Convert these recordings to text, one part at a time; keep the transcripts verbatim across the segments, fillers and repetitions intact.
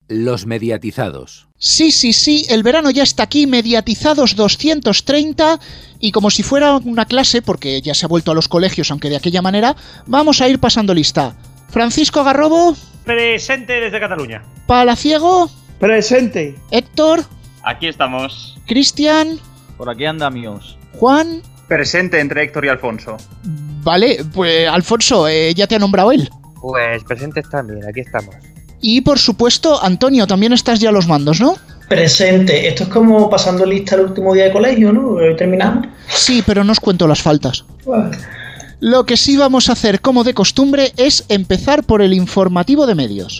Los mediatizados. Sí, sí, sí, el verano ya está aquí, mediatizados doscientos treinta, y como si fuera una clase, porque ya se ha vuelto a los colegios, aunque de aquella manera, vamos a ir pasando lista. Francisco Garrobo. Presente desde Cataluña. Palaciego. Presente. Héctor. Aquí estamos. Cristian. Por aquí andamios. Juan. Presente entre Héctor y Alfonso. Vale, pues Alfonso, eh, ya te ha nombrado él. Pues presentes también, aquí estamos. Y por supuesto, Antonio, también estás ya a los mandos, ¿no? Presente. Esto es como pasando lista el último día de colegio, ¿no? Hoy terminamos. Sí, pero no os cuento las faltas. Vale. Lo que sí vamos a hacer, como de costumbre, es empezar por el informativo de medios.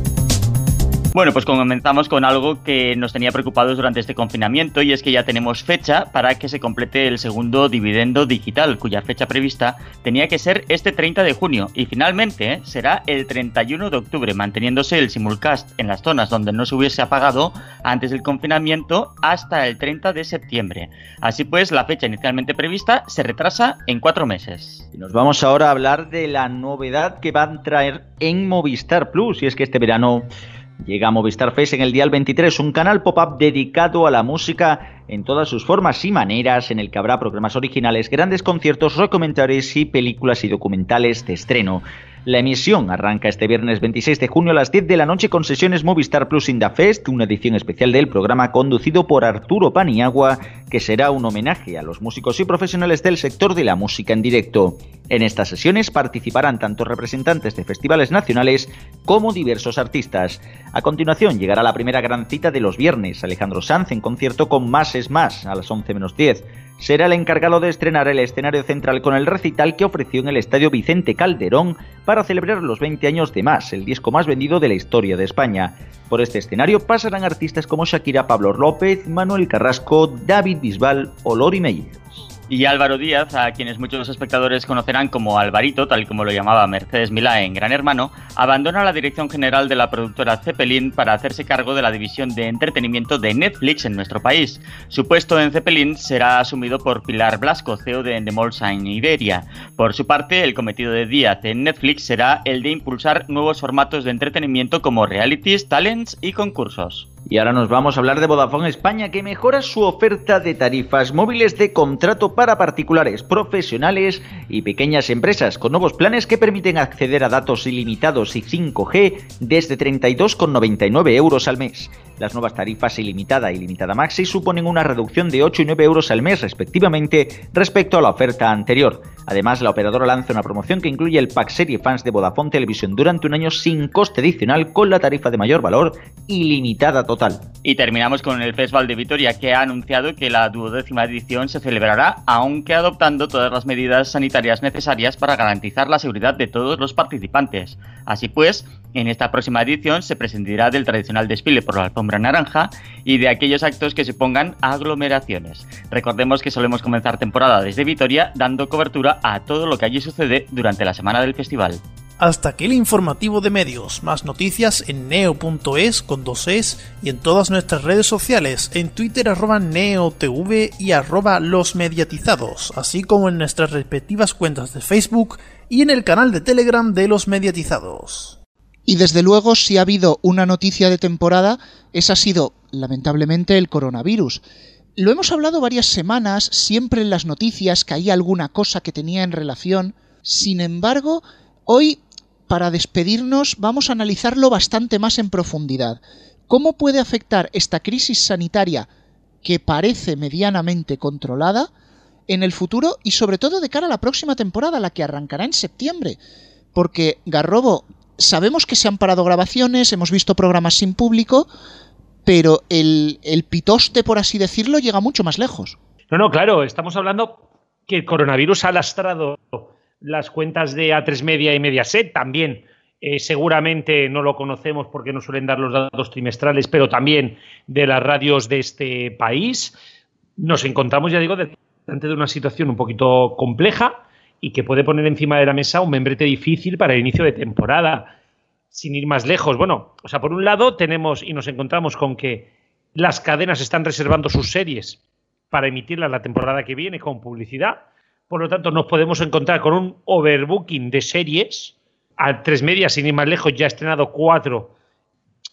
Bueno, pues comenzamos con algo que nos tenía preocupados durante este confinamiento, y es que ya tenemos fecha para que se complete el segundo dividendo digital, cuya fecha prevista tenía que ser este treinta de junio, y finalmente ¿eh? será el treinta y uno de octubre, manteniéndose el simulcast en las zonas donde no se hubiese apagado antes del confinamiento hasta el treinta de septiembre. Así pues, la fecha inicialmente prevista se retrasa en cuatro meses. Y nos vamos ahora a hablar de la novedad que van a traer en Movistar Plus, y es que este verano llega a Movistar Fest en el Dial veintitrés, un canal pop-up dedicado a la música en todas sus formas y maneras, en el que habrá programas originales, grandes conciertos, documentales y películas y documentales de estreno. La emisión arranca este viernes veintiséis de junio a las diez de la noche con sesiones Movistar Plus in the Fest, una edición especial del programa conducido por Arturo Paniagua, que será un homenaje a los músicos y profesionales del sector de la música en directo. En estas sesiones participarán tanto representantes de festivales nacionales como diversos artistas. A continuación llegará la primera gran cita de los viernes, Alejandro Sanz en concierto con Más es Más a las once menos diez. Será el encargado de estrenar el escenario central con el recital que ofreció en el Estadio Vicente Calderón para celebrar los veinte años de Más, el disco más vendido de la historia de España. Por este escenario pasarán artistas como Shakira, Pablo López, Manuel Carrasco, David Bisbal o Lori Meyers. Y Álvaro Díaz, a quienes muchos espectadores conocerán como Alvarito, tal como lo llamaba Mercedes Milá en Gran Hermano, abandona la dirección general de la productora Zeppelin para hacerse cargo de la división de entretenimiento de Netflix en nuestro país. Su puesto en Zeppelin será asumido por Pilar Blasco, C E O de Endemol Shine Iberia. Por su parte, el cometido de Díaz en Netflix será el de impulsar nuevos formatos de entretenimiento como realities, talents y concursos. Y ahora nos vamos a hablar de Vodafone España, que mejora su oferta de tarifas móviles de contrato para particulares, profesionales y pequeñas empresas, con nuevos planes que permiten acceder a datos ilimitados y cinco G desde treinta y dos con noventa y nueve euros al mes. Las nuevas tarifas ilimitada y limitada maxi suponen una reducción de ocho y nueve euros al mes respectivamente respecto a la oferta anterior. Además, la operadora lanza una promoción que incluye el pack serie fans de Vodafone Televisión durante un año sin coste adicional con la tarifa de mayor valor ilimitada total. Y terminamos con el Festival de Vitoria, que ha anunciado que la duodécima edición se celebrará, aunque adoptando todas las medidas sanitarias necesarias para garantizar la seguridad de todos los participantes. Así pues, en esta próxima edición se prescindirá del tradicional desfile por la alfombra naranja y de aquellos actos que supongan aglomeraciones. Recordemos que solemos comenzar temporada desde Vitoria dando cobertura a todo lo que allí sucede durante la semana del festival. Hasta aquí el informativo de medios. Más noticias en neo punto es con dos es y en todas nuestras redes sociales, en Twitter arroba neotv y arroba los mediatizados, así como en nuestras respectivas cuentas de Facebook y en el canal de Telegram de los mediatizados. Y desde luego, si ha habido una noticia de temporada, esa ha sido, lamentablemente, el coronavirus. Lo hemos hablado varias semanas, siempre en las noticias caía alguna cosa que tenía en relación. Sin embargo, hoy, para despedirnos, vamos a analizarlo bastante más en profundidad. ¿Cómo puede afectar esta crisis sanitaria, que parece medianamente controlada, en el futuro y sobre todo de cara a la próxima temporada, la que arrancará en septiembre? Porque, Garrobo, sabemos que se han parado grabaciones, hemos visto programas sin público, pero el, el pitoste, por así decirlo, llega mucho más lejos. No, no, claro, estamos hablando que el coronavirus ha lastrado las cuentas de A tres Media y Mediaset también. Eh, seguramente no lo conocemos porque no suelen dar los datos trimestrales, pero también de las radios de este país. Nos encontramos, ya digo, delante de una situación un poquito compleja y que puede poner encima de la mesa un membrete difícil para el inicio de temporada. Sin ir más lejos, bueno, o sea, por un lado tenemos y nos encontramos con que las cadenas están reservando sus series para emitirlas la temporada que viene con publicidad. Por lo tanto, nos podemos encontrar con un overbooking de series. A tres Media, sin ir más lejos, ya ha estrenado cuatro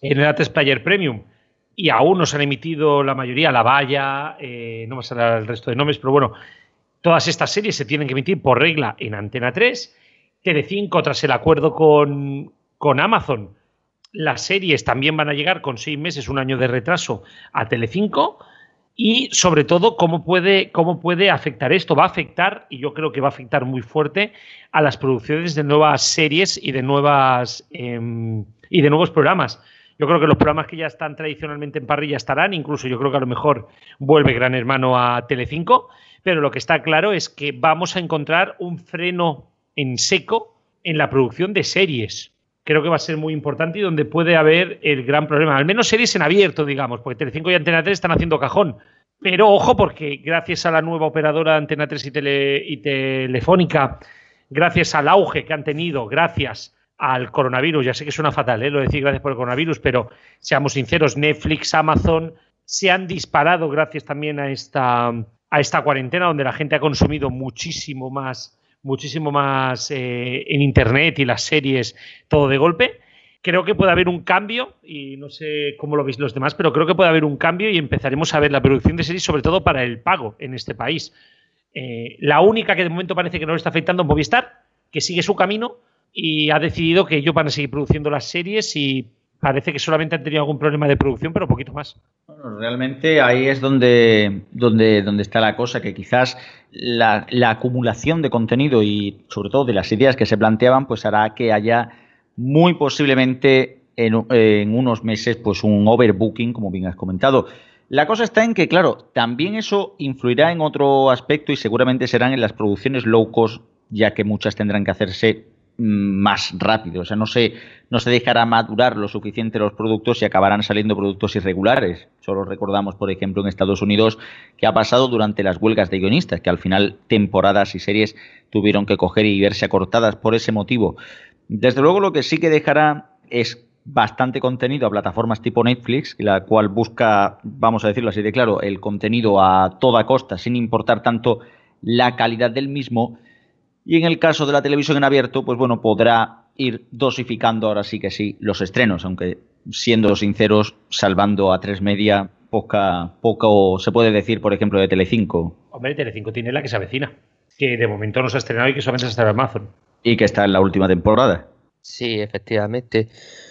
en el A tres Player Premium. Y aún no se han emitido la mayoría, La Valla, eh, no me saldrá el resto de nombres, pero bueno, todas estas series se tienen que emitir por regla en Antena tres. Telecinco, tras el acuerdo con, con Amazon, las series también van a llegar con seis meses, un año de retraso a Telecinco. Y sobre todo, ¿cómo puede, cómo puede afectar esto? Va a afectar, y yo creo que va a afectar muy fuerte, a las producciones de nuevas series y de, nuevas, eh, y de nuevos programas. Yo creo que los programas que ya están tradicionalmente en parrilla estarán, incluso yo creo que a lo mejor vuelve Gran Hermano a Telecinco, pero lo que está claro es que vamos a encontrar un freno en seco en la producción de series. Creo que va a ser muy importante y donde puede haber el gran problema. Al menos series en abierto, digamos, porque Telecinco y Antena tres están haciendo cajón. Pero ojo, porque gracias a la nueva operadora Antena tres y, tele, y Telefónica, gracias al auge que han tenido, gracias al coronavirus, ya sé que suena fatal, ¿eh? Lo de decir gracias por el coronavirus, pero seamos sinceros, Netflix, Amazon se han disparado gracias también a esta, a esta cuarentena, donde la gente ha consumido muchísimo más, muchísimo más eh, en Internet y las series, todo de golpe. Creo que puede haber un cambio, y no sé cómo lo veis los demás, pero creo que puede haber un cambio y empezaremos a ver la producción de series, sobre todo para el pago en este país. Eh, la única que de momento parece que no le está afectando es Movistar, que sigue su camino y ha decidido que ellos van a seguir produciendo las series y parece que solamente han tenido algún problema de producción, pero poquito más. Bueno, realmente ahí es donde, donde, donde está la cosa, que quizás la, la acumulación de contenido y sobre todo de las ideas que se planteaban, pues hará que haya muy posiblemente en, en unos meses pues un overbooking, como bien has comentado. La cosa está en que, claro, también eso influirá en otro aspecto y seguramente serán en las producciones low cost, ya que muchas tendrán que hacerse más rápido, o sea, no se, no se dejará madurar lo suficiente los productos y acabarán saliendo productos irregulares. Solo recordamos, por ejemplo, en Estados Unidos que ha pasado durante las huelgas de guionistas, que al final temporadas y series tuvieron que coger y verse acortadas por ese motivo. Desde luego, lo que sí que dejará es bastante contenido a plataformas tipo Netflix, la cual busca, vamos a decirlo así de claro, el contenido a toda costa, sin importar tanto la calidad del mismo. Y en el caso de la televisión en abierto, pues bueno, podrá ir dosificando ahora sí que sí los estrenos, aunque siendo sinceros, salvando a tres media, poca, poco se puede decir, por ejemplo, de Telecinco. Hombre, Telecinco tiene La que se avecina, que de momento no se ha estrenado y que solamente se está en Amazon. Y que está en la última temporada. Sí, efectivamente.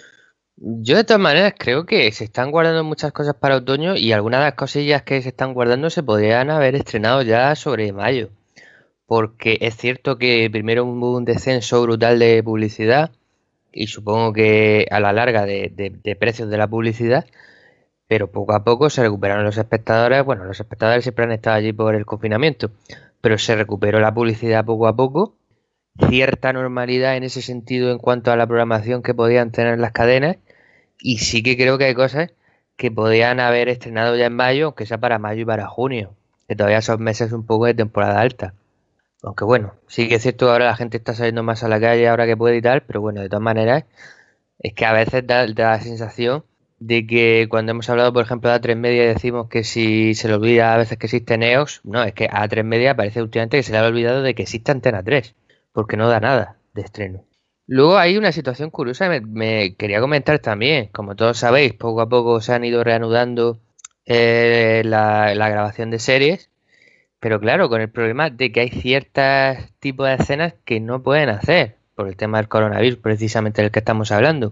Yo de todas maneras creo que se están guardando muchas cosas para otoño y algunas de las cosillas que se están guardando se podrían haber estrenado ya sobre mayo. Porque es cierto que primero hubo un descenso brutal de publicidad y supongo que a la larga de, de, de precios de la publicidad, pero poco a poco se recuperaron los espectadores. Bueno, los espectadores siempre han estado allí por el confinamiento, pero se recuperó la publicidad poco a poco, cierta normalidad en ese sentido en cuanto a la programación que podían tener las cadenas, y sí que creo que hay cosas que podían haber estrenado ya en mayo, aunque sea para mayo y para junio, que todavía son meses un poco de temporada alta. Aunque bueno, sí que es cierto que ahora la gente está saliendo más a la calle ahora que puede y tal, pero bueno, de todas maneras, es que a veces da, da la sensación de que cuando hemos hablado, por ejemplo, de A tres Media, decimos que si se le olvida a veces que existe Neox, no, es que a A tres Media parece últimamente que se le ha olvidado de que existe Antena tres, porque no da nada de estreno. Luego hay una situación curiosa que me, me quería comentar también. Como todos sabéis, poco a poco se han ido reanudando eh, la, la grabación de series. Pero claro, con el problema de que hay ciertos tipos de escenas que no pueden hacer por el tema del coronavirus, precisamente del que estamos hablando.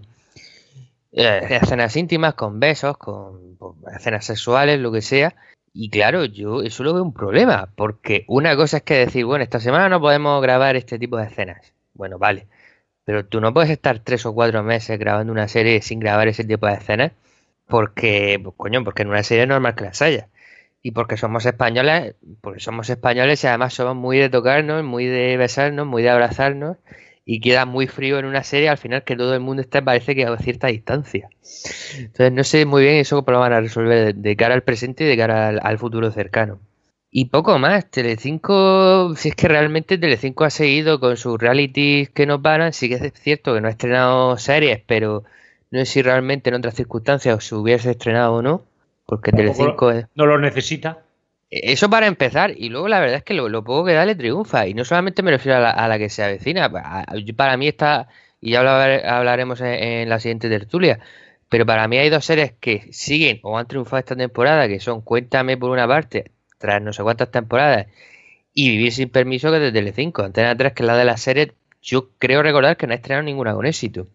Eh, escenas íntimas, con besos, con, con escenas sexuales, lo que sea. Y claro, yo eso lo veo un problema, porque una cosa es que decir, bueno, esta semana no podemos grabar este tipo de escenas. Bueno, vale, pero tú no puedes estar tres o cuatro meses grabando una serie sin grabar ese tipo de escenas, porque, pues, coño, porque en una serie es normal que las haya. Y porque somos españoles, porque somos españoles y además somos muy de tocarnos, muy de besarnos, muy de abrazarnos, y queda muy frío en una serie al final que todo el mundo está, parece que a cierta distancia. Entonces no sé muy bien eso cómo lo van a resolver de, de cara al presente y de cara al, al futuro cercano. Y poco más. Telecinco, si es que realmente Telecinco ha seguido con sus realities que no paran. Sí que es cierto que no ha estrenado series, pero no sé si realmente en otras circunstancias se hubiese estrenado o no. Porque Telecinco es... no lo necesita. Eso para empezar. Y luego la verdad es que lo, lo poco que da le triunfa. Y no solamente me refiero a la, a la que se avecina. Para mí está, y ya hablar, hablaremos en, en la siguiente tertulia, Pero para mí hay dos series que siguen o han triunfado esta temporada, que son Cuéntame por una parte, tras no sé cuántas temporadas, y Vivir sin permiso, que es de Telecinco. Antena tres, que es la de las series, yo creo recordar que no ha estrenado ninguna con éxito.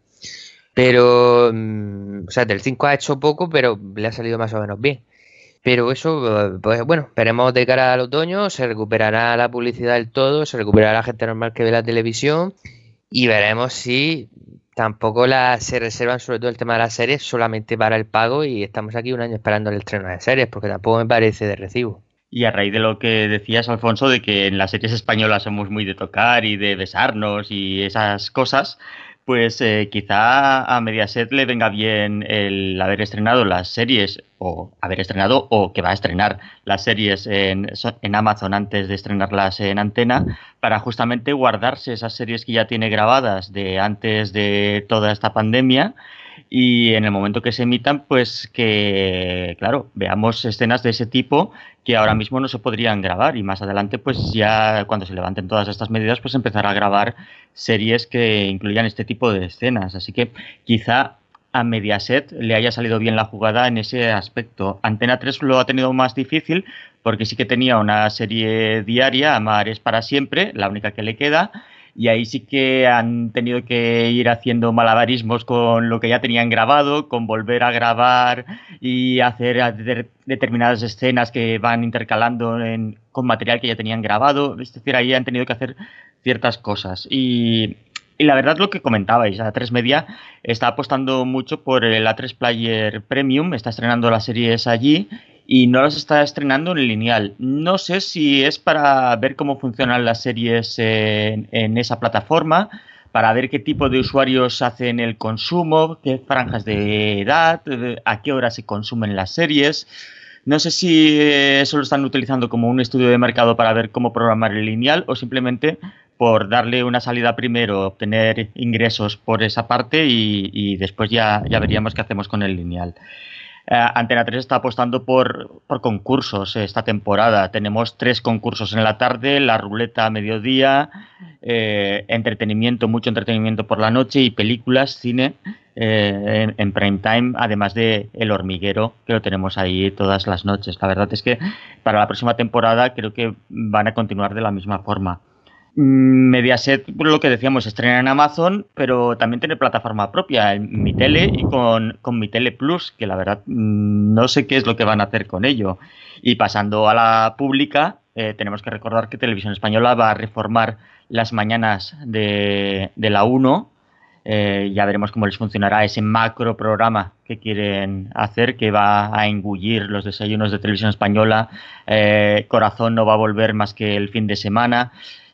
Pero, mmm, o sea, Telecinco ha hecho poco, pero le ha salido más o menos bien. Pero eso, pues bueno, veremos de cara al otoño, se recuperará la publicidad del todo, se recuperará la gente normal que ve la televisión y veremos si tampoco la, se reservan sobre todo el tema de las series solamente para el pago y estamos aquí un año esperando el estreno de series, porque tampoco me parece de recibo. Y a raíz de lo que decías, Alfonso, de que en las series españolas somos muy de tocar y de besarnos y esas cosas, pues eh, quizá a Mediaset le venga bien el haber estrenado las series, o haber estrenado, o que va a estrenar las series en, en Amazon antes de estrenarlas en Antena, para justamente guardarse esas series que ya tiene grabadas de antes de toda esta pandemia, y en el momento que se emitan, pues que, claro, veamos escenas de ese tipo que ahora mismo no se podrían grabar, y más adelante, pues ya cuando se levanten todas estas medidas, pues empezará a grabar series que incluyan este tipo de escenas. Así que quizá a Mediaset le haya salido bien la jugada en ese aspecto. Antena tres lo ha tenido más difícil porque sí que tenía una serie diaria, Amar es para siempre, la única que le queda, y ahí sí que han tenido que ir haciendo malabarismos con lo que ya tenían grabado, con volver a grabar y hacer de- determinadas escenas que van intercalando en, con material que ya tenían grabado. Es decir, ahí han tenido que hacer ciertas cosas. Y, y la verdad, lo que comentabais, A tres Media está apostando mucho por el A tres Player Premium, está estrenando las series allí y no las está estrenando en lineal. No sé si es para ver cómo funcionan las series en, en esa plataforma, para ver qué tipo de usuarios hacen el consumo, qué franjas de edad, a qué hora se consumen las series. No sé si eso lo están utilizando como un estudio de mercado para ver cómo programar el lineal o simplemente por darle una salida primero, obtener ingresos por esa parte y, y después ya, ya veríamos qué hacemos con el lineal. Uh, Antena tres está apostando por, por concursos esta temporada. Tenemos tres concursos en la tarde, la ruleta a mediodía, eh, entretenimiento, mucho entretenimiento por la noche y películas, cine eh, en, en prime time, además de El Hormiguero, que lo tenemos ahí todas las noches. La verdad es que para la próxima temporada creo que van a continuar de la misma forma. Mediaset, lo que decíamos, estrena en Amazon, pero también tiene plataforma propia, en Mi Tele y con, con Mi Tele Plus, que la verdad no sé qué es lo que van a hacer con ello. Y pasando a la pública, eh, tenemos que recordar que Televisión Española va a reformar las mañanas de, de la uno. Eh, ya veremos cómo les funcionará ese macro programa que quieren hacer, que va a engullir los desayunos de Televisión Española. Eh, Corazón no va a volver más que el fin de semana.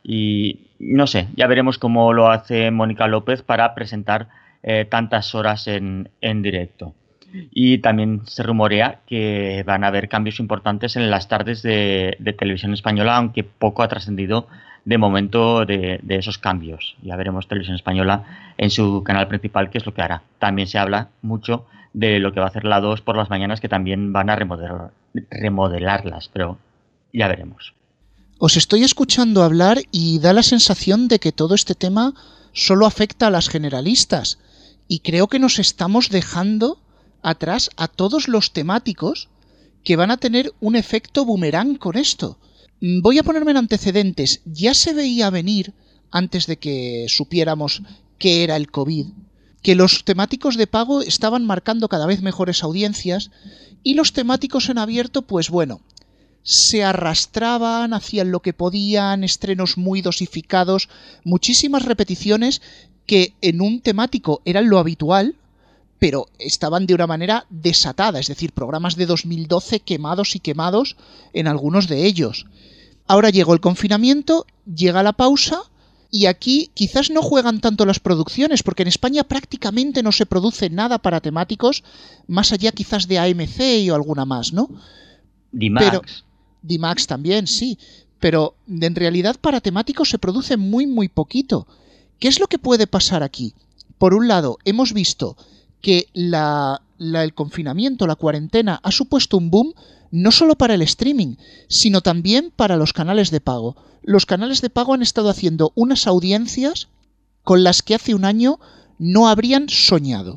Y no sé, ya veremos cómo lo hace Mónica López para presentar eh, tantas horas en, en directo. Y también se rumorea que van a haber cambios importantes en las tardes de, de Televisión Española, aunque poco ha trascendido de momento de, de esos cambios. Ya veremos Televisión Española en su canal principal qué es lo que hará. También se habla mucho de lo que va a hacer la dos por las mañanas, que también van a remodelar, remodelarlas, pero ya veremos. Os estoy escuchando hablar y da la sensación de que todo este tema solo afecta a las generalistas. Y creo que nos estamos dejando atrás a todos los temáticos que van a tener un efecto boomerang con esto. Voy a ponerme en antecedentes. Ya se veía venir, antes de que supiéramos qué era el COVID, que los temáticos de pago estaban marcando cada vez mejores audiencias y los temáticos en abierto, pues bueno, se arrastraban, hacían lo que podían, estrenos muy dosificados, muchísimas repeticiones que en un temático eran lo habitual, pero estaban de una manera desatada, es decir, programas de dos mil doce quemados y quemados en algunos de ellos. Ahora llegó el confinamiento, llega la pausa, y aquí quizás no juegan tanto las producciones, porque en España prácticamente no se produce nada para temáticos, más allá quizás de A M C o alguna más, ¿no? D-Max. Pero D-Max también, sí, pero en realidad para temáticos se produce muy muy poquito. ¿Qué es lo que puede pasar aquí? Por un lado, hemos visto que la, la, el confinamiento, la cuarentena, ha supuesto un boom no solo para el streaming, sino también para los canales de pago. Los canales de pago han estado haciendo unas audiencias con las que hace un año no habrían soñado.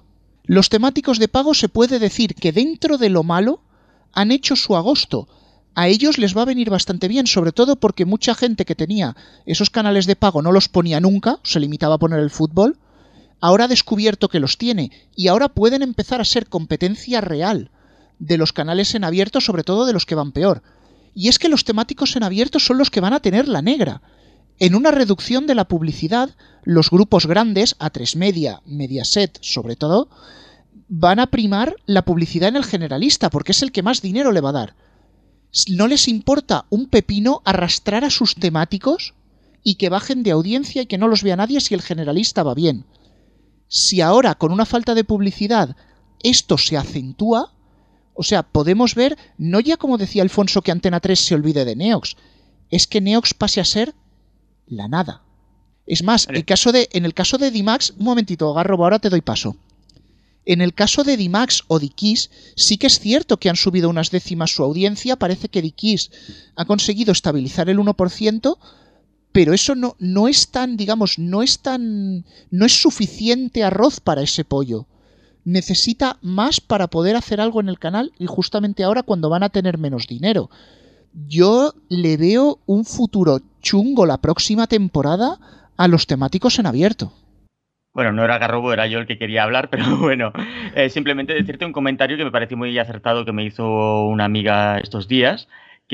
Los temáticos de pago se puede decir que dentro de lo malo han hecho su agosto. A ellos les va a venir bastante bien, sobre todo porque mucha gente que tenía esos canales de pago no los ponía nunca, se limitaba a poner el fútbol, ahora ha descubierto que los tiene y ahora pueden empezar a ser competencia real de los canales en abierto, sobre todo de los que van peor. Y es que los temáticos en abierto son los que van a tener la negra. En una reducción de la publicidad, los grupos grandes, A tres Media, Mediaset sobre todo, van a primar la publicidad en el generalista, porque es el que más dinero le va a dar. No les importa un pepino arrastrar a sus temáticos y que bajen de audiencia y que no los vea nadie si el generalista va bien. Si ahora, con una falta de publicidad, esto se acentúa, o sea, podemos ver, no ya como decía Alfonso que Antena tres se olvide de Neox, es que Neox pase a ser la nada. Es más, el caso de, en el caso de Dimax, un momentito, Garrobo, ahora te doy paso. En el caso de Dimax o Dickies, sí que es cierto que han subido unas décimas su audiencia, parece que Dickies ha conseguido estabilizar el uno por ciento, pero eso no, no es tan, digamos, no es tan, no es suficiente arroz para ese pollo. Necesita más para poder hacer algo en el canal y justamente ahora cuando van a tener menos dinero. Yo le veo un futuro chungo la próxima temporada a los temáticos en abierto. Bueno, no era Garrobo, era yo el que quería hablar, pero bueno, eh, simplemente decirte un comentario que me pareció muy acertado que me hizo una amiga estos días,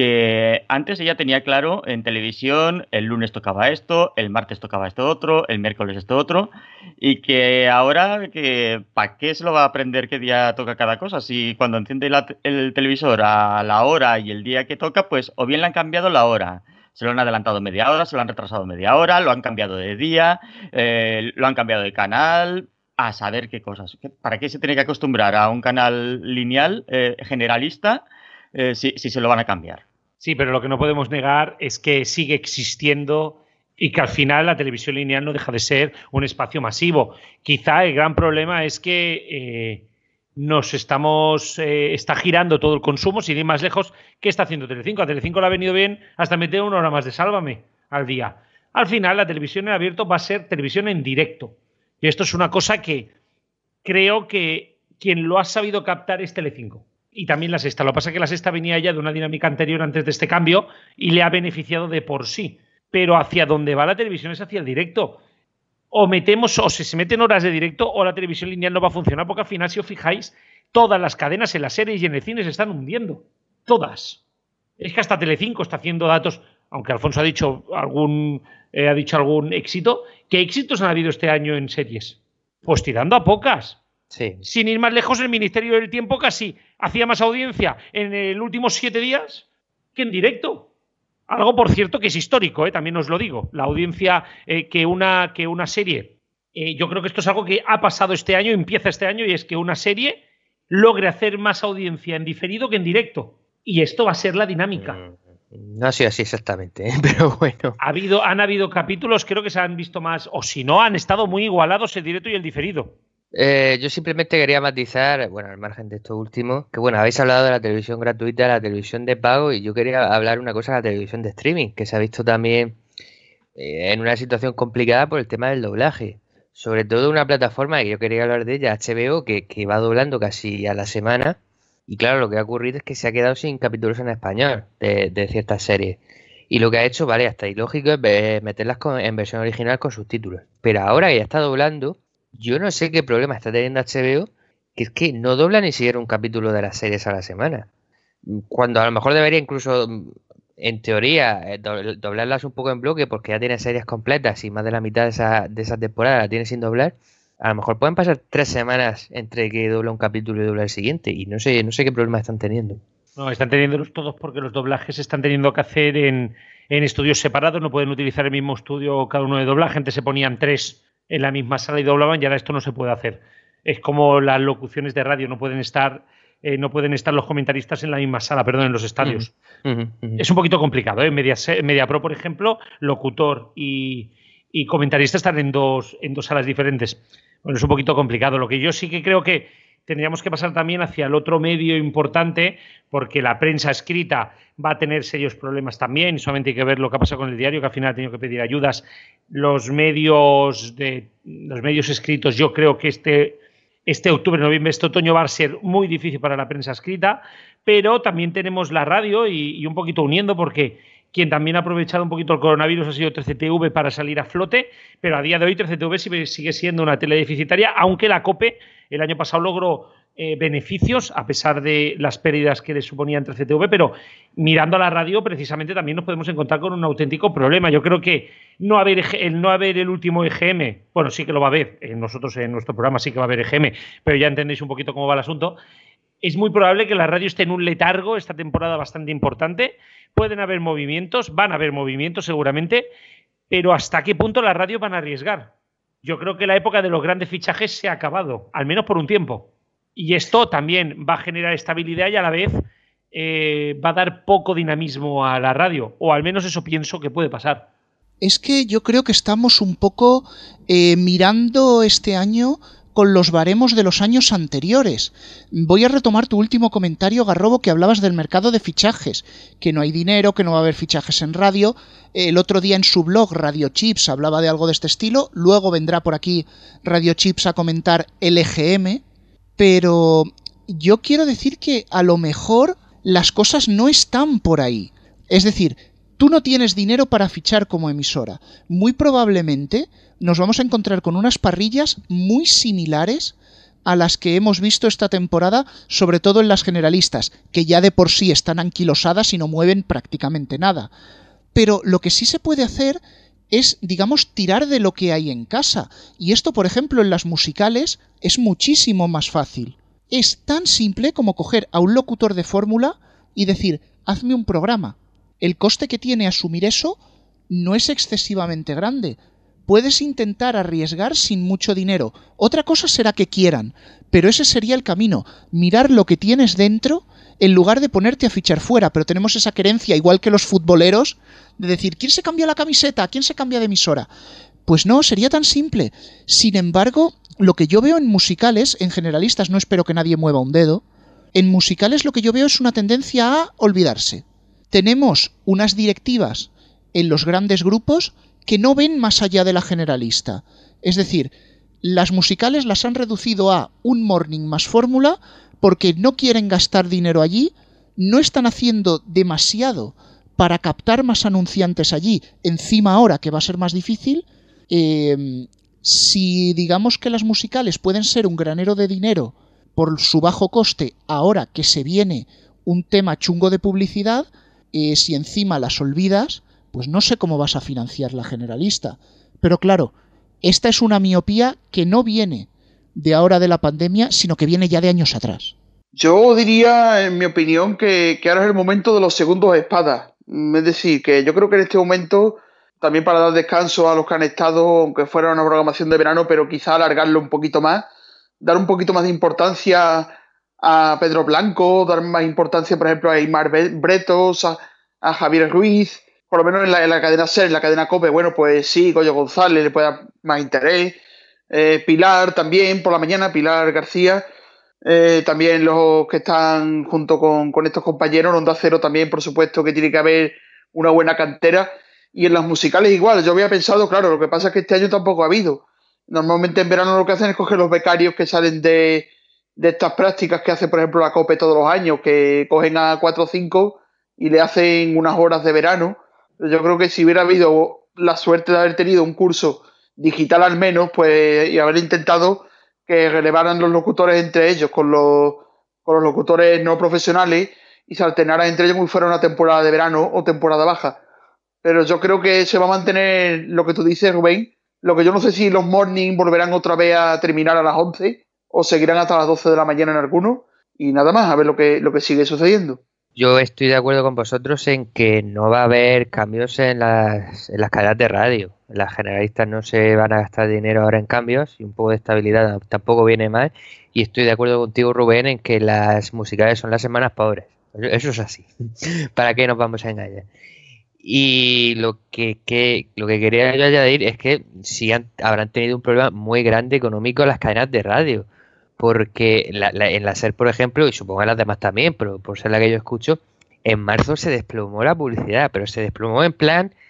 que antes ella tenía claro en televisión, el lunes tocaba esto, el martes tocaba esto otro, el miércoles esto otro, y que ahora, que ¿para qué se lo va a aprender qué día toca cada cosa? Si cuando enciende la, el televisor a la hora y el día que toca, pues o bien le han cambiado la hora, se lo han adelantado media hora, se lo han retrasado media hora, lo han cambiado de día, eh, lo han cambiado de canal, a saber qué cosas. ¿Para qué se tiene que acostumbrar a un canal lineal, eh, generalista, eh, si, si se lo van a cambiar? Sí, pero lo que no podemos negar es que sigue existiendo y que al final la televisión lineal no deja de ser un espacio masivo. Quizá el gran problema es que eh, nos estamos eh, está girando todo el consumo, sin ir más lejos. ¿Qué está haciendo Telecinco? A Telecinco le ha venido bien hasta meter una hora más de Sálvame al día. Al final la televisión en abierto va a ser televisión en directo. Y esto es una cosa que creo que quien lo ha sabido captar es Telecinco. Y también la Sexta. Lo que pasa es que la Sexta venía ya de una dinámica anterior antes de este cambio y le ha beneficiado de por sí. Pero hacia donde va la televisión es hacia el directo. O metemos, o si se meten horas de directo, o la televisión lineal no va a funcionar, porque al final, si os fijáis, todas las cadenas en las series y en el cine se están hundiendo. Todas. Es que hasta Telecinco está haciendo datos, aunque Alfonso ha dicho algún, eh, ha dicho algún éxito. ¿Qué éxitos han habido este año en series? Pues tirando a pocas. Sí. Sin ir más lejos, el Ministerio del Tiempo casi hacía más audiencia en los últimos siete días que en directo. Algo, por cierto, que es histórico, ¿eh? También os lo digo. La audiencia eh, que, una, que una serie, eh, yo creo que esto es algo que ha pasado este año, empieza este año, y es que una serie logre hacer más audiencia en diferido que en directo. Y esto va a ser la dinámica. No ha sido así exactamente, ¿eh? Pero bueno. Ha habido, han habido capítulos, creo que se han visto más, o si no, han estado muy igualados el directo y el diferido. Eh, yo simplemente quería matizar, bueno, al margen de esto último, que bueno, habéis hablado de la televisión gratuita, de la televisión de pago, y yo quería hablar una cosa de la televisión de streaming, que se ha visto también eh, en una situación complicada por el tema del doblaje. Sobre todo una plataforma que yo quería hablar de ella, H B O, que, que va doblando casi a la semana, y claro, lo que ha ocurrido es que se ha quedado sin capítulos en español de, de ciertas series. Y lo que ha hecho, vale, hasta ilógico, es meterlas con, en versión original con subtítulos. Pero ahora que ya está doblando, yo no sé qué problema está teniendo H B O, que es que no dobla ni siquiera un capítulo de las series a la semana. Cuando a lo mejor debería incluso, en teoría, doblarlas un poco en bloque porque ya tiene series completas y más de la mitad de esa, de esa temporada la tiene sin doblar. A lo mejor pueden pasar tres semanas entre que dobla un capítulo y dobla el siguiente. Y no sé, no sé qué problema están teniendo. No, están teniéndolos todos porque los doblajes se están teniendo que hacer en, en estudios separados. No pueden utilizar el mismo estudio cada uno de doblaje. Antes se ponían tres en la misma sala y doblaban, y ahora esto no se puede hacer. Es como las locuciones de radio, no pueden estar eh, no pueden estar los comentaristas en la misma sala, perdón, en los estadios. Uh-huh, uh-huh, uh-huh. Es un poquito complicado, ¿eh? Media, MediaPro, por ejemplo, locutor y, y comentarista están en dos, en dos salas diferentes. Bueno, es un poquito complicado. Lo que yo sí que creo que tendríamos que pasar también hacia el otro medio importante, porque la prensa escrita va a tener serios problemas también. Solamente hay que ver lo que ha pasado con el diario, que al final ha tenido que pedir ayudas. Los medios de los medios escritos, yo creo que este este octubre, noviembre, este otoño va a ser muy difícil para la prensa escrita, pero también tenemos la radio y, y un poquito uniendo, porque quien también ha aprovechado un poquito el coronavirus ha sido trece T V para salir a flote, pero a día de hoy trece T V sigue siendo una tele deficitaria, aunque la COPE el año pasado logró eh, beneficios a pesar de las pérdidas que le suponían trece T V, pero mirando a la radio precisamente también nos podemos encontrar con un auténtico problema. Yo creo que no haber el no haber el último E G M, bueno, sí que lo va a haber, nosotros en nuestro programa sí que va a haber E G M, pero ya entendéis un poquito cómo va el asunto. Es muy probable que la radio esté en un letargo esta temporada bastante importante. Pueden haber movimientos, van a haber movimientos seguramente, pero ¿hasta qué punto la radio van a arriesgar? Yo creo que la época de los grandes fichajes se ha acabado, al menos por un tiempo. Y esto también va a generar estabilidad y a la vez eh, va a dar poco dinamismo a la radio, o al menos eso pienso que puede pasar. Es que yo creo que estamos un poco eh, mirando este año con los baremos de los años anteriores. Voy a retomar tu último comentario, Garrobo, que hablabas del mercado de fichajes, que no hay dinero, que no va a haber fichajes en radio. El otro día en su blog Radio Chips hablaba de algo de este estilo, luego vendrá por aquí Radio Chips a comentar el E G M, pero yo quiero decir que a lo mejor las cosas no están por ahí. Es decir, tú no tienes dinero para fichar como emisora. Muy probablemente nos vamos a encontrar con unas parrillas muy similares a las que hemos visto esta temporada, sobre todo en las generalistas, que ya de por sí están anquilosadas y no mueven prácticamente nada. Pero lo que sí se puede hacer es, digamos, tirar de lo que hay en casa. Y esto, por ejemplo, en las musicales es muchísimo más fácil. Es tan simple como coger a un locutor de fórmula y decir, hazme un programa. El coste que tiene asumir eso no es excesivamente grande. Puedes intentar arriesgar sin mucho dinero. Otra cosa será que quieran, pero ese sería el camino. Mirar lo que tienes dentro en lugar de ponerte a fichar fuera. Pero tenemos esa querencia, igual que los futboleros, de decir, ¿quién se cambia la camiseta? ¿Quién se cambia de emisora? Pues no, sería tan simple. Sin embargo, lo que yo veo en musicales, en generalistas no espero que nadie mueva un dedo, en musicales lo que yo veo es una tendencia a olvidarse. Tenemos unas directivas en los grandes grupos que no ven más allá de la generalista. Es decir, las musicales las han reducido a un morning más fórmula porque no quieren gastar dinero allí, no están haciendo demasiado para captar más anunciantes allí, encima ahora que va a ser más difícil. Eh, si digamos que las musicales pueden ser un granero de dinero por su bajo coste, ahora que se viene un tema chungo de publicidad, eh, si encima las olvidas, pues no sé cómo vas a financiar la generalista. Pero claro, esta es una miopía que no viene de ahora de la pandemia, sino que viene ya de años atrás. Yo diría, en mi opinión, que, que ahora es el momento de los segundos espadas. Es decir, que yo creo que en este momento, también para dar descanso a los que han estado, aunque fuera una programación de verano, pero quizá alargarlo un poquito más, dar un poquito más de importancia a Pedro Blanco, dar más importancia, por ejemplo, a Aymar Bretos, a, a Javier Ruiz, por lo menos en la, en la cadena SER, en la cadena COPE, bueno, pues sí, Goyo González le puede dar más interés, eh, Pilar también, por la mañana, Pilar García, eh, también los que están junto con, con estos compañeros, en Onda Cero también, por supuesto, que tiene que haber una buena cantera, y en las musicales igual. Yo había pensado, claro, lo que pasa es que este año tampoco ha habido. Normalmente en verano lo que hacen es coger los becarios que salen de, de estas prácticas que hace, por ejemplo, la COPE todos los años, que cogen a cuatro o cinco y le hacen unas horas de verano. Yo creo que si hubiera habido la suerte de haber tenido un curso digital al menos, pues, y haber intentado que relevaran los locutores entre ellos con los, con los locutores no profesionales y se alternaran entre ellos como si fuera una temporada de verano o temporada baja. Pero yo creo que se va a mantener lo que tú dices, Rubén. Lo que yo no sé si los morning volverán otra vez a terminar a las once o seguirán hasta las doce de la mañana en algunos. Y nada más, a ver lo que, lo que sigue sucediendo. Yo estoy de acuerdo con vosotros en que no va a haber cambios en las, en las cadenas de radio. Las generalistas no se van a gastar dinero ahora en cambios y un poco de estabilidad tampoco viene mal. Y estoy de acuerdo contigo, Rubén, en que las musicales son las semanas pobres. Eso es así. ¿Para qué nos vamos a engañar? Y lo que, que lo que quería yo añadir es que sí han, habrán tenido un problema muy grande económico las cadenas de radio. Porque la, la, en la SER, por ejemplo, y supongo en las demás también, pero por ser la que yo escucho, en marzo se desplomó la publicidad, pero se desplomó en plan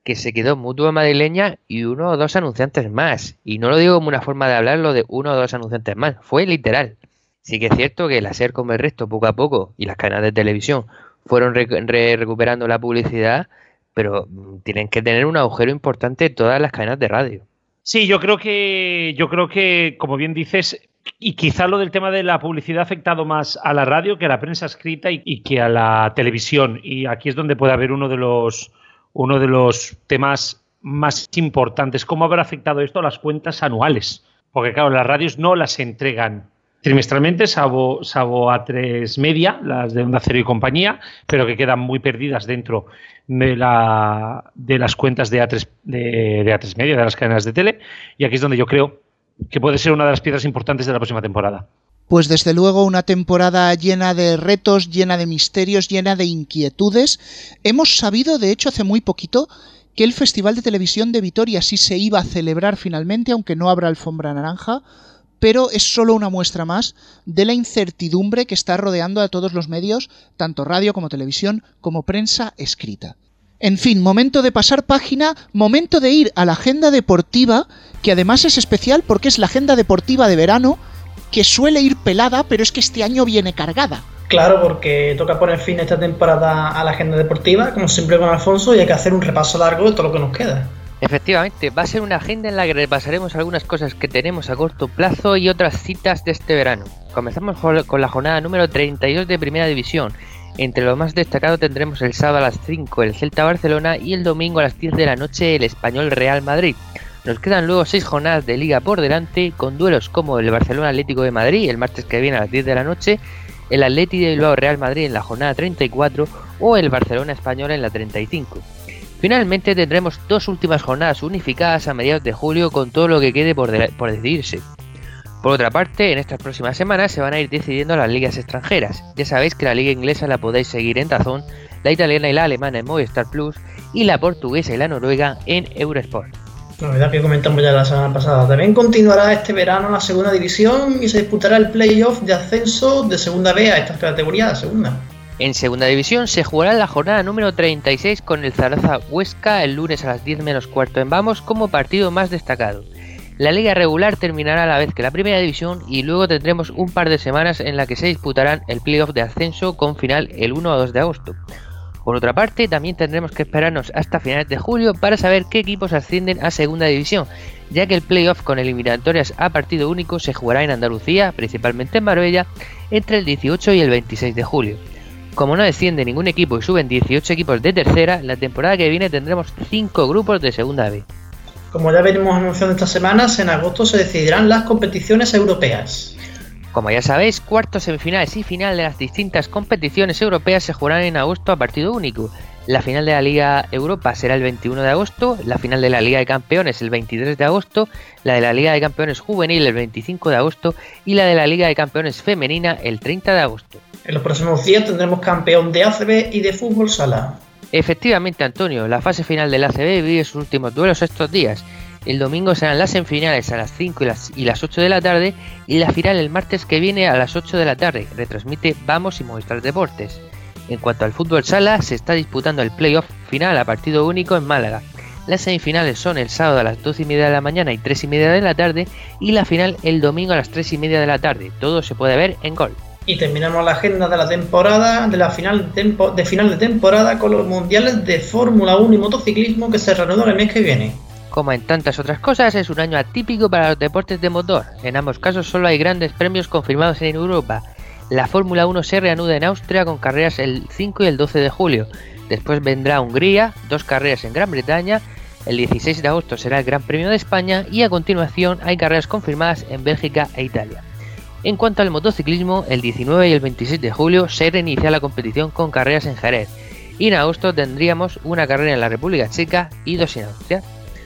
que se quedó Mutua Madrileña y uno o dos anunciantes más. Y no lo digo como una forma de hablar lo de uno o dos anunciantes más, fue literal. Sí que es cierto que la SER como el resto poco a poco y las cadenas de televisión fueron re re recuperando la publicidad, pero tienen que tener un agujero importante todas las cadenas de radio. Sí, yo creo que, yo creo que, como bien dices, y quizá lo del tema de la publicidad ha afectado más a la radio que a la prensa escrita y, y que a la televisión. Y aquí es donde puede haber uno de los uno de los temas más importantes. ¿Cómo habrá afectado esto a las cuentas anuales? Porque, claro, las radios no las entregan trimestralmente, salvo, salvo A tres Media, las de Onda Cero y compañía, pero que quedan muy perdidas dentro de, la, de las cuentas de A tres, de, de A tres Media, de las cadenas de tele. Y aquí es donde yo creo que puede ser una de las piedras importantes de la próxima temporada. Pues desde luego una temporada llena de retos, llena de misterios, llena de inquietudes. Hemos sabido, de hecho, hace muy poquito, que el Festival de Televisión de Vitoria sí se iba a celebrar finalmente, aunque no habrá alfombra naranja, pero es solo una muestra más de la incertidumbre que está rodeando a todos los medios, tanto radio como televisión, como prensa escrita. En fin, momento de pasar página, momento de ir a la agenda deportiva, que además es especial porque es la agenda deportiva de verano, que suele ir pelada, pero es que este año viene cargada. Claro, porque toca poner fin a esta temporada a la agenda deportiva, como siempre con Alfonso, y hay que hacer un repaso largo de todo lo que nos queda. Efectivamente, va a ser una agenda en la que repasaremos algunas cosas que tenemos a corto plazo y otras citas de este verano. Comenzamos con la jornada número treinta y dos de Primera División. Entre lo más destacado tendremos el sábado a las cinco el Celta Barcelona y el domingo a las diez de la noche el Español Real Madrid. Nos quedan luego seis jornadas de liga por delante, con duelos como el Barcelona Atlético de Madrid el martes que viene a las diez de la noche, el Atleti de Bilbao Real Madrid en la jornada treinta y cuatro o el Barcelona Español en la treinta y cinco. Finalmente tendremos dos últimas jornadas unificadas a mediados de julio con todo lo que quede por, de por decidirse. Por otra parte, en estas próximas semanas se van a ir decidiendo las ligas extranjeras. Ya sabéis que la liga inglesa la podéis seguir en DAZN, la italiana y la alemana en Movistar Plus y la portuguesa y la noruega en Eurosport. La verdad que comentamos ya la semana pasada. También continuará este verano la segunda división y se disputará el playoff de ascenso de segunda B a esta categoría de segunda. En segunda división se jugará la jornada número treinta y seis con el Zaragoza Huesca el lunes a las diez menos cuarto en Vamos como partido más destacado. La liga regular terminará a la vez que la primera división y luego tendremos un par de semanas en la que se disputarán el playoff de ascenso con final el uno o dos de agosto. Por otra parte, también tendremos que esperarnos hasta finales de julio para saber qué equipos ascienden a segunda división, ya que el playoff con eliminatorias a partido único se jugará en Andalucía, principalmente en Marbella, entre el dieciocho y el veintiséis de julio. Como no desciende ningún equipo y suben dieciocho equipos de tercera, la temporada que viene tendremos cinco grupos de segunda B. Como ya venimos anunciando estas semanas, en agosto se decidirán las competiciones europeas. Como ya sabéis, cuartos, semifinales y final de las distintas competiciones europeas se jugarán en agosto a partido único. La final de la Liga Europa será el veintiuno de agosto, la final de la Liga de Campeones el veintitrés de agosto, la de la Liga de Campeones Juvenil el veinticinco de agosto y la de la Liga de Campeones Femenina el treinta de agosto. En los próximos días tendremos campeón de A C B y de fútbol sala. Efectivamente, Antonio, la fase final del A C B vive sus últimos duelos estos días. El domingo serán las semifinales a las cinco y las, y las ocho de la tarde y la final el martes que viene a las ocho de la tarde. Retransmite Vamos y Movistar Deportes. En cuanto al fútbol sala, se está disputando el playoff final a partido único en Málaga. Las semifinales son el sábado a las doce y media de la mañana y tres y media de la tarde y la final el domingo a las tres y media de la tarde. Todo se puede ver en Gol. Y terminamos la agenda de la temporada, de la final de, tempo, de final de temporada con los mundiales de Fórmula uno y motociclismo que se reanudan el mes que viene. Como en tantas otras cosas, es un año atípico para los deportes de motor. En ambos casos solo hay grandes premios confirmados en Europa. La Fórmula uno se reanuda en Austria con carreras el cinco y el doce de julio. Después vendrá Hungría, dos carreras en Gran Bretaña. El dieciséis de agosto será el Gran Premio de España y a continuación hay carreras confirmadas en Bélgica e Italia. En cuanto al motociclismo, el diecinueve y el veintiséis de julio se reinicia la competición con carreras en Jerez. Y en agosto tendríamos una carrera en la República Checa y dos en Austria.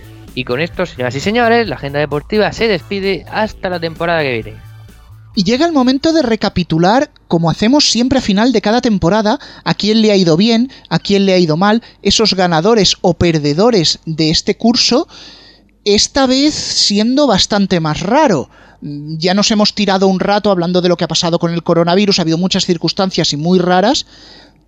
Y con esto, señoras y señores, la agenda deportiva se despide hasta la temporada que viene. Y llega el momento de recapitular, como hacemos siempre a final de cada temporada, a quién le ha ido bien, a quién le ha ido mal, esos ganadores o perdedores de este curso, esta vez siendo bastante más raro. Ya nos hemos tirado un rato hablando de lo que ha pasado con el coronavirus, ha habido muchas circunstancias y muy raras,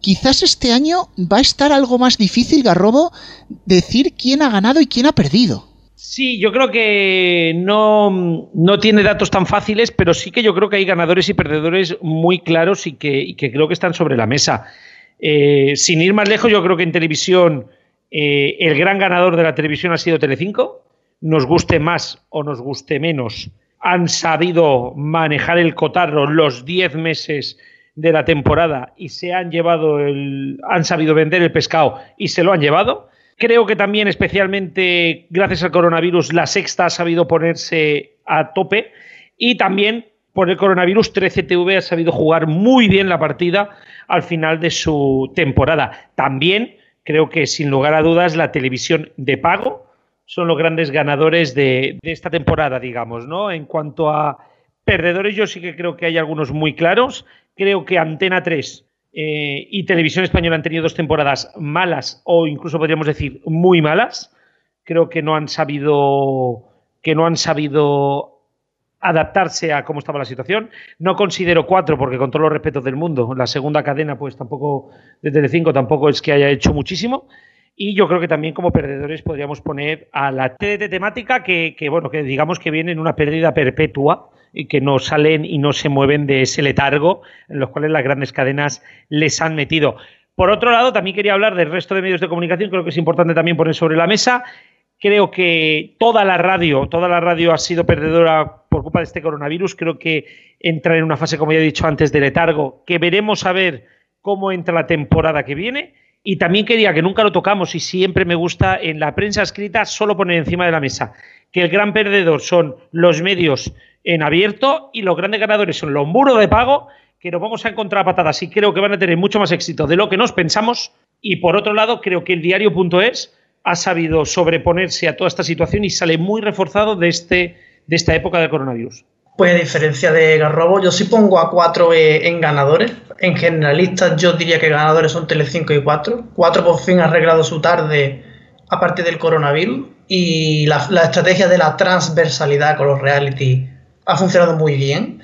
quizás este año va a estar algo más difícil, Garrobo, decir quién ha ganado y quién ha perdido. Sí, yo creo que no, no tiene datos tan fáciles, pero sí que yo creo que hay ganadores y perdedores muy claros y que, y que creo que están sobre la mesa. Eh, sin ir más lejos, yo creo que en televisión eh, el gran ganador de la televisión ha sido Telecinco. Nos guste más o nos guste menos, han sabido manejar el cotarro los diez meses de la temporada y se han llevado el, han sabido vender el pescado y se lo han llevado. Creo que también, especialmente gracias al coronavirus, La Sexta ha sabido ponerse a tope y también por el coronavirus trece T V ha sabido jugar muy bien la partida al final de su temporada. También creo que, sin lugar a dudas, la televisión de pago son los grandes ganadores de, de esta temporada, digamos, ¿no? En cuanto a perdedores, yo sí que creo que hay algunos muy claros. Creo que Antena tres eh, y Televisión Española han tenido dos temporadas malas o incluso podríamos decir muy malas. Creo que no han sabido que no han sabido adaptarse a cómo estaba la situación. No considero cuatro porque, con todos los respetos del mundo, la segunda cadena pues tampoco de Telecinco tampoco es que haya hecho muchísimo. Y yo creo que también como perdedores podríamos poner a la T D T temática que, que bueno, que digamos que viene en una pérdida perpetua y que no salen y no se mueven de ese letargo en los cuales las grandes cadenas les han metido. Por otro lado, también quería hablar del resto de medios de comunicación. Creo que es importante también poner sobre la mesa. Creo que toda la radio, toda la radio ha sido perdedora por culpa de este coronavirus. Creo que entra en una fase, como ya he dicho antes, de letargo, que veremos a ver cómo entra la temporada que viene. Y también quería, que nunca lo tocamos y siempre me gusta en la prensa escrita, solo poner encima de la mesa que el gran perdedor son los medios en abierto y los grandes ganadores son los muros de pago, que nos vamos a encontrar a patadas y creo que van a tener mucho más éxito de lo que nos pensamos. Y por otro lado, creo que el diario punto es ha sabido sobreponerse a toda esta situación y sale muy reforzado de, este, de esta época del coronavirus. Pues a diferencia de Garrobo, yo sí pongo a cuatro eh, en ganadores. En generalistas yo diría que ganadores son Telecinco y cuatro. cuatro por fin ha arreglado su tarde aparte del coronavirus y la, la estrategia de la transversalidad con los reality ha funcionado muy bien.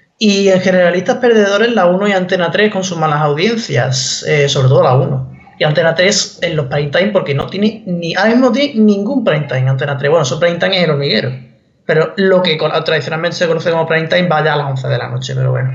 Y en generalistas perdedores, la uno y Antena tres con sus malas audiencias, eh, sobre todo la uno. Y Antena tres en los prime time porque no tiene ni ahora mismo no tiene ningún prime time Antena tres. Bueno, su prime time es El Hormiguero. Pero lo que tradicionalmente se conoce como prime time va ya a las once de la noche, pero bueno.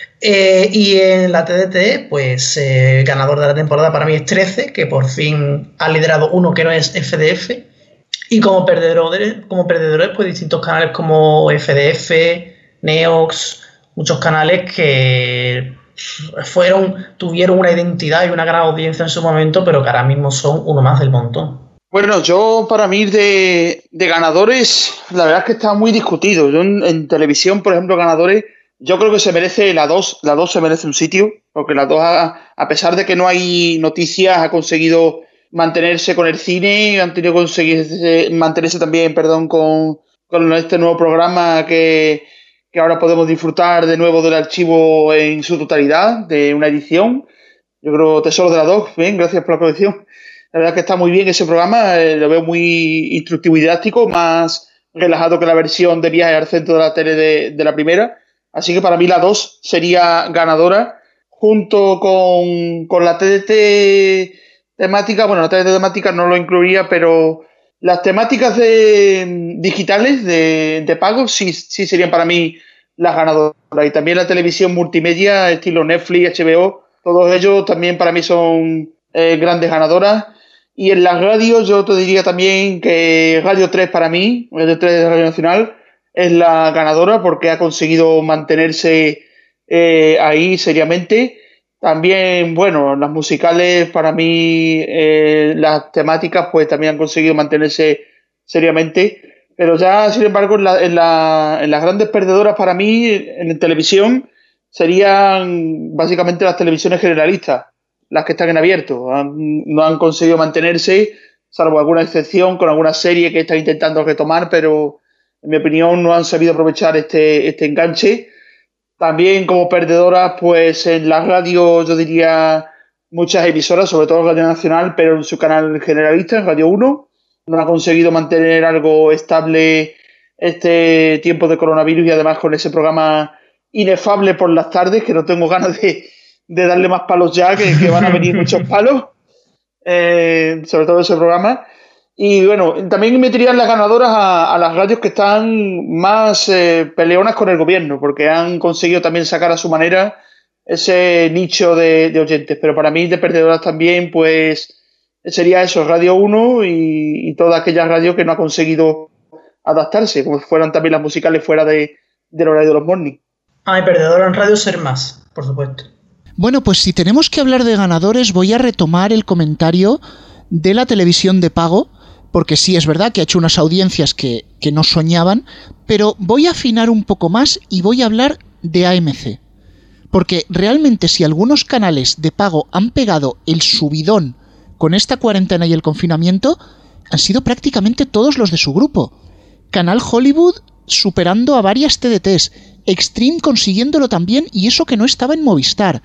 Eh, y en la T D T, pues eh, ganador de la temporada para mí es trece, que por fin ha liderado uno que no es F D F. Y como perdedores, como perdedores pues distintos canales como F D F, Neox, muchos canales que fueron, tuvieron una identidad y una gran audiencia en su momento, pero que ahora mismo son uno más del montón. Bueno, yo para mí de, de ganadores, la verdad es que está muy discutido. Yo en, en televisión, por ejemplo, ganadores, yo creo que se merece la dos, la dos se merece un sitio, porque la dos, a, a pesar de que no hay noticias, ha conseguido mantenerse con el cine, han tenido que conseguir mantenerse también, perdón, con, con este nuevo programa que, que ahora podemos disfrutar de nuevo del archivo en su totalidad, de una edición. Yo creo Tesoro de la dos, bien, gracias por la colección. La verdad es que está muy bien ese programa, eh, lo veo muy instructivo y didáctico, más relajado que la versión de Viaje al Centro de la Tele de, de la primera. Así que para mí la dos sería ganadora, junto con, con la T D T temática. Bueno, la T D T temática no lo incluiría, pero las temáticas de, digitales de, de pago sí, sí serían para mí las ganadoras. Y también la televisión multimedia, estilo Netflix, H B O, todos ellos también para mí son eh, grandes ganadoras. Y en las radios yo te diría también que Radio tres para mí, Radio tres de Radio Nacional, es la ganadora porque ha conseguido mantenerse eh, ahí seriamente. También, bueno, las musicales para mí, eh, las temáticas pues también han conseguido mantenerse seriamente. Pero ya, sin embargo, en, la, en, la, en las grandes perdedoras para mí en televisión serían básicamente las televisiones generalistas, las que están en abierto. Han, no han conseguido mantenerse, salvo alguna excepción con alguna serie que están intentando retomar, pero en mi opinión no han sabido aprovechar este, este enganche. También como perdedoras, pues en la radio yo diría muchas emisoras, sobre todo Radio Nacional, pero en su canal generalista, en Radio uno, no ha conseguido mantener algo estable este tiempo de coronavirus y además con ese programa inefable por las tardes, que no tengo ganas de, de darle más palos ya, que, que van a venir muchos palos, eh, sobre todo ese programa. Y bueno, también meterían las ganadoras a, a las radios que están más eh, peleonas con el gobierno, porque han conseguido también sacar a su manera ese nicho de, de oyentes. Pero para mí, de perdedoras también, pues sería eso, Radio uno y, y todas aquellas radios que no ha conseguido adaptarse, como si fueran también las musicales fuera de, del horario de los morning. Ah, y perdedora en Radio Ser Más, por supuesto. Bueno, pues si tenemos que hablar de ganadores, voy a retomar el comentario de la televisión de pago, porque sí es verdad que ha hecho unas audiencias que, que no soñaban, pero voy a afinar un poco más y voy a hablar de A M C. Porque realmente si algunos canales de pago han pegado el subidón con esta cuarentena y el confinamiento, han sido prácticamente todos los de su grupo. Canal Hollywood superando a varias T D Ts, Extreme consiguiéndolo también, y eso que no estaba en Movistar.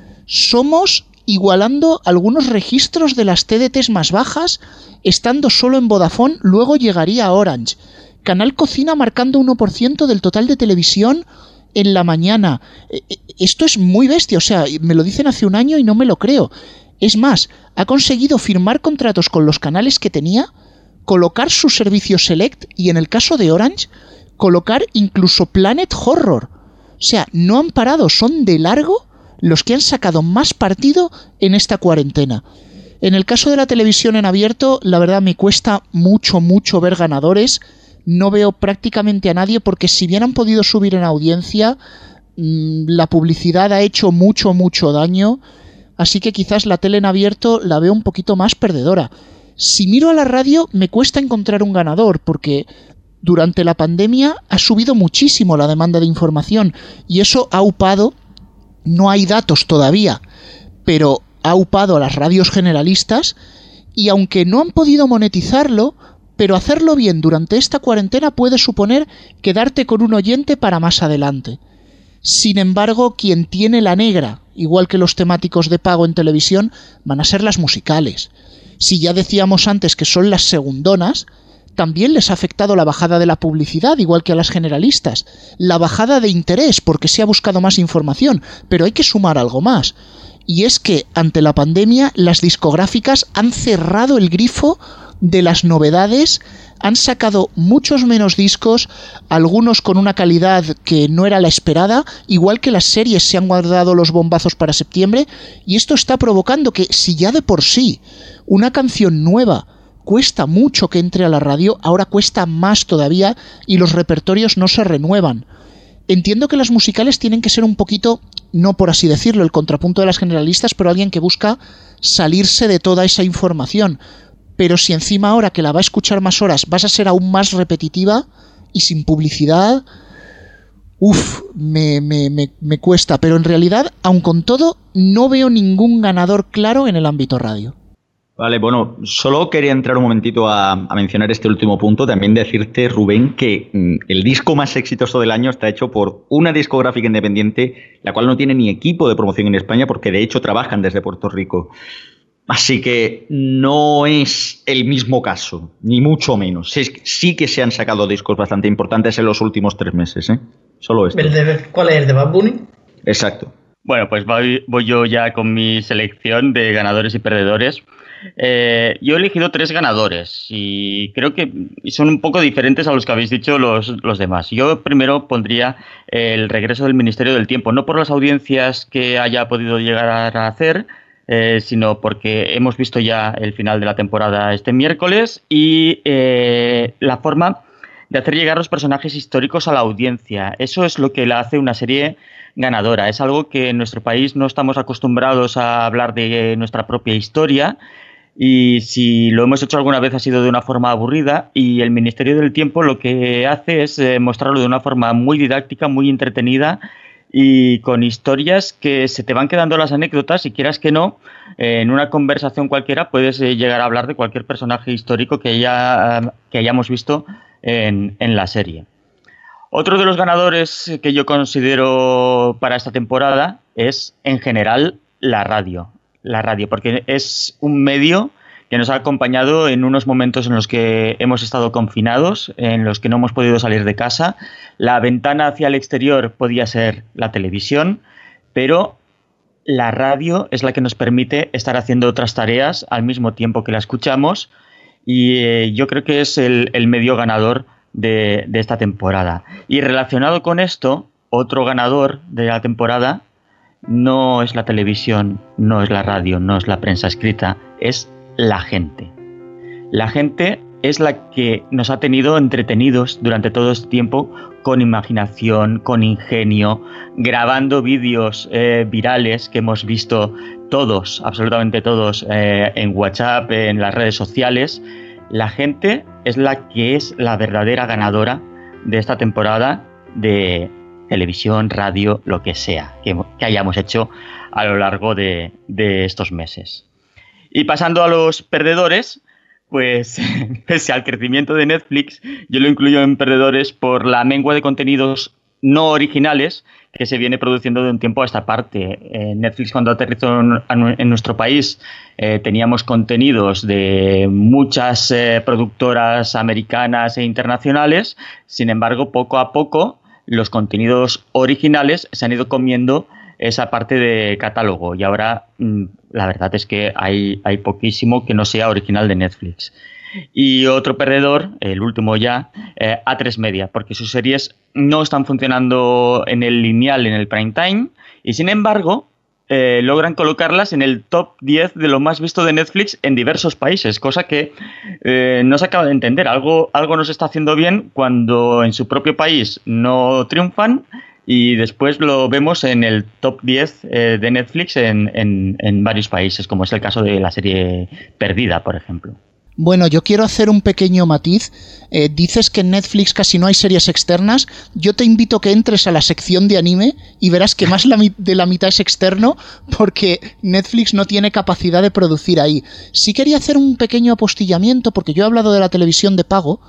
Somos igualando algunos registros de las T D Ts más bajas, estando solo en Vodafone, luego llegaría a Orange. Canal Cocina marcando uno por ciento del total de televisión en la mañana. Esto es muy bestia, o sea, me lo dicen hace un año y no me lo creo. Es más, ha conseguido firmar contratos con los canales que tenía, colocar su servicio Select y, en el caso de Orange, colocar incluso Planet Horror. O sea, no han parado, son de largo los que han sacado más partido en esta cuarentena. En el caso de la televisión en abierto, la verdad me cuesta mucho, mucho ver ganadores. No veo prácticamente a nadie porque, si bien han podido subir en audiencia, mmm, la publicidad ha hecho mucho, mucho daño. Así que quizás la tele en abierto la veo un poquito más perdedora. Si miro a la radio, me cuesta encontrar un ganador porque durante la pandemia ha subido muchísimo la demanda de información y eso ha upado, no hay datos todavía, pero ha upado a las radios generalistas, y aunque no han podido monetizarlo, pero hacerlo bien durante esta cuarentena puede suponer quedarte con un oyente para más adelante. Sin embargo, quien tiene la negra, igual que los temáticos de pago en televisión, van a ser las musicales. Si ya decíamos antes que son las segundonas, también les ha afectado la bajada de la publicidad, igual que a las generalistas. La bajada de interés, porque se ha buscado más información, pero hay que sumar algo más. Y es que, ante la pandemia, las discográficas han cerrado el grifo de las novedades, han sacado muchos menos discos, algunos con una calidad que no era la esperada, igual que las series se han guardado los bombazos para septiembre, y esto está provocando que, si ya de por sí una canción nueva cuesta mucho que entre a la radio, ahora cuesta más todavía y los repertorios no se renuevan. Entiendo que las musicales tienen que ser un poquito, no por así decirlo, el contrapunto de las generalistas, pero alguien que busca salirse de toda esa información. Pero si encima ahora que la va a escuchar más horas vas a ser aún más repetitiva y sin publicidad, uff, me, me, me, me cuesta. Pero en realidad, aun con todo, no veo ningún ganador claro en el ámbito radio. Vale, bueno, solo quería entrar un momentito a, a mencionar este último punto. También decirte, Rubén, que mm, el disco más exitoso del año está hecho por una discográfica independiente, la cual no tiene ni equipo de promoción en España, porque de hecho trabajan desde Puerto Rico. Así que no es el mismo caso, ni mucho menos. Sí, sí que se han sacado discos bastante importantes en los últimos tres meses, ¿eh? Solo esto. ¿El de, ¿Cuál es? ¿El de Bad Bunny? Exacto. Bueno, pues voy, voy yo ya con mi selección de ganadores y perdedores. Eh, yo he elegido tres ganadores y creo que son un poco diferentes a los que habéis dicho los, los demás. Yo primero pondría el regreso del Ministerio del Tiempo, no por las audiencias que haya podido llegar a hacer, eh, sino porque hemos visto ya el final de la temporada este miércoles y eh, la forma de hacer llegar los personajes históricos a la audiencia. Eso es lo que la hace una serie ganadora. Es algo que en nuestro país no estamos acostumbrados a hablar de nuestra propia historia. Y si lo hemos hecho alguna vez ha sido de una forma aburrida, y el Ministerio del Tiempo lo que hace es eh, mostrarlo de una forma muy didáctica, muy entretenida y con historias que se te van quedando las anécdotas, y quieras que no, eh, en una conversación cualquiera puedes eh, llegar a hablar de cualquier personaje histórico que, haya, que hayamos visto en, en la serie. Otro de los ganadores que yo considero para esta temporada es, en general, la radio. La radio, porque es un medio que nos ha acompañado en unos momentos en los que hemos estado confinados, en los que no hemos podido salir de casa. La ventana hacia el exterior podía ser la televisión, pero la radio es la que nos permite estar haciendo otras tareas al mismo tiempo que la escuchamos y eh, yo creo que es el, el medio ganador de, de esta temporada. Y relacionado con esto, otro ganador de la temporada no es la televisión, no es la radio, no es la prensa escrita, es la gente. La gente es la que nos ha tenido entretenidos durante todo este tiempo con imaginación, con ingenio, grabando vídeos eh, virales que hemos visto todos, absolutamente todos, eh, en WhatsApp, en las redes sociales. La gente es la que es la verdadera ganadora de esta temporada de televisión, radio, lo que sea que, que hayamos hecho a lo largo de, de estos meses. Y pasando a los perdedores, pues pese al crecimiento de Netflix, yo lo incluyo en perdedores por la mengua de contenidos no originales que se viene produciendo de un tiempo a esta parte. Eh, Netflix, cuando aterrizó en, en nuestro país, eh, teníamos contenidos de muchas eh, productoras americanas e internacionales. Sin embargo, poco a poco los contenidos originales se han ido comiendo esa parte de catálogo y ahora mmm, la verdad es que hay, hay poquísimo que no sea original de Netflix. Y otro perdedor, el último ya, eh, A tres Media, porque sus series no están funcionando en el lineal, en el prime time, y sin embargo eh, logran colocarlas en el top diez de lo más visto de Netflix en diversos países, cosa que eh, no se acaba de entender. Algo, algo no se está haciendo bien cuando en su propio país no triunfan y después lo vemos en el top diez eh, de Netflix en, en, en varios países, como es el caso de la serie Perdida, por ejemplo. Bueno, yo quiero hacer un pequeño matiz. Eh, dices que en Netflix casi no hay series externas. Yo te invito a que entres a la sección de anime y verás que más la de la mitad es externo porque Netflix no tiene capacidad de producir ahí. Sí quería hacer un pequeño apostillamiento porque yo he hablado de la televisión de pago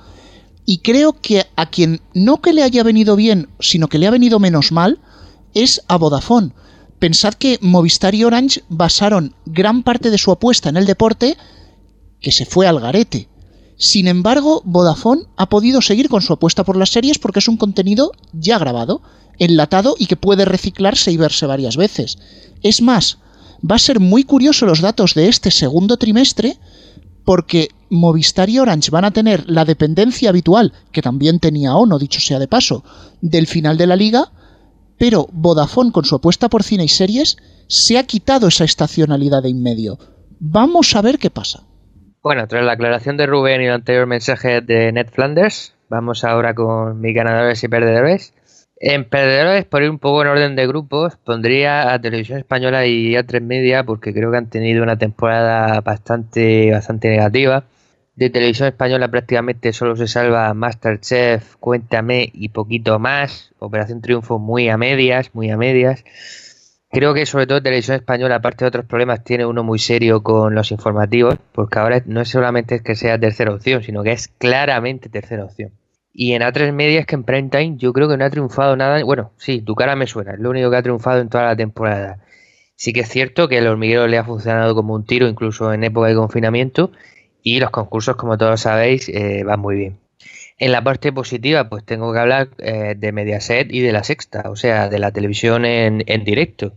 y creo que a quien no que le haya venido bien, sino que le ha venido menos mal, es a Vodafone. Pensad que Movistar y Orange basaron gran parte de su apuesta en el deporte, que se fue al garete. Sin embargo, Vodafone ha podido seguir con su apuesta por las series porque es un contenido ya grabado, enlatado y que puede reciclarse y verse varias veces. Es más, va a ser muy curioso los datos de este segundo trimestre porque Movistar y Orange van a tener la dependencia habitual, que también tenía Ono, dicho sea de paso, del final de la liga, pero Vodafone con su apuesta por cine y series se ha quitado esa estacionalidad de en medio. Vamos a ver qué pasa. Bueno, tras la aclaración de Rubén y el anterior mensaje de Ned Flanders, vamos ahora con mis ganadores y perdedores. En perdedores, por ir un poco en orden de grupos, pondría a Televisión Española y A tres Media porque creo que han tenido una temporada bastante, bastante negativa. De Televisión Española prácticamente solo se salva Masterchef, Cuéntame y poquito más. Operación Triunfo muy a medias, muy a medias. Creo que sobre todo Televisión Española, aparte de otros problemas, tiene uno muy serio con los informativos, porque ahora no es solamente que sea tercera opción, sino que es claramente tercera opción. Y en A tres Media es que en prime time yo creo que no ha triunfado nada. Bueno, sí, Tu cara me suena, es lo único que ha triunfado en toda la temporada. Sí que es cierto que El hormiguero le ha funcionado como un tiro, incluso en época de confinamiento, y los concursos, como todos sabéis, eh, van muy bien. En la parte positiva, pues tengo que hablar eh, de Mediaset y de La Sexta, o sea, de la televisión en, en directo.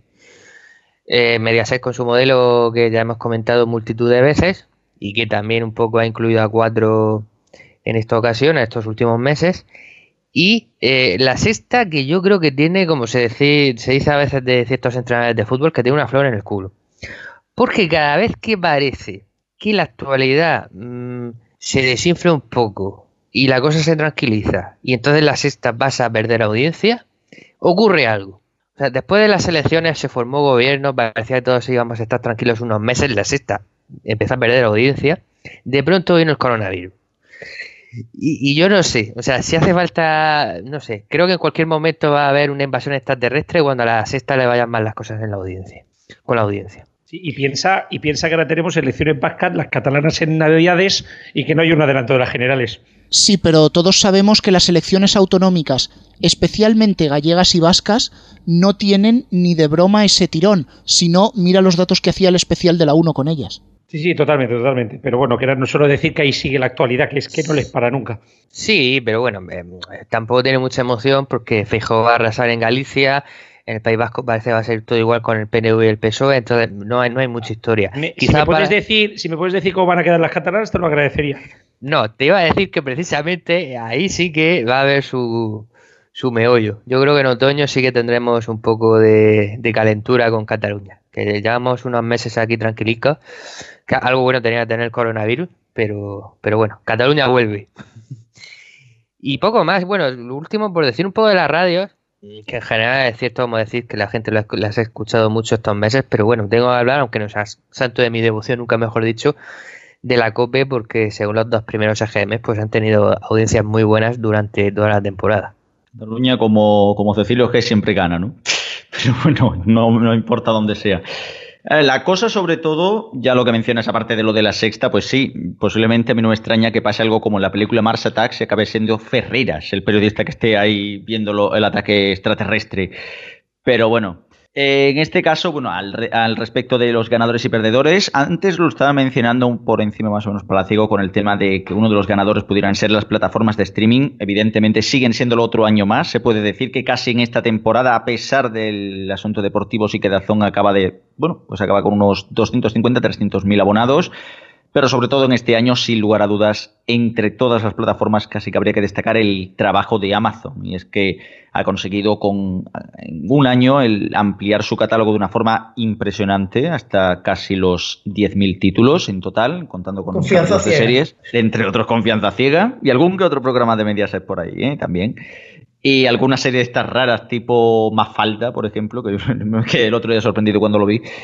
Eh, Mediaset con su modelo que ya hemos comentado multitud de veces y que también un poco ha incluido a Cuatro en esta ocasión, en estos últimos meses. Y eh, La Sexta, que yo creo que tiene, como se dice, se dice a veces de ciertos entrenadores de fútbol, que tiene una flor en el culo. Porque cada vez que parece que la actualidad mmm, se desinfla un poco y la cosa se tranquiliza y entonces La Sexta pasa a perder audiencia, ocurre algo. O sea, después de las elecciones se formó gobierno, parecía que todos íbamos a estar tranquilos unos meses, La Sexta empezó a perder audiencia, de pronto vino el coronavirus. Y, y yo no sé, o sea, si hace falta, no sé, creo que en cualquier momento va a haber una invasión extraterrestre cuando a La Sexta le vayan mal las cosas en la audiencia, con la audiencia. Sí, y piensa, y piensa que ahora tenemos elecciones vascas, las catalanas en Navidades y que no hay un adelanto de las generales. Sí, pero todos sabemos que las elecciones autonómicas, especialmente gallegas y vascas, no tienen ni de broma ese tirón. Si no, mira los datos que hacía el especial de la uno con ellas. Sí, sí, totalmente, totalmente. Pero bueno, que era no solo decir que ahí sigue la actualidad, que es que no les para nunca. Sí, pero bueno, eh, tampoco tiene mucha emoción porque Feijóo va a arrasar en Galicia, En el País Vasco parece que va a ser todo igual con el P N V y el P S O E, entonces no hay, no hay mucha historia. Me, Quizá si, me puedes para... decir, si me puedes decir cómo van a quedar las catalanas, te lo agradecería. No, te iba a decir que precisamente ahí sí que va a haber su, su meollo. Yo creo que en otoño sí que tendremos un poco de, de calentura con Cataluña. Que llevamos unos meses aquí tranquilicos. Que algo bueno tenía que tener el coronavirus, pero, pero bueno, Cataluña vuelve. Y poco más. Bueno, lo último, por decir un poco de las radios, que en general es cierto, como decir, que la gente las ha escuchado mucho estos meses, pero bueno, tengo que hablar, aunque no sea santo de mi devoción, nunca mejor dicho, de la COPE, porque según los dos primeros E G Ms, pues han tenido audiencias muy buenas durante toda la temporada. Cataluña, como, como Cecilio G, siempre gana, ¿no? Pero bueno, no, no importa dónde sea. La cosa, sobre todo, ya lo que mencionas, aparte de lo de la sexta, pues sí, posiblemente a mí no me extraña que pase algo como en la película Mars Attacks y acabe siendo Ferreras, el periodista que esté ahí viendo el ataque extraterrestre. Pero bueno, eh, en este caso, bueno, al, al respecto de los ganadores y perdedores, antes lo estaba mencionando por encima más o menos palaciego con el tema de que uno de los ganadores pudieran ser las plataformas de streaming. Evidentemente siguen siéndolo otro año más. Se puede decir que casi en esta temporada, a pesar del asunto deportivo, sí que DAZN acaba de, bueno, pues acaba con unos doscientos cincuenta a trescientos mil abonados. Pero sobre todo en este año, sin lugar a dudas, entre todas las plataformas casi que habría que destacar el trabajo de Amazon. Y es que ha conseguido con en un año el ampliar su catálogo de una forma impresionante, hasta casi los diez mil títulos en total, contando con Confianza de ciega. series, entre otros Confianza Ciega, y algún que otro programa de Mediaset por ahí, ¿eh? También. Y algunas series de estas raras, tipo Mafalda, por ejemplo, que, que el otro día sorprendido cuando lo vi.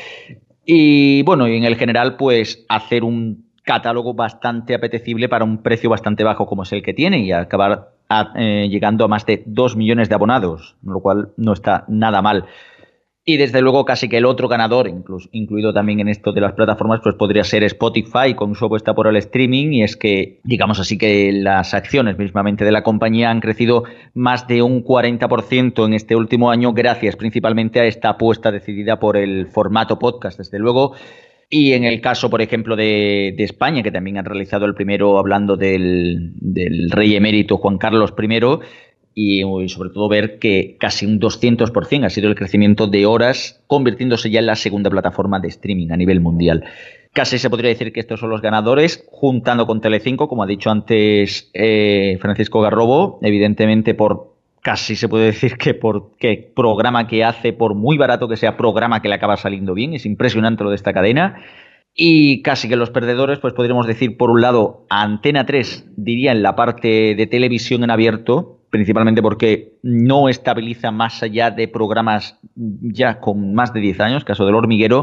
Y bueno, y en el general, pues hacer un catálogo bastante apetecible para un precio bastante bajo como es el que tiene y acabar a, eh, llegando a más de dos millones de abonados, lo cual no está nada mal. Y desde luego casi que el otro ganador, incluso, incluido también en esto de las plataformas, pues podría ser Spotify con su apuesta por el streaming, y es que, digamos así, que las acciones mismamente de la compañía han crecido más de un cuarenta por ciento en este último año, gracias principalmente a esta apuesta decidida por el formato podcast, desde luego. Y en el caso, por ejemplo, de, de España, que también han realizado el primero hablando del, del rey emérito Juan Carlos primero, y, y sobre todo ver que casi un doscientos por ciento ha sido el crecimiento de horas, convirtiéndose ya en la segunda plataforma de streaming a nivel mundial. Casi se podría decir que estos son los ganadores, juntando con Telecinco, como ha dicho antes eh, Francisco Garrobo, evidentemente por casi se puede decir que por qué programa que hace, por muy barato que sea, programa que le acaba saliendo bien. Es impresionante lo de esta cadena. Y casi que los perdedores, pues podríamos decir, por un lado, Antena tres, diría en la parte de televisión en abierto, principalmente porque no estabiliza más allá de programas ya con más de diez años, caso del Hormiguero,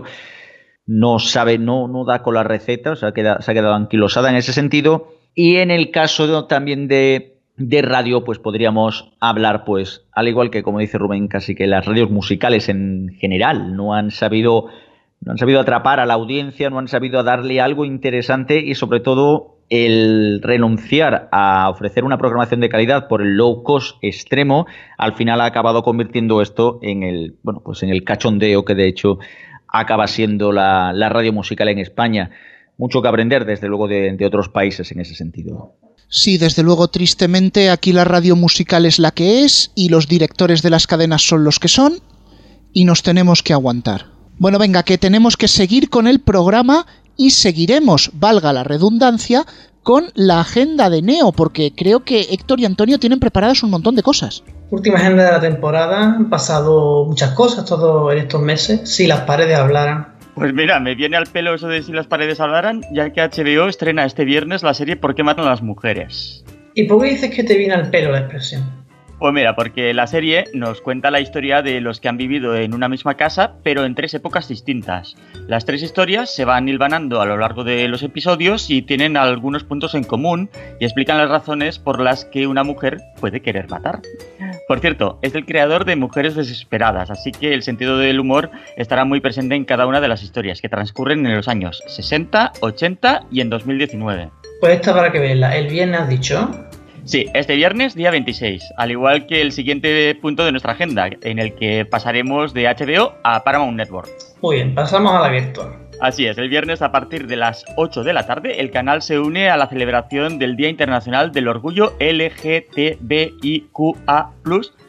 no sabe, no, no da con la receta, o sea, queda, se ha quedado anquilosada en ese sentido. Y en el caso de, también de de radio, pues podríamos hablar, pues, al igual que, como dice Rubén, casi que las radios musicales en general no han sabido, no han sabido atrapar a la audiencia, no han sabido darle algo interesante y, sobre todo, el renunciar a ofrecer una programación de calidad por el low cost extremo, al final ha acabado convirtiendo esto en el, bueno, pues en el cachondeo que, de hecho, acaba siendo la, la radio musical en España. Mucho que aprender, desde luego, de, de otros países en ese sentido. Sí, desde luego, tristemente, aquí la radio musical es la que es y los directores de las cadenas son los que son y nos tenemos que aguantar. Bueno, venga, que tenemos que seguir con el programa y seguiremos, valga la redundancia, con la agenda de Neo, porque creo que Héctor y Antonio tienen preparadas un montón de cosas. Última agenda de la temporada, han pasado muchas cosas todos en estos meses, si las paredes hablaran. Pues mira, me viene al pelo eso de si las paredes hablaran, ya que H B O estrena este viernes la serie ¿Por qué matan a las mujeres? ¿Y por qué dices que te viene al pelo la expresión? Pues mira, porque la serie nos cuenta la historia de los que han vivido en una misma casa, pero en tres épocas distintas. Las tres historias se van hilvanando a lo largo de los episodios y tienen algunos puntos en común y explican las razones por las que una mujer puede querer matar. Por cierto, es el creador de Mujeres Desesperadas, así que el sentido del humor estará muy presente en cada una de las historias, que transcurren en los años sesenta, ochenta y en dos mil diecinueve. Pues esta para que verla, el viernes has dicho... Sí, este viernes, día veintiséis, al igual que el siguiente punto de nuestra agenda, en el que pasaremos de H B O a Paramount Network. Muy bien, pasamos a la virtual. Así es, el viernes a partir de las ocho de la tarde, el canal se une a la celebración del Día Internacional del Orgullo L G T B I Q A plus,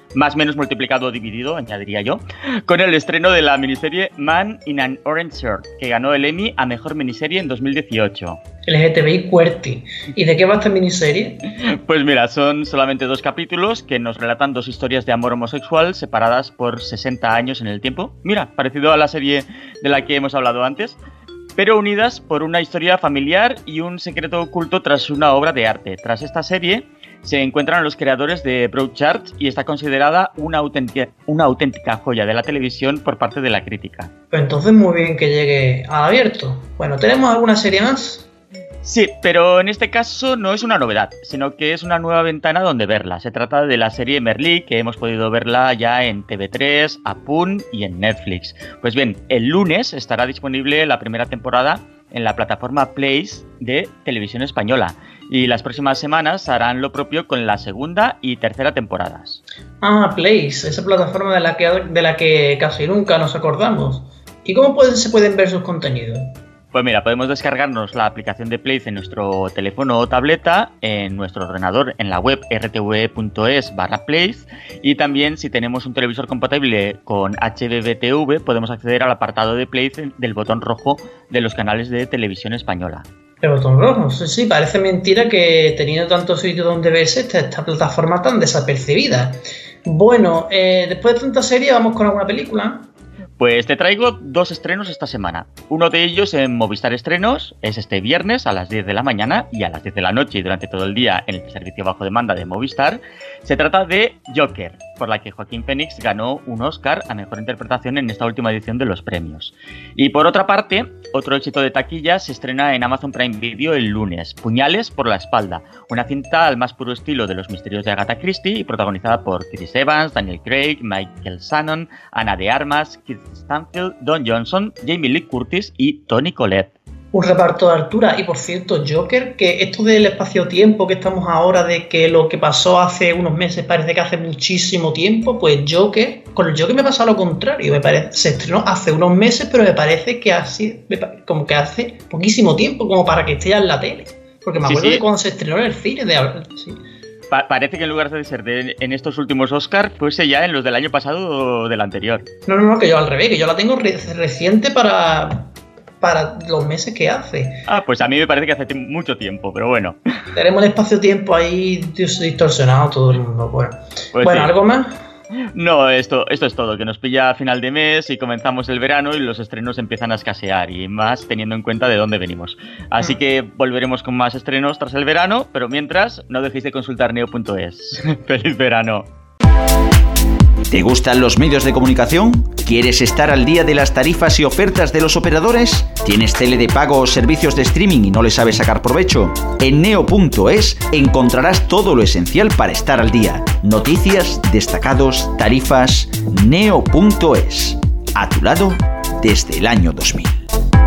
más o menos multiplicado o dividido, añadiría yo, con el estreno de la miniserie Man in an Orange Shirt, que ganó el Emmy a Mejor Miniserie en dos mil dieciocho. L G T B I QWERTY. ¿Y de qué va esta miniserie? Pues mira, son solamente dos capítulos que nos relatan dos historias de amor homosexual separadas por sesenta años en el tiempo. Mira, parecido a la serie de la que hemos hablado antes, pero unidas por una historia familiar y un secreto oculto tras una obra de arte. Tras esta serie se encuentran los creadores de Broadchurch y está considerada una auténtica, una auténtica joya de la televisión por parte de la crítica. Pues entonces muy bien que llegue al abierto. Bueno, ¿tenemos alguna serie más? Sí, pero en este caso no es una novedad, sino que es una nueva ventana donde verla. Se trata de la serie Merlí, que hemos podido verla ya en T V tres, Apun y en Netflix. Pues bien, el lunes estará disponible la primera temporada en la plataforma Place de Televisión Española. Y las próximas semanas harán lo propio con la segunda y tercera temporadas. Ah, Place, esa plataforma de la que, de la que casi nunca nos acordamos. ¿Y cómo pueden, se pueden ver sus contenidos? Pues mira, podemos descargarnos la aplicación de Place en nuestro teléfono o tableta, en nuestro ordenador, en la web r t v punto es barra Place, y también si tenemos un televisor compatible con H B B T V podemos acceder al apartado de Place del botón rojo de los canales de Televisión Española. El botón rojo, sí, sí, parece mentira que teniendo tantos sitios donde verse esta, esta plataforma tan desapercibida. Bueno, eh, después de tanta serie vamos con alguna película. Pues te traigo dos estrenos esta semana. Uno de ellos en Movistar Estrenos es este viernes a las diez de la mañana y a las diez de la noche y durante todo el día en el servicio bajo demanda de Movistar. Se trata de Joker, por la que Joaquín Phoenix ganó un Oscar a Mejor Interpretación en esta última edición de los premios. Y por otra parte, otro éxito de taquilla se estrena en Amazon Prime Video el lunes, Puñales por la espalda, una cinta al más puro estilo de Los misterios de Agatha Christie y protagonizada por Chris Evans, Daniel Craig, Michael Shannon, Ana de Armas, Keith Stanfield, Don Johnson, Jamie Lee Curtis y Toni Collette. Un reparto de altura. Y por cierto, Joker, que esto del espacio-tiempo que estamos ahora, de que lo que pasó hace unos meses parece que hace muchísimo tiempo, pues Joker, con el Joker me pasa lo contrario. Me parece, se estrenó hace unos meses, pero me parece que así, como que hace poquísimo tiempo, como para que esté ya en la tele. Porque me acuerdo sí, sí. de cuando se estrenó en el cine. De, sí. Pa- parece que en lugar de ser de, en estos últimos Oscars, fuese ya en los del año pasado o del anterior. No, no, no, que yo al revés, que yo la tengo re- reciente para... para los meses que hace. Ah, pues a mí me parece que hace mucho tiempo, pero bueno. Tenemos el espacio-tiempo ahí distorsionado todo el mundo. Bueno, pues bueno sí. ¿Algo más? No, esto, esto es todo, que nos pilla a final de mes y comenzamos el verano y los estrenos empiezan a escasear, y más teniendo en cuenta de dónde venimos. Así que volveremos con más estrenos tras el verano, pero mientras, no dejéis de consultar neo punto es. ¡Feliz verano! ¿Te gustan los medios de comunicación? ¿Quieres estar al día de las tarifas y ofertas de los operadores? ¿Tienes tele de pago o servicios de streaming y no le sabes sacar provecho? En neo punto es encontrarás todo lo esencial para estar al día. Noticias, destacados, tarifas. neo punto es. A tu lado desde el año dos mil.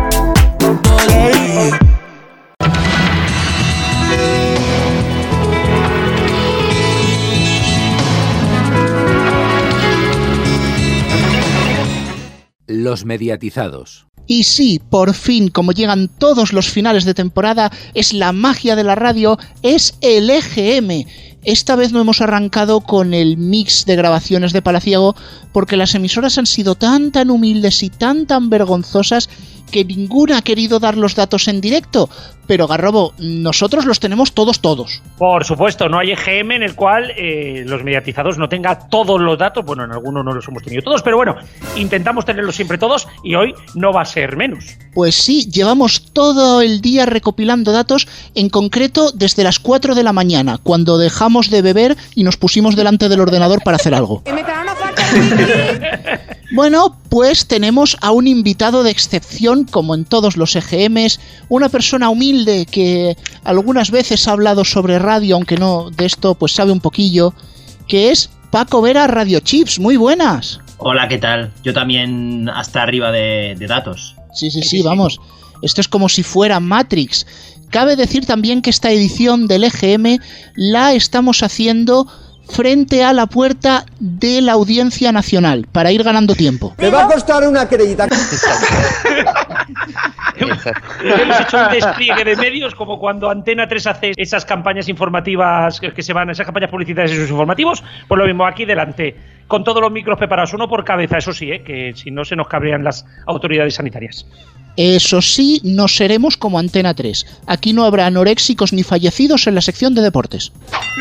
Los mediatizados. Y sí, por fin, como llegan todos los finales de temporada, es la magia de la radio, es el E G M. Esta vez no hemos arrancado con el mix de grabaciones de Palaciego, porque las emisoras han sido tan tan humildes y tan tan vergonzosas que ninguna ha querido dar los datos en directo. Pero Garrobo, nosotros los tenemos todos todos. Por supuesto, no hay E G M en el cual eh, los mediatizados no tengan todos los datos. Bueno, en algunos no los hemos tenido todos, pero bueno, intentamos tenerlos siempre todos y hoy no va a ser menos. Pues sí, llevamos todo el día recopilando datos, en concreto desde las cuatro de la mañana, cuando dejamos de beber y nos pusimos delante del ordenador para hacer algo. Bueno, pues tenemos a un invitado de excepción, como en todos los E G Ms, una persona humilde que algunas veces ha hablado sobre radio, aunque no de esto pues sabe un poquillo, que es Paco Vera Radio Chips. Muy buenas. Hola, ¿qué tal? Yo también hasta arriba de, de datos. Sí, sí, sí, vamos. Esto es como si fuera Matrix. Cabe decir también que esta edición del E G M la estamos haciendo frente a la puerta de la Audiencia Nacional, para ir ganando tiempo. Me va a costar una crédita. Hemos hecho un despliegue de medios como cuando Antena tres hace esas campañas informativas que se van, esas campañas publicitarias y sus informativos, pues lo mismo aquí delante, con todos los micros preparados, uno por cabeza, eso sí, ¿eh? Que si no se nos cabrean las autoridades sanitarias. Eso sí, no seremos como Antena tres. Aquí no habrá anoréxicos ni fallecidos en la sección de deportes.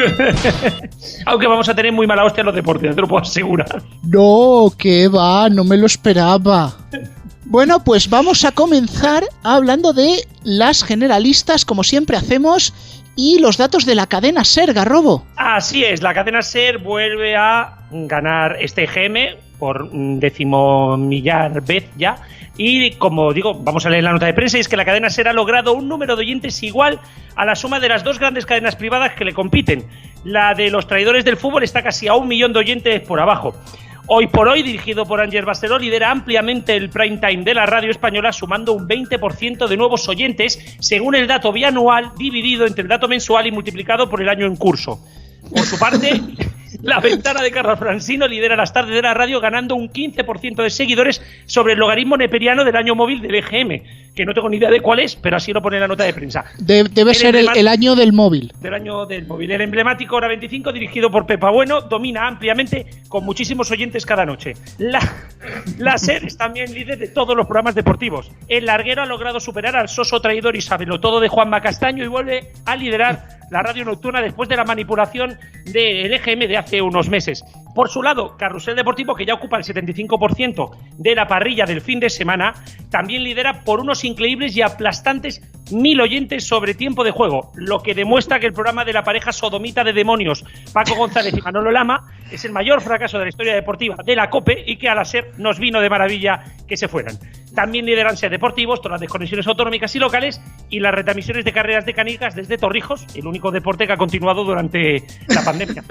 Aunque vamos a tener muy mala hostia en los deportes, te lo puedo asegurar. No, que va, no me lo esperaba. Bueno, pues vamos a comenzar hablando de las generalistas, como siempre hacemos, y los datos de la cadena SER, Garrobo. Así es, la cadena SER vuelve a ganar este G M por decimomillar vez ya. Y como digo, vamos a leer la nota de prensa, y es que la cadena SER ha logrado un número de oyentes igual a la suma de las dos grandes cadenas privadas que le compiten. La de los traidores del fútbol está casi a un millón de oyentes por abajo. Hoy por hoy, dirigido por Ángel Basteló, lidera ampliamente el prime time de la radio española, sumando un veinte por ciento de nuevos oyentes, según el dato bianual, dividido entre el dato mensual y multiplicado por el año en curso. Por su parte, la ventana de Carlos Francino lidera las tardes de la radio, ganando un quince por ciento de seguidores sobre el logaritmo neperiano del año móvil del E G M, que no tengo ni idea de cuál es, pero así lo pone en la nota de prensa. De, debe el ser el, el año del móvil. Del año del móvil. El emblemático Hora veinticinco, dirigido por Pepa Bueno, domina ampliamente, con muchísimos oyentes cada noche. La, la SER es también líder de todos los programas deportivos. El larguero ha logrado superar al soso traidor y sabelotodo de Juanma Castaño y vuelve a liderar la radio nocturna después de la manipulación del E G M de hace unos meses. Por su lado, Carrusel Deportivo, que ya ocupa el setenta y cinco por ciento de la parrilla del fin de semana, también lidera por unos increíbles y aplastantes mil oyentes sobre Tiempo de Juego, lo que demuestra que el programa de la pareja sodomita de demonios Paco González y Manolo Lama es el mayor fracaso de la historia deportiva de la COPE y que a la SER nos vino de maravilla que se fueran. También lideran SER Deportivos, todas las desconexiones autonómicas y locales y las retransmisiones de carreras de canicas desde Torrijos, el único deporte que ha continuado durante la pandemia.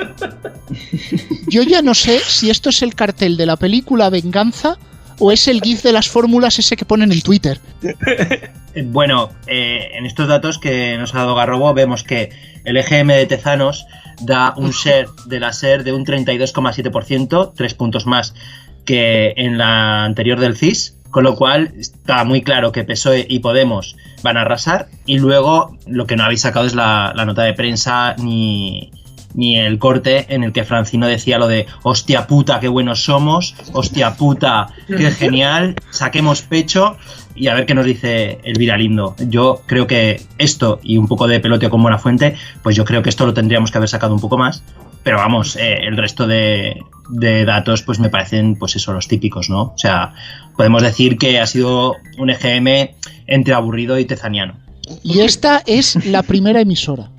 Yo ya no sé si esto es el cartel de la película Venganza o es el GIF de las fórmulas ese que ponen en Twitter. Bueno, eh, en estos datos que nos ha dado Garrobo vemos que el E G M de Tezanos da un share de la SER de un treinta y dos coma siete por ciento, tres puntos más que en la anterior del C I S, con lo cual está muy claro que P S O E y Podemos van a arrasar, y luego lo que no habéis sacado es la, la nota de prensa ni... ni el corte en el que Francino decía lo de hostia puta, qué buenos somos, hostia puta, qué genial, saquemos pecho, y a ver qué nos dice Elvira Lindo. Yo creo que esto, y un poco de peloteo con Buenafuente, pues yo creo que esto lo tendríamos que haber sacado un poco más, pero vamos, eh, el resto de, de datos pues me parecen pues eso, los típicos, ¿no? O sea, podemos decir que ha sido un E G M entre aburrido y tezaniano. Y esta es la primera emisora.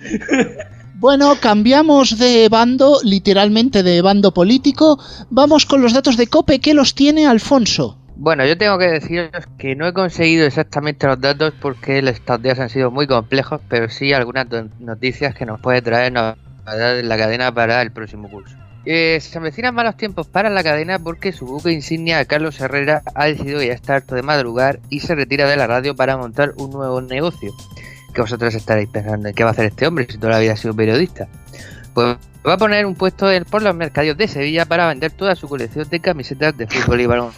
Bueno, cambiamos de bando, literalmente de bando político. Vamos con los datos de COPE, que los tiene Alfonso. Bueno, yo tengo que deciros que no he conseguido exactamente los datos porque estos días han sido muy complejos, pero sí algunas noticias que nos puede traer novedades en la cadena para el próximo curso. Eh, se avecinan malos tiempos para la cadena porque su buque insignia, Carlos Herrera, ha decidido ya estar harto de madrugar y se retira de la radio para montar un nuevo negocio. Que vosotros estaréis pensando en qué va a hacer este hombre si toda la vida ha sido periodista. Pues va a poner un puesto en, por los mercadillos de Sevilla para vender toda su colección de camisetas de fútbol y balón.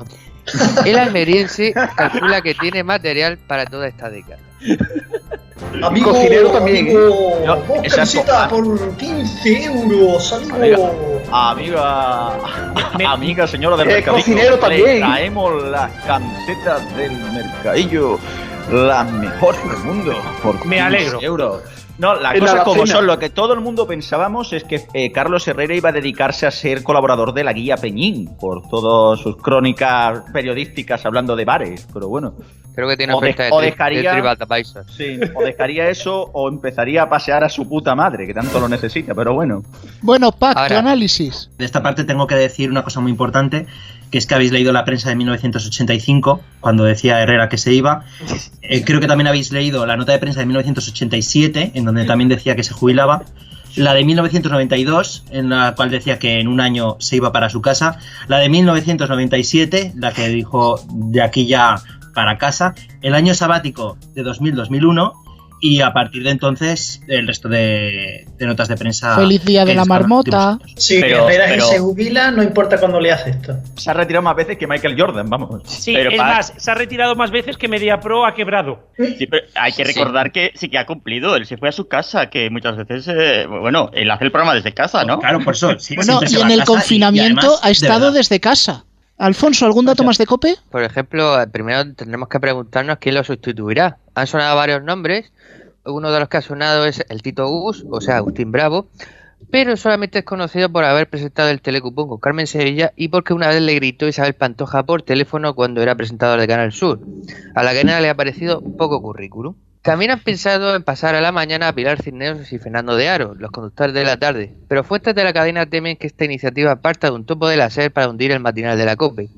El almeriense calcula que tiene material para toda esta década. Amigo, cocinero también, amigo, ¿eh? No, dos camisetas por quince euros, amigo. Amiga, amiga, amiga señora del eh, mercadillo. Cocinero también. Traemos las camisetas del mercadillo, las mejores del mundo. Por Me alegro. Euros. No, las En cosas la como cena. son. Lo que todo el mundo pensábamos es que eh, Carlos Herrera iba a dedicarse a ser colaborador de la Guía Peñín por todas sus crónicas periodísticas hablando de bares, pero bueno. Creo que tiene O de- oferta de, o tri- dejaría- de TripAdvisor. Sí, o dejaría eso o empezaría a pasear a su puta madre, que tanto lo necesita, pero bueno. Bueno, Pac, tu Ahora. análisis. De esta parte tengo que decir una cosa muy importante, que es que habéis leído la prensa de mil novecientos ochenta y cinco, cuando decía Herrera que se iba. Eh, creo que también habéis leído la nota de prensa de mil novecientos ochenta y siete, en donde también decía que se jubilaba. La de mil novecientos noventa y dos, en la cual decía que en un año se iba para su casa. La de mil novecientos noventa y siete, la que dijo de aquí ya para casa. El año sabático de dos mil a dos mil uno. Y a partir de entonces, el resto de, de notas de prensa... Feliz día de la marmota. Sí, Pero- Herrera pero- se jubila, no importa cuándo le hace esto. Se ha retirado más veces que Michael Jordan, vamos. Sí, Pero es pa- más, se ha retirado más veces que MediaPro ha quebrado. Sí, pero hay que recordar que sí que ha cumplido. Él se fue a su casa, que muchas veces, eh, bueno, él hace el programa desde casa, ¿no? Claro, por eso. Sí, Bueno, siempre se y va en a el casa y- y confinamiento además, ha de estado verdad. desde casa. Alfonso, ¿algún dato más de COPE? Por ejemplo, primero tendremos que preguntarnos quién lo sustituirá. Han sonado varios nombres. Uno de los que ha sonado es el Tito Gus, o sea, Agustín Bravo, pero solamente es conocido por haber presentado el Telecupón con Carmen Sevilla y porque una vez le gritó Isabel Pantoja por teléfono cuando era presentador de Canal Sur. A la cadena le ha parecido poco currículum. También han pensado en pasar a la mañana a Pilar Cisneros y Fernando de Aro, los conductores de la tarde, pero fuentes de la cadena temen que esta iniciativa parta de un topo de la SER para hundir el matinal de la COPE.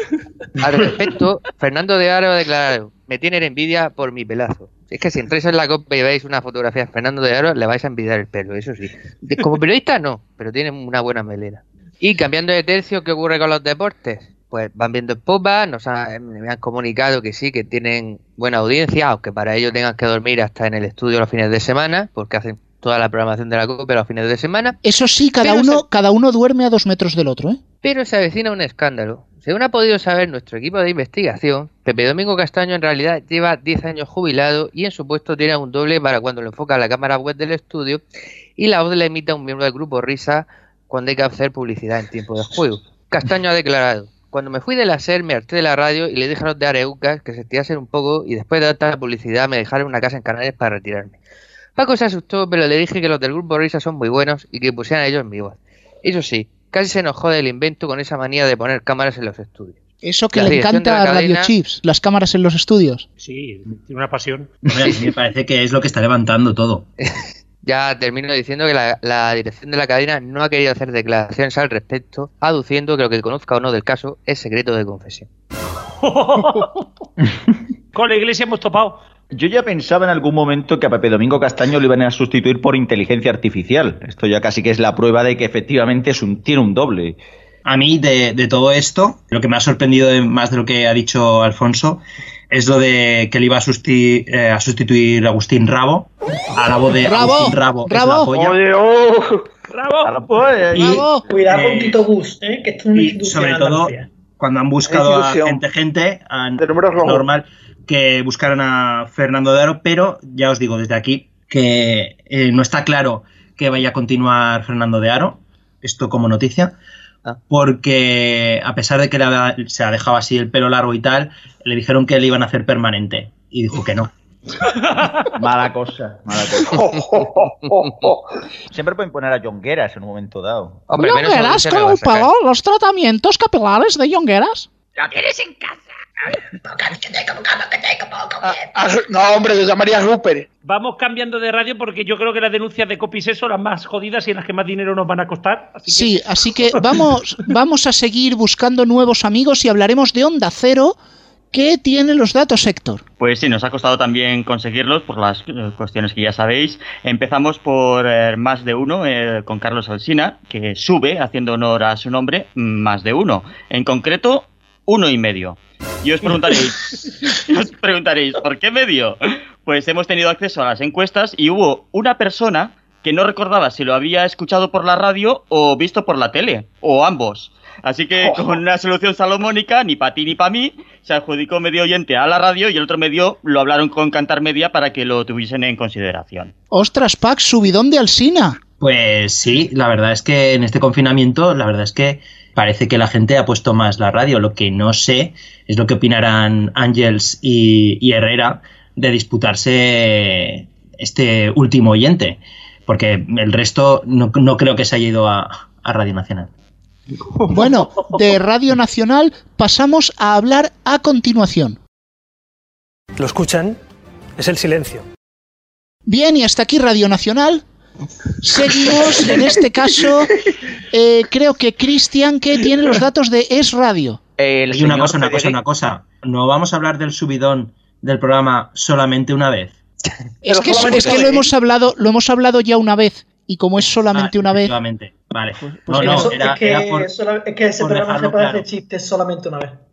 Al respecto, Fernando de Aro ha declarado: me tienen envidia por mi pelazo. Es que si entráis en la COPE y veis una fotografía de Fernando de Aro, le vais a envidiar el pelo, eso sí. De- como periodista no, pero tiene una buena melena. Y cambiando de tercio, ¿qué ocurre con los deportes? Pues van viendo en popa, nos han, me han comunicado que sí, que tienen buena audiencia, aunque para ello tengan que dormir hasta en el estudio los fines de semana, porque hacen toda la programación de la COPE los fines de semana. Eso sí, cada Pero uno, se- cada uno duerme a dos metros del otro, ¿eh? Pero se avecina un escándalo. Según ha podido saber nuestro equipo de investigación, Pepe Domingo Castaño en realidad lleva diez años jubilado y en su puesto tiene un doble para cuando lo enfoca a la cámara web del estudio y la voz le emite a un miembro del grupo Risa cuando hay que hacer publicidad en tiempo de juego. Castaño ha declarado: cuando me fui de la SER me harté de la radio y le dije a los de Areucas que se estirasen un poco y después de tanta publicidad me dejaron una casa en Canarias para retirarme. Paco se asustó, pero le dije que los del grupo Risa son muy buenos y que pusieran ellos mi voz. Eso sí, casi se enojó del invento con esa manía de poner cámaras en los estudios. Eso que La le dirección de encanta la a Radio cadena- Chips, las cámaras en los estudios. Sí, tiene una pasión. Hombre, a mí me parece que es lo que está levantando todo. Ya termino diciendo que la, la dirección de la cadena no ha querido hacer declaraciones al respecto, aduciendo que lo que conozca o no del caso es secreto de confesión. Con la iglesia hemos topado. Yo ya pensaba en algún momento que a Pepe Domingo Castaño lo iban a sustituir por inteligencia artificial. Esto ya casi que es la prueba de que efectivamente es un, tiene un doble. A mí, de, de todo esto, lo que me ha sorprendido de- más de lo que ha dicho Alfonso es lo de que le iba a, susti- eh, a sustituir a Agustín Rabo. A la voz de ¡Rabo! Agustín Rabo, es ¡Rabo! la polla. Oye, oh. ¡Bravo! Y, ¡Bravo! Cuidado con eh, Tito Gus, ¿eh? Que esto es una y institución sobre en todo, Andalucía. cuando han buscado a Institución. gente, gente, han, De números es rojos. normal que buscaran a Fernando de Aro, pero ya os digo desde aquí que eh, no está claro que vaya a continuar Fernando de Aro, esto como noticia, Ah. porque a pesar de que le ha- se ha dejado así el pelo largo y tal, le dijeron que le iban a hacer permanente y dijo que no. Mala cosa, mala cosa. Siempre pueden poner a Jongueras en un momento dado. Hombre, menos ¿Yongueras audiencia le con va a el sacar. pelo? ¿Los tratamientos capilares de Yongueras? Ah, no, hombre, se llamaría Rupert. Vamos cambiando de radio porque yo creo que las denuncias de Copises son las más jodidas y en las que más dinero nos van a costar. Así que- Sí, así que vamos, vamos a seguir buscando nuevos amigos y hablaremos de Onda Cero, que tiene los datos, Héctor. Pues sí, nos ha costado también conseguirlos por las eh, cuestiones que ya sabéis. Empezamos por eh, más de uno eh, con Carlos Alsina, que sube, haciendo honor a su nombre, más de uno. En concreto, uno y medio. Y os preguntaréis, os preguntaréis, ¿por qué medio? Pues hemos tenido acceso a las encuestas y hubo una persona que no recordaba si lo había escuchado por la radio o visto por la tele, o ambos. Así que con una solución salomónica, ni para ti ni para mí, se adjudicó medio oyente a la radio y el otro medio lo hablaron con Cantar Media para que lo tuviesen en consideración. ¡Ostras, Pac, subidón de Alsina! Pues sí, la verdad es que en este confinamiento, la verdad es que parece que la gente ha puesto más la radio. Lo que no sé es lo que opinarán Ángels y, y Herrera de disputarse este último oyente, porque el resto no, no creo que se haya ido a, a Radio Nacional. Bueno, de Radio Nacional pasamos a hablar a continuación. ¿Lo escuchan? Es el silencio. Bien, y hasta aquí Radio Nacional. Seguimos, en este caso, eh, creo que Cristian, que tiene los datos de Es Radio. El Y una señor cosa, una cosa, Federico- una cosa. ¿No vamos a hablar del subidón del programa solamente una vez? Es que, solamente es que una lo vez. hemos hablado, lo hemos hablado ya una vez, y como es solamente Ah, una vez, efectivamente. Vale. Pues no, que no, eso- era, es, que era por, solo- es que ese por programa se dejarlo puede claro. hacer chistes solamente una vez.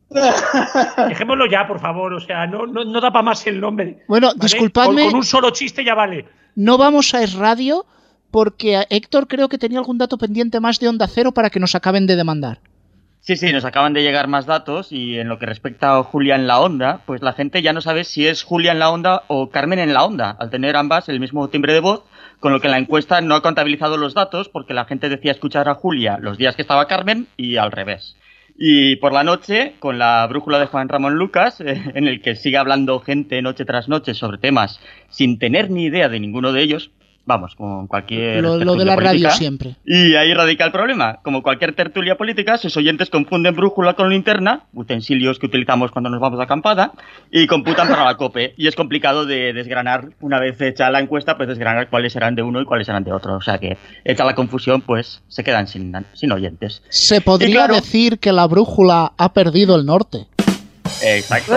Dejémoslo ya, por favor. O sea, no, no, no da para más el nombre. Bueno, ¿vale? disculpadme. Con, con un solo chiste ya vale. No vamos a Es Radio porque Héctor creo que tenía algún dato pendiente más de Onda Cero para que nos acaben de demandar. Sí, sí, nos acaban de llegar más datos y en lo que respecta a Julia en la Onda, pues la gente ya no sabe si es Julia en la Onda o Carmen en la Onda, al tener ambas el mismo timbre de voz, con lo que la encuesta no ha contabilizado los datos porque la gente decía escuchar a Julia los días que estaba Carmen y al revés. Y por la noche, con la brújula de Juan Ramón Lucas, eh, en el que sigue hablando gente noche tras noche sobre temas sin tener ni idea de ninguno de ellos, vamos, con cualquier Lo, lo de la radio siempre. Y ahí radica el problema. Como cualquier tertulia política, sus oyentes confunden brújula con linterna, utensilios que utilizamos cuando nos vamos de acampada, y computan para la COPE. Y es complicado de desgranar, una vez hecha la encuesta, pues desgranar cuáles serán de uno y cuáles serán de otro. O sea que, hecha la confusión, pues se quedan sin, sin oyentes. Se podría claro, decir que la brújula ha perdido el norte. Exacto.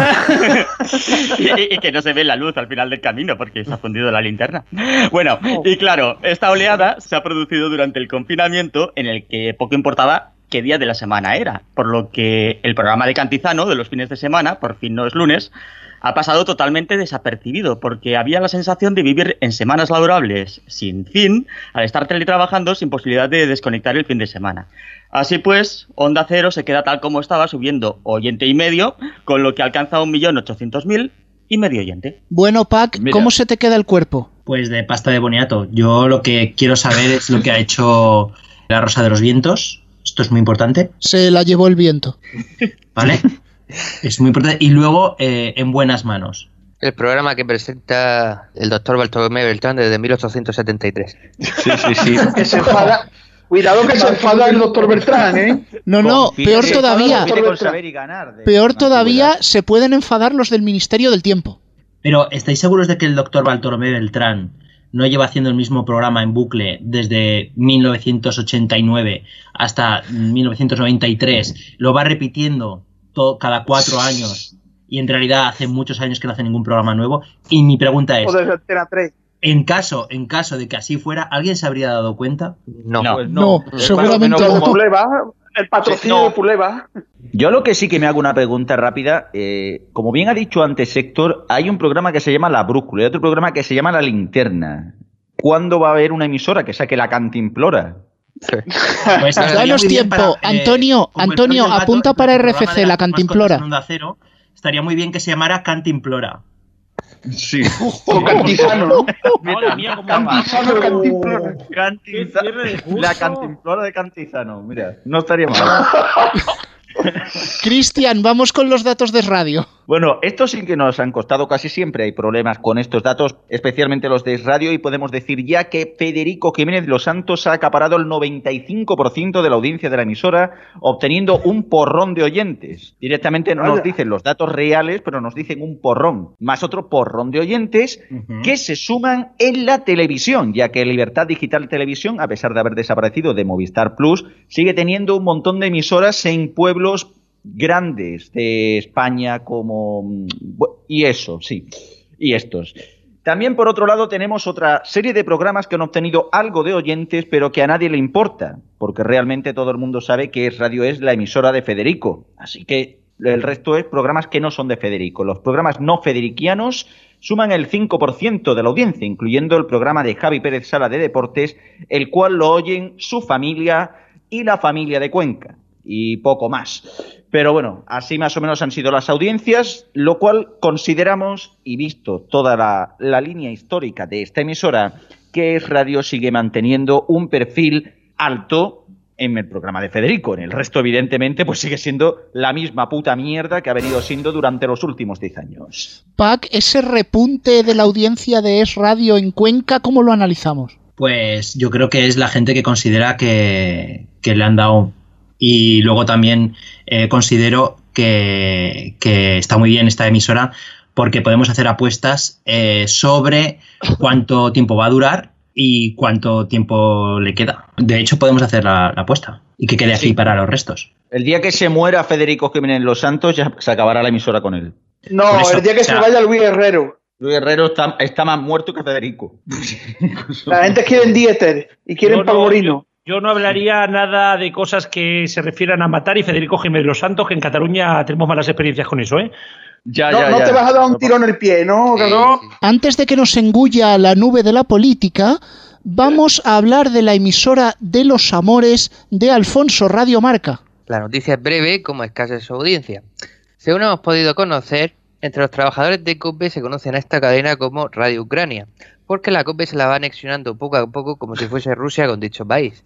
y, y que no se ve la luz al final del camino porque se ha fundido la linterna. Bueno, y claro, esta oleada se ha producido durante el confinamiento en el que poco importaba qué día de la semana era, por lo que el programa de Cantizano de los fines de semana, por fin no es lunes, ha pasado totalmente desapercibido porque había la sensación de vivir en semanas laborables sin fin al estar teletrabajando sin posibilidad de desconectar el fin de semana. Así pues, Onda Cero se queda tal como estaba, subiendo oyente y medio, con lo que alcanza un millón ochocientos mil y medio oyente. Bueno, Pac, Mira. ¿Cómo se te queda el cuerpo? Pues de pasta de boniato. Yo lo que quiero saber es lo que ha hecho La Rosa de los Vientos. Esto es muy importante. Se la llevó el viento. ¿Vale? Es muy importante. Y luego, eh, En buenas manos. El programa que presenta el doctor Bartolomé Beltrán desde mil ochocientos setenta y tres. Sí, sí, sí. Que se enfada. Cuidado que se enfada el doctor Beltrán, ¿eh? No, no, peor todavía. Peor todavía, se pueden enfadar los del Ministerio del Tiempo. Pero, ¿estáis seguros de que el doctor Bartolomé Beltrán no lleva haciendo el mismo programa en bucle desde mil novecientos ochenta y nueve hasta mil novecientos noventa y tres? Lo va repitiendo todo, cada cuatro años y en realidad hace muchos años que no hace ningún programa nuevo. Y mi pregunta es... O desde Antena tres. En caso, en caso de que así fuera, ¿alguien se habría dado cuenta? No, no, pues no, no seguramente no. no. Puleva, el patrocinio sí, no. de Puleva. Yo lo que sí que me hago una pregunta rápida, eh, como bien ha dicho antes Héctor, hay un programa que se llama La Brújula y otro programa que se llama La Linterna. ¿Cuándo va a haber una emisora que saque La Cantimplora? Sí. Pues, danos tiempo, para, eh, Antonio, Antonio, apunta para R F C La Cantimplora. Cero, estaría muy bien que se llamara Cantimplora. Sí. O Cantizano, ¿no? Madre mía, cómo Cantizano, Cantimplora. Cantizano. La Cantimplora de Cantizano, mira, no estaría mal. Cristian, vamos con los datos de radio. Bueno, estos sí que nos han costado casi siempre. Hay problemas con estos datos, especialmente los de radio, y podemos decir ya que Federico Jiménez Los Santos ha acaparado el noventa y cinco por ciento de la audiencia de la emisora, obteniendo un porrón de oyentes. Directamente no nos dicen los datos reales, pero nos dicen un porrón, más otro porrón de oyentes uh-huh. que se suman en la televisión, ya que Libertad Digital Televisión, a pesar de haber desaparecido de Movistar Plus, sigue teniendo un montón de emisoras en pueblos grandes de España como... y eso, sí, y estos. También, por otro lado, tenemos otra serie de programas que han obtenido algo de oyentes, pero que a nadie le importa, porque realmente todo el mundo sabe que Es Radio es la emisora de Federico, así que el resto es programas que no son de Federico. Los programas no federiquianos suman el cinco por ciento de la audiencia, incluyendo el programa de Javi Pérez Sala de Deportes, el cual lo oyen su familia y la familia de Cuenca, y poco más. Pero bueno, así más o menos han sido las audiencias, lo cual consideramos, y visto toda la, la línea histórica de esta emisora, que Es Radio sigue manteniendo un perfil alto en el programa de Federico. En el resto, evidentemente, pues sigue siendo la misma puta mierda que ha venido siendo durante los últimos diez años. Pac, ese repunte de la audiencia de Es Radio en Cuenca, ¿cómo lo analizamos? Pues yo creo que es la gente que considera que, que le han dado... Y luego también eh, considero que, que está muy bien esta emisora porque podemos hacer apuestas eh, sobre cuánto tiempo va a durar y cuánto tiempo le queda. De hecho, podemos hacer la, la apuesta y que quede aquí sí. para los restos. El día que se muera Federico Jiménez Los Santos ya se acabará la emisora con él. No, eso, el día que o sea, se vaya Luis Herrero. Luis Herrero está, está más muerto que Federico. La gente quiere diéter y quieren no, no, Palvorino. Yo, Yo no hablaría nada de cosas que se refieran a matar y Federico Jiménez Los Santos, que en Cataluña tenemos malas experiencias con eso, ¿eh? Ya, no, ya, no ya. te vas a dar un tiro en el pie, ¿no? Sí, no. sí. Antes de que nos engulla la nube de la política, vamos a hablar de la emisora de los amores de Alfonso, Radio Marca. La noticia es breve, como escasa es su audiencia. Según hemos podido conocer, entre los trabajadores de COPE se conocen a esta cadena como Radio Ucrania, porque la COPE se la va anexionando poco a poco como si fuese Rusia con dicho país.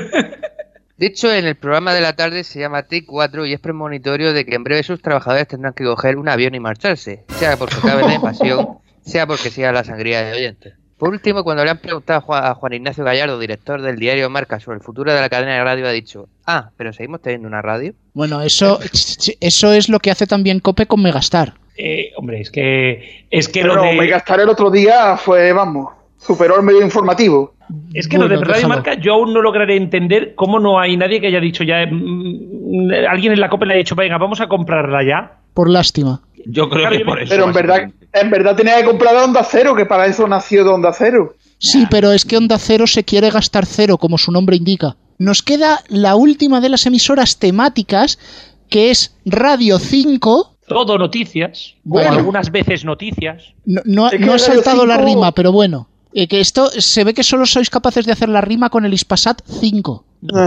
De hecho, en el programa de la tarde se llama T cuatro y es premonitorio de que en breve sus trabajadores tendrán que coger un avión y marcharse, sea porque acabe la invasión, sea porque siga la sangría de oyentes. Por último, cuando le han preguntado a Juan, a Juan Ignacio Gallardo, director del diario Marca, sobre el futuro de la cadena de radio, ha dicho: ah, pero seguimos teniendo una radio. Bueno, eso, eso es lo que hace también COPE con Megastar. Eh, hombre, es que es que Pero lo de Megastar el otro día fue, vamos, superó el medio informativo. es que Bueno, lo de Radio déjalo. Marca yo aún no lograré entender cómo no hay nadie que haya dicho ya mm, alguien en la COPE le ha dicho, venga, vamos a comprarla ya. Por lástima. Yo creo Claro, que yo por me- eso. Pero en verdad, básicamente. en verdad tenía que comprar a Onda Cero, que para eso nació de Onda Cero. Sí, pero es que Onda Cero se quiere gastar cero, como su nombre indica. Nos queda la última de las emisoras temáticas, que es Radio cinco. Todo noticias, Bueno. o algunas veces noticias. No, no, Es que no ha Radio saltado la cinco rima, pero bueno. Eh, que esto se ve que solo sois capaces de hacer la rima con el Ispasat cinco.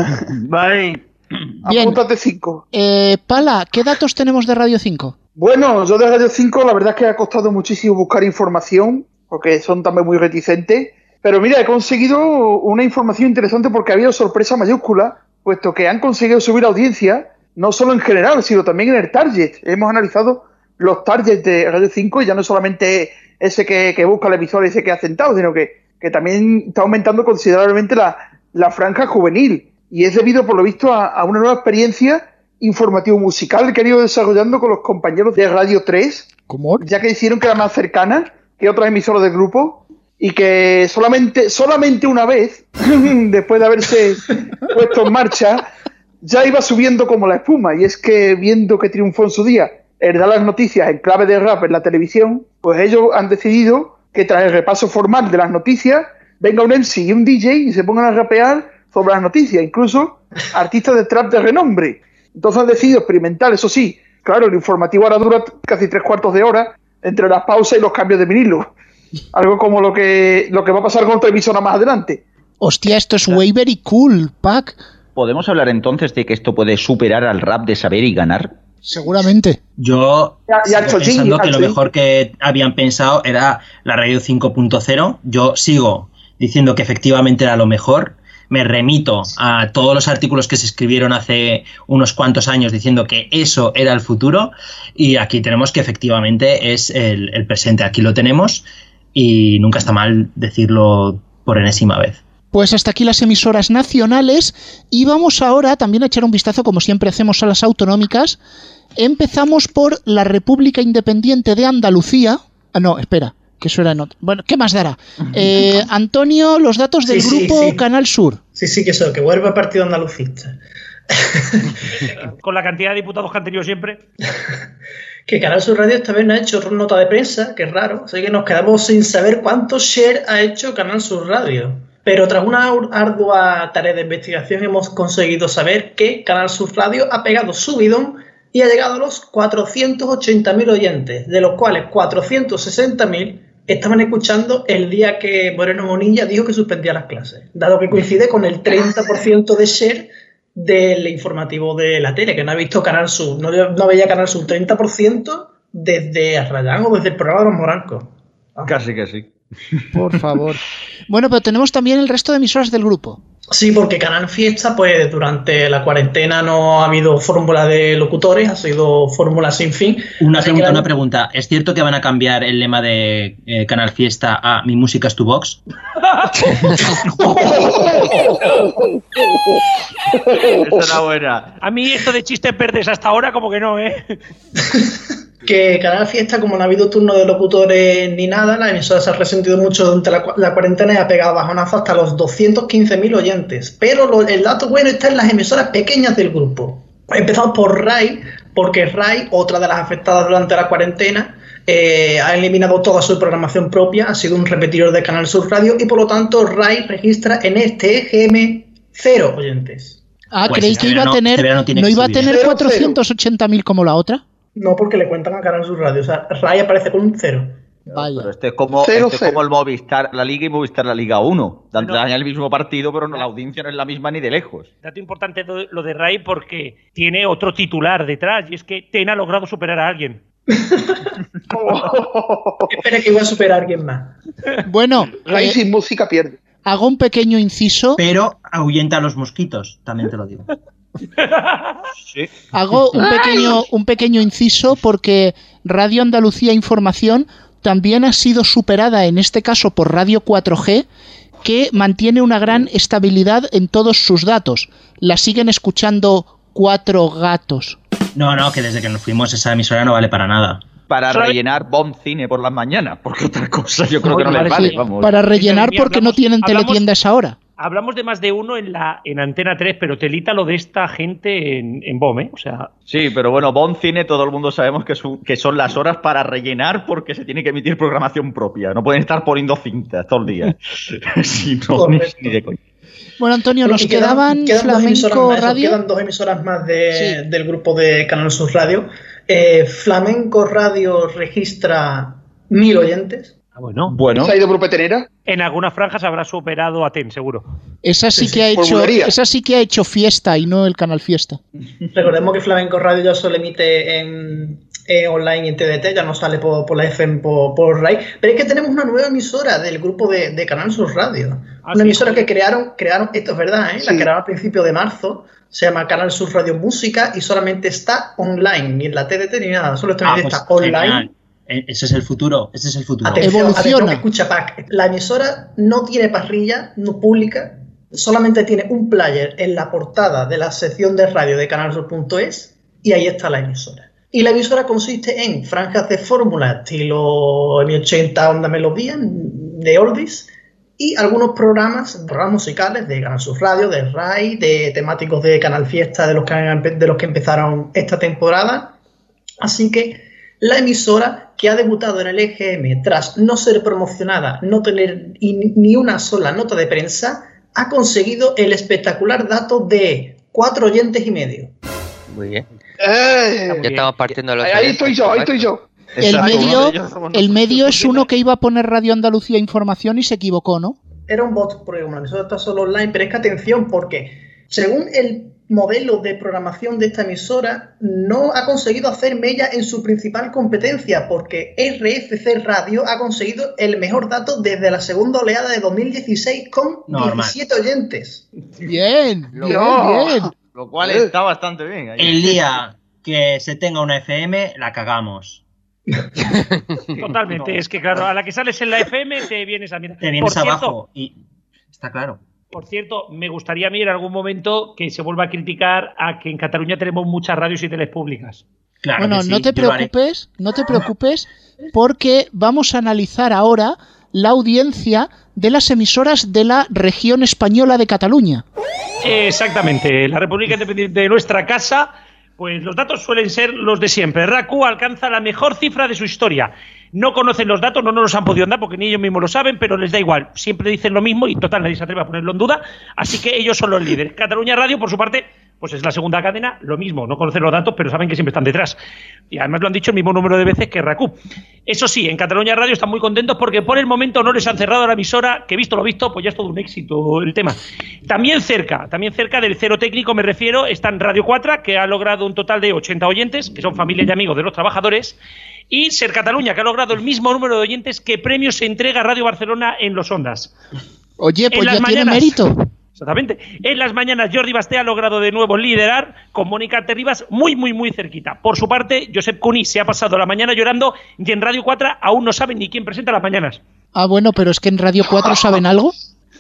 Bye. Bien. Apúntate cinco. Eh, Pala, ¿qué datos tenemos de Radio cinco? Bueno, yo de Radio cinco la verdad es que ha costado muchísimo buscar información, porque son también muy reticentes. Pero mira, he conseguido una información interesante porque ha habido sorpresa mayúscula, puesto que han conseguido subir audiencia, no solo en general, sino también en el target. Hemos analizado los targets de Radio cinco y ya no solamente ese que, que busca el emisor y ese que ha sentado, sino que, que también está aumentando considerablemente la, la franja juvenil. Y es debido, por lo visto, a, a una nueva experiencia informativo-musical que han ido desarrollando con los compañeros de Radio tres, ¿Cómo? ya que hicieron que era más cercana que otras emisoras del grupo y que solamente, solamente una vez, después de haberse puesto en marcha, ya iba subiendo como la espuma. Y es que, viendo que triunfó en su día el dar las noticias en clave de rap en la televisión, pues ellos han decidido que tras el repaso formal de las noticias venga un M C y un D J y se pongan a rapear sobre las noticias, incluso artistas de trap de renombre. Entonces han decidido experimentar, eso sí, claro, el informativo ahora dura casi tres cuartos de hora entre las pausas y los cambios de vinilo. Algo como lo que, lo que va a pasar con otra emisora más adelante. Hostia, esto es way very cool, Pac. ¿Podemos hablar entonces de que esto puede superar al rap de saber y ganar? Seguramente. Yo Ya- ya sigo Chojin, pensando ya que lo Chojin. mejor que habían pensado era la radio cinco punto cero. Yo sigo diciendo que efectivamente era lo mejor. Me remito a todos los artículos que se escribieron hace unos cuantos años diciendo que eso era el futuro, y aquí tenemos que efectivamente es el, el presente. Aquí lo tenemos y nunca está mal decirlo por enésima vez. Pues hasta aquí las emisoras nacionales y vamos ahora también a echar un vistazo, como siempre hacemos, a las autonómicas. Empezamos por la República Independiente de Andalucía. Ah, no, espera, que eso era en otro. Bueno, ¿qué más dará? Eh, Antonio, los datos del Sí, sí, grupo sí. Canal Sur. Sí, sí, que eso, que vuelve el partido andalucista. Con la cantidad de diputados que han tenido siempre. Que Canal Sur Radio esta vez no ha hecho nota de prensa, que es raro, así que nos quedamos sin saber cuánto share ha hecho Canal Sur Radio. Pero tras una ardua tarea de investigación hemos conseguido saber que Canal Sur Radio ha pegado subidón y ha llegado a los cuatrocientos ochenta mil oyentes, de los cuales cuatrocientos sesenta mil estaban escuchando el día que Moreno Monilla dijo que suspendía las clases, dado que coincide con el treinta por ciento de share del informativo de la tele, que no ha visto Canal Sur, no, no veía Canal Sur treinta por ciento desde Arrayán o desde el programa de los Morancos. Casi que sí. Por favor. Bueno, pero tenemos también el resto de emisoras del grupo. Sí, porque Canal Fiesta, pues durante la cuarentena no ha habido fórmula de locutores, ha sido fórmula sin fin. Una Así pregunta, que- una pregunta. ¿Es cierto que van a cambiar el lema de eh, Canal Fiesta a Mi música es tu box? Esa era buena. A mí esto de chistes verdes hasta ahora como que no, ¿eh? Que Canal Fiesta, como no ha habido turno de locutores ni nada, la emisora se ha resentido mucho durante la, cu- la cuarentena y ha pegado bajonazo hasta los doscientos quince mil oyentes. Pero lo- el dato bueno está en las emisoras pequeñas del grupo. Empezamos por RAI, porque RAI, otra de las afectadas durante la cuarentena, eh, ha eliminado toda su programación propia, ha sido un repetidor de Canal Sur Radio y por lo tanto RAI registra en este E G M cero oyentes. Ah, Pues creí este que iba a verano- tener, este verano tiene no que iba a subir. tener Cero, cuatrocientos ochenta mil como la otra. No, porque le cuentan a Canal Sur Radio. O sea, Rai aparece con un cero. Vaya. Pero este es como, Cero, este es cero. como el Movistar, la Liga y Movistar, la Liga uno. Dan Bueno. dan el mismo partido, pero no, la audiencia no es la misma ni de lejos. Dato importante lo lo de Rai porque tiene otro titular detrás y es que Ten ha logrado superar a alguien. Espera que iba a superar a alguien más. Bueno, Rai eh, sin música pierde. hago un pequeño inciso. Pero ahuyenta a los mosquitos, también te lo digo. Sí. Hago un pequeño, un pequeño inciso porque Radio Andalucía Información también ha sido superada, en este caso por Radio cuatro G, que mantiene una gran estabilidad en todos sus datos. La siguen escuchando cuatro gatos. No, no, que desde que nos fuimos esa emisora no vale para nada. Para ¿Sabe? rellenar Bomb Cine por las mañanas, porque otra cosa yo creo que no Oye, les vale, vale, sí. vamos. Para rellenar Mira, porque no hablamos- tienen hablamos- teletienda a esa hora. Hablamos de más de uno en la en Antena tres, pero telita lo de esta gente en, en B O M, ¿eh? O sea, Sí, pero bueno, Bomb Cine todo el mundo sabemos que, su- que son las horas para rellenar porque se tiene que emitir programación propia. No pueden estar poniendo cintas todo el día. Si no, ni, Correcto. ni de coña. Bueno, Antonio, nos Y quedaban quedan dos emisoras Flamenco más, eso, Radio. Quedan dos emisoras más de- Sí. del grupo de Canal Sur Radio. Eh, Flamenco Radio registra mil oyentes. ah, bueno. Bueno, ¿Se ha ido por petenera? En algunas franjas habrá superado a Ten, seguro. Esa sí Sí, que ha sí, hecho, formularía. esa sí que ha hecho fiesta y no el canal Fiesta. Recordemos que Flamenco Radio ya solo emite en, en online y en T D T, ya no sale por, por la F M, por, por Rai. Pero es que tenemos una nueva emisora del grupo de, de Canal Sur Radio. Ah, una sí, emisora joder. que crearon, crearon, esto es verdad, ¿eh? La Sí. crearon al principio de marzo. Se llama Canal Sur Radio Música y solamente está online, ni en la T D T ni nada, solo Ah, pues, está online. genial. E- Ese es el futuro, ese es el futuro. Atención, Evoluciona. atención, que escucha Pac. La emisora no tiene parrilla, no pública, solamente tiene un player en la portada de la sección de radio de canalsur punto es y ahí está la emisora. Y la emisora consiste en franjas de fórmula estilo M ochenta, Onda Melodía, de Oldies, y algunos programas, programas musicales de Canal Sur Radio, de Rai, de temáticos de Canal Fiesta, de los que, han- de los que empezaron esta temporada. Así que la emisora, que ha debutado en el E G M tras no ser promocionada, no tener i- ni una sola nota de prensa, ha conseguido el espectacular dato de cuatro oyentes y medio. Muy bien. ¡Eh! Ya estamos partiendo los Ahí ahí estoy yo, ahí estoy yo. El exacto, uno medio, de ellos somos el nosotros. medio es uno que iba a poner Radio Andalucía Información y se equivocó, ¿no? Era un bot, porque como la emisora está solo online, pero es que atención, porque según el modelo de programación de esta emisora, no ha conseguido hacer mella en su principal competencia, porque R F C Radio ha conseguido el mejor dato desde la segunda oleada de dos mil dieciséis con Normal. diecisiete oyentes. Bien, bien, No. bien. Lo cual está bastante bien. ahí. El día que se tenga una F M, la cagamos. Totalmente. Es que, claro, a la que sales en la F M te vienes a mirar. Te vienes Por cierto, abajo y está claro. Por cierto, me gustaría a mí en algún momento que se vuelva a criticar a que en Cataluña tenemos muchas radios y teles públicas. Claro Bueno, que sí, no te yo lo haré. preocupes, no te preocupes, porque vamos a analizar ahora la audiencia de las emisoras de la región española de Cataluña. Exactamente. La República Independiente de nuestra casa, pues los datos suelen ser los de siempre. R A C U alcanza la mejor cifra de su historia. No conocen los datos, no nos los han podido dar porque ni ellos mismos lo saben, pero les da igual. Siempre dicen lo mismo y total nadie se atreve a ponerlo en duda. Así que ellos son los líderes. Cataluña Radio, por su parte, pues es la segunda cadena, lo mismo. No conocen los datos, pero saben que siempre están detrás. Y además lo han dicho el mismo número de veces que R A C U. Eso sí, en Cataluña Radio están muy contentos porque por el momento no les han cerrado la emisora, que visto lo visto, pues ya es todo un éxito el tema. También cerca, también cerca del cero técnico me refiero, están Radio cuatro, que ha logrado un total de ochenta oyentes, que son familia y amigos de los trabajadores, y Ser Cataluña, que ha logrado el mismo número de oyentes que premios se entrega a Radio Barcelona en los Ondas. Oye, pues En ya las tiene mañanas. mérito. Exactamente. En las mañanas Jordi Basté ha logrado de nuevo liderar con Mónica Terribas muy, muy, muy cerquita. Por su parte, Josep Cuní se ha pasado la mañana llorando y en Radio cuatro aún no saben ni quién presenta las mañanas. Ah, bueno, pero es que en Radio cuatro saben algo.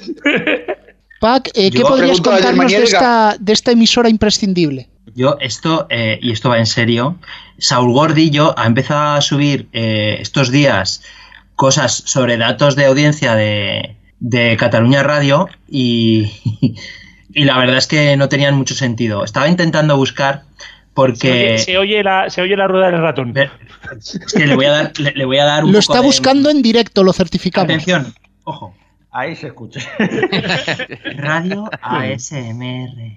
Pac, eh, ¿qué Yo podrías pregunto a contarnos de Germanielga. esta, de esta emisora imprescindible? Yo, esto, eh, y esto va en serio, Saúl Gordillo ha empezado a subir eh, estos días cosas sobre datos de audiencia de, de Cataluña Radio y, y la verdad es que no tenían mucho sentido. Estaba intentando buscar porque... Se, oye, se, oye la, se oye la rueda del ratón. Es que le voy a dar, le, le voy a dar un Lo poco está de- buscando en directo, lo certificamos. Atención, ojo. Ahí se escucha. Radio A S M R.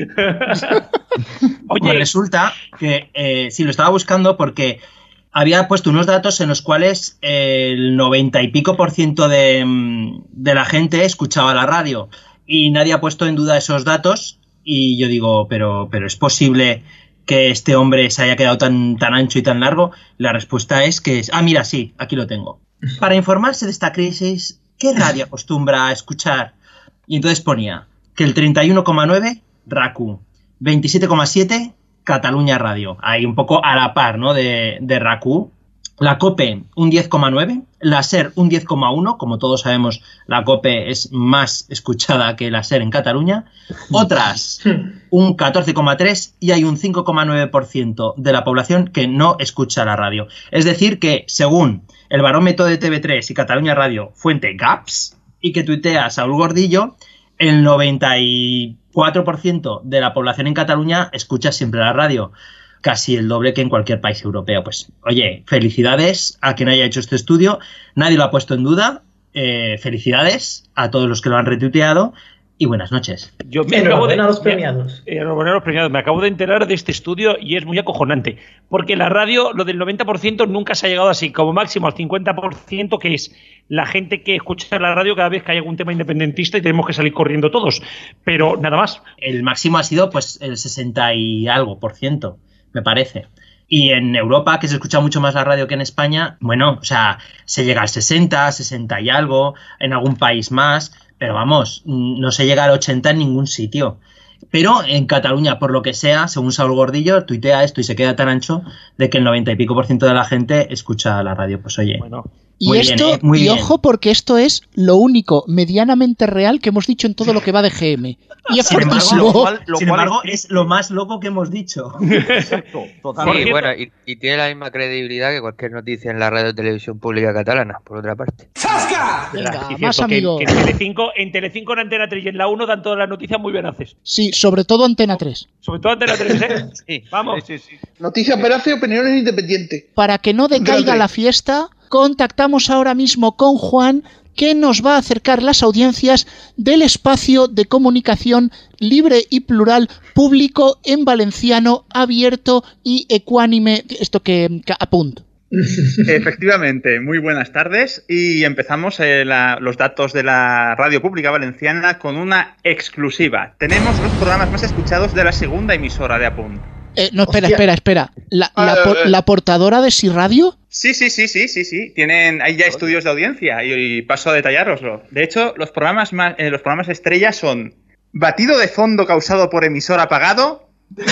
Oye, pues resulta que eh, sí, lo estaba buscando porque había puesto unos datos en los cuales el noventa y pico por ciento de, de la gente escuchaba la radio y nadie ha puesto en duda esos datos y yo digo, pero, pero ¿es posible que este hombre se haya quedado tan, tan ancho y tan largo? La respuesta es que es, ah, mira, sí, aquí lo tengo. Para informarse de esta crisis, ¿qué radio acostumbra a escuchar? Y entonces ponía que el treinta y uno coma nueve, R A C U, veintisiete coma siete, Cataluña Radio, ahí un poco a la par, ¿no? de, de R A C U. La COPE un diez coma nueve, la SER un diez coma uno, como todos sabemos la COPE es más escuchada que la SER en Cataluña, otras un catorce coma tres y hay un cinco coma nueve por ciento de la población que no escucha la radio. Es decir que según el barómetro de T V tres y Cataluña Radio, fuente Gaps, y que tuitea Saúl Gordillo, el noventa y cuatro por ciento de la población en Cataluña escucha siempre la radio. Casi el doble que en cualquier país europeo. Pues, oye, felicidades a quien haya hecho este estudio. Nadie lo ha puesto en duda. Eh, felicidades a todos los que lo han retuiteado. Y buenas noches. Yo me acabo de, a los premiados. Me, a los premiados. Me acabo de enterar de este estudio y es muy acojonante. Porque la radio, lo del noventa por ciento nunca se ha llegado así. Como máximo al cincuenta por ciento, que es la gente que escucha la radio cada vez que hay algún tema independentista y tenemos que salir corriendo todos. Pero nada más. El máximo ha sido pues el sesenta y algo por ciento. Me parece. Y en Europa, que se escucha mucho más la radio que en España, bueno, o sea, se llega al sesenta, sesenta y algo, en algún país más, pero vamos, no se llega al ochenta en ningún sitio. Pero en Cataluña, por lo que sea, según Saúl Gordillo, tuitea esto y se queda tan ancho de que el noventa y pico por ciento de la gente escucha la radio. Pues oye, bueno. Y muy esto, bien, ¿eh? Muy y bien. ojo, porque esto es lo único medianamente real que hemos dicho en todo lo que va de G M. Y es Sin embargo, fortísimo. lo cual, lo Sin embargo es... es lo más loco que hemos dicho. Exacto, totalmente. Sí, bueno, y, y tiene la misma credibilidad que cualquier noticia en la radio y televisión pública catalana, por otra parte. ¡Zasca! Venga, sí, más cierto, amigos. Que, que en Telecinco, en Telecinco, en Antena tres y en la uno dan todas las noticias muy bien haces. Sí, sobre todo Antena tres. Sobre todo Antena tres, ¿eh? Sí, vamos. Sí, sí, sí. Noticias veraces y opiniones independientes. Para que no decaiga Grande. la fiesta, contactamos ahora mismo con Juan, que nos va a acercar las audiencias del espacio de comunicación libre y plural, público, en valenciano, abierto y ecuánime. Esto que, que apunto. Efectivamente, muy buenas tardes y empezamos eh, la, los datos de la radio pública valenciana con una exclusiva. Tenemos los programas más escuchados de la segunda emisora de Apunt. Eh, no, espera, Hostia. espera, espera. ¿La, la, Ah, por- eh. la portadora de Si Radio? Sí, sí, sí, sí, sí, sí. Tienen, hay ya estudios de audiencia y, y paso a detallároslo. De hecho, los programas más, eh, los programas estrella son Batido de fondo causado por emisor apagado,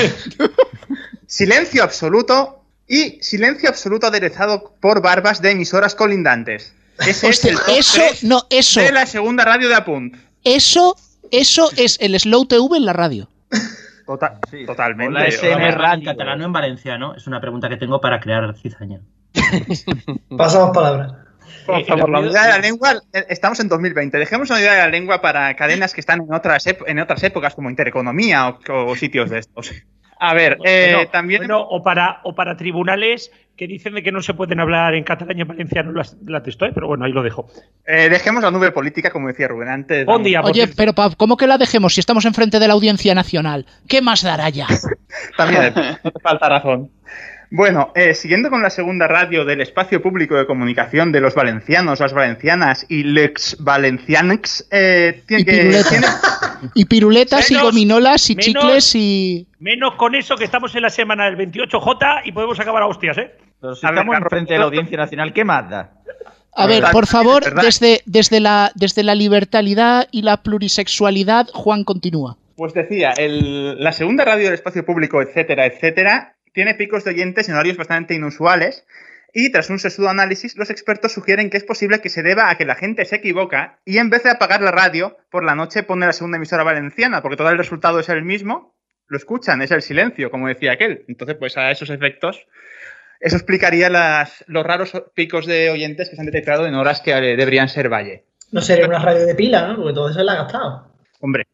Silencio absoluto y Silencio absoluto aderezado por barbas de emisoras colindantes. Ese Hostia, es el top eso, tres no, eso, de la segunda radio de Apunt. eso, eso es el Slow T V en la radio. Tota- Sí, totalmente. con la S M O sea, ¿En Radio. catalán o en valenciano? Es una pregunta que tengo para crear cizaña. Pasamos palabra. Por favor, la unidad de la lengua, eh, estamos en dos mil veinte. Dejemos la unidad de la lengua para cadenas que están en otras, ep- en otras épocas, como Intereconomía o, o sitios de estos. A ver, eh, Bueno, también. bueno, o para o para tribunales que dicen de que no se pueden hablar en catalán y en valenciano las, las texto, ¿eh? Pero bueno, ahí lo dejo. eh, dejemos la nube política, como decía Rubén antes. Buen día, por Oye, cierto. pero pa- ¿cómo que la dejemos si estamos enfrente de la Audiencia Nacional? ¿Qué más dará ya? También, no te falta razón. Bueno, eh, siguiendo con la segunda radio del espacio público de comunicación de los valencianos, las valencianas y lex valencianx, eh, tiene Y que. piruletas. tiene- Y piruletas y Menos- gominolas y menos- chicles y... Menos con eso que estamos en la semana del veintiocho J y podemos acabar a hostias, ¿eh? Pero si A ver, estamos Carlos, enfrente de la Audiencia Nacional, ¿qué más da? A ver, verdad, por favor, verdad. desde, desde, la, desde la libertalidad y la plurisexualidad, Juan continúa. Pues decía, el- la segunda radio del espacio público, etcétera, etcétera, tiene picos de oyentes en horarios bastante inusuales y tras un sesudo análisis los expertos sugieren que es posible que se deba a que la gente se equivoca y en vez de apagar la radio por la noche pone la segunda emisora valenciana porque todo el resultado es el mismo, lo escuchan, es el silencio, como decía aquel. Entonces, pues a esos efectos, eso explicaría las, los raros picos de oyentes que se han detectado en horas que eh, deberían ser valle. No sería una radio de pila, ¿no? Porque todo eso la ha gastado. Hombre,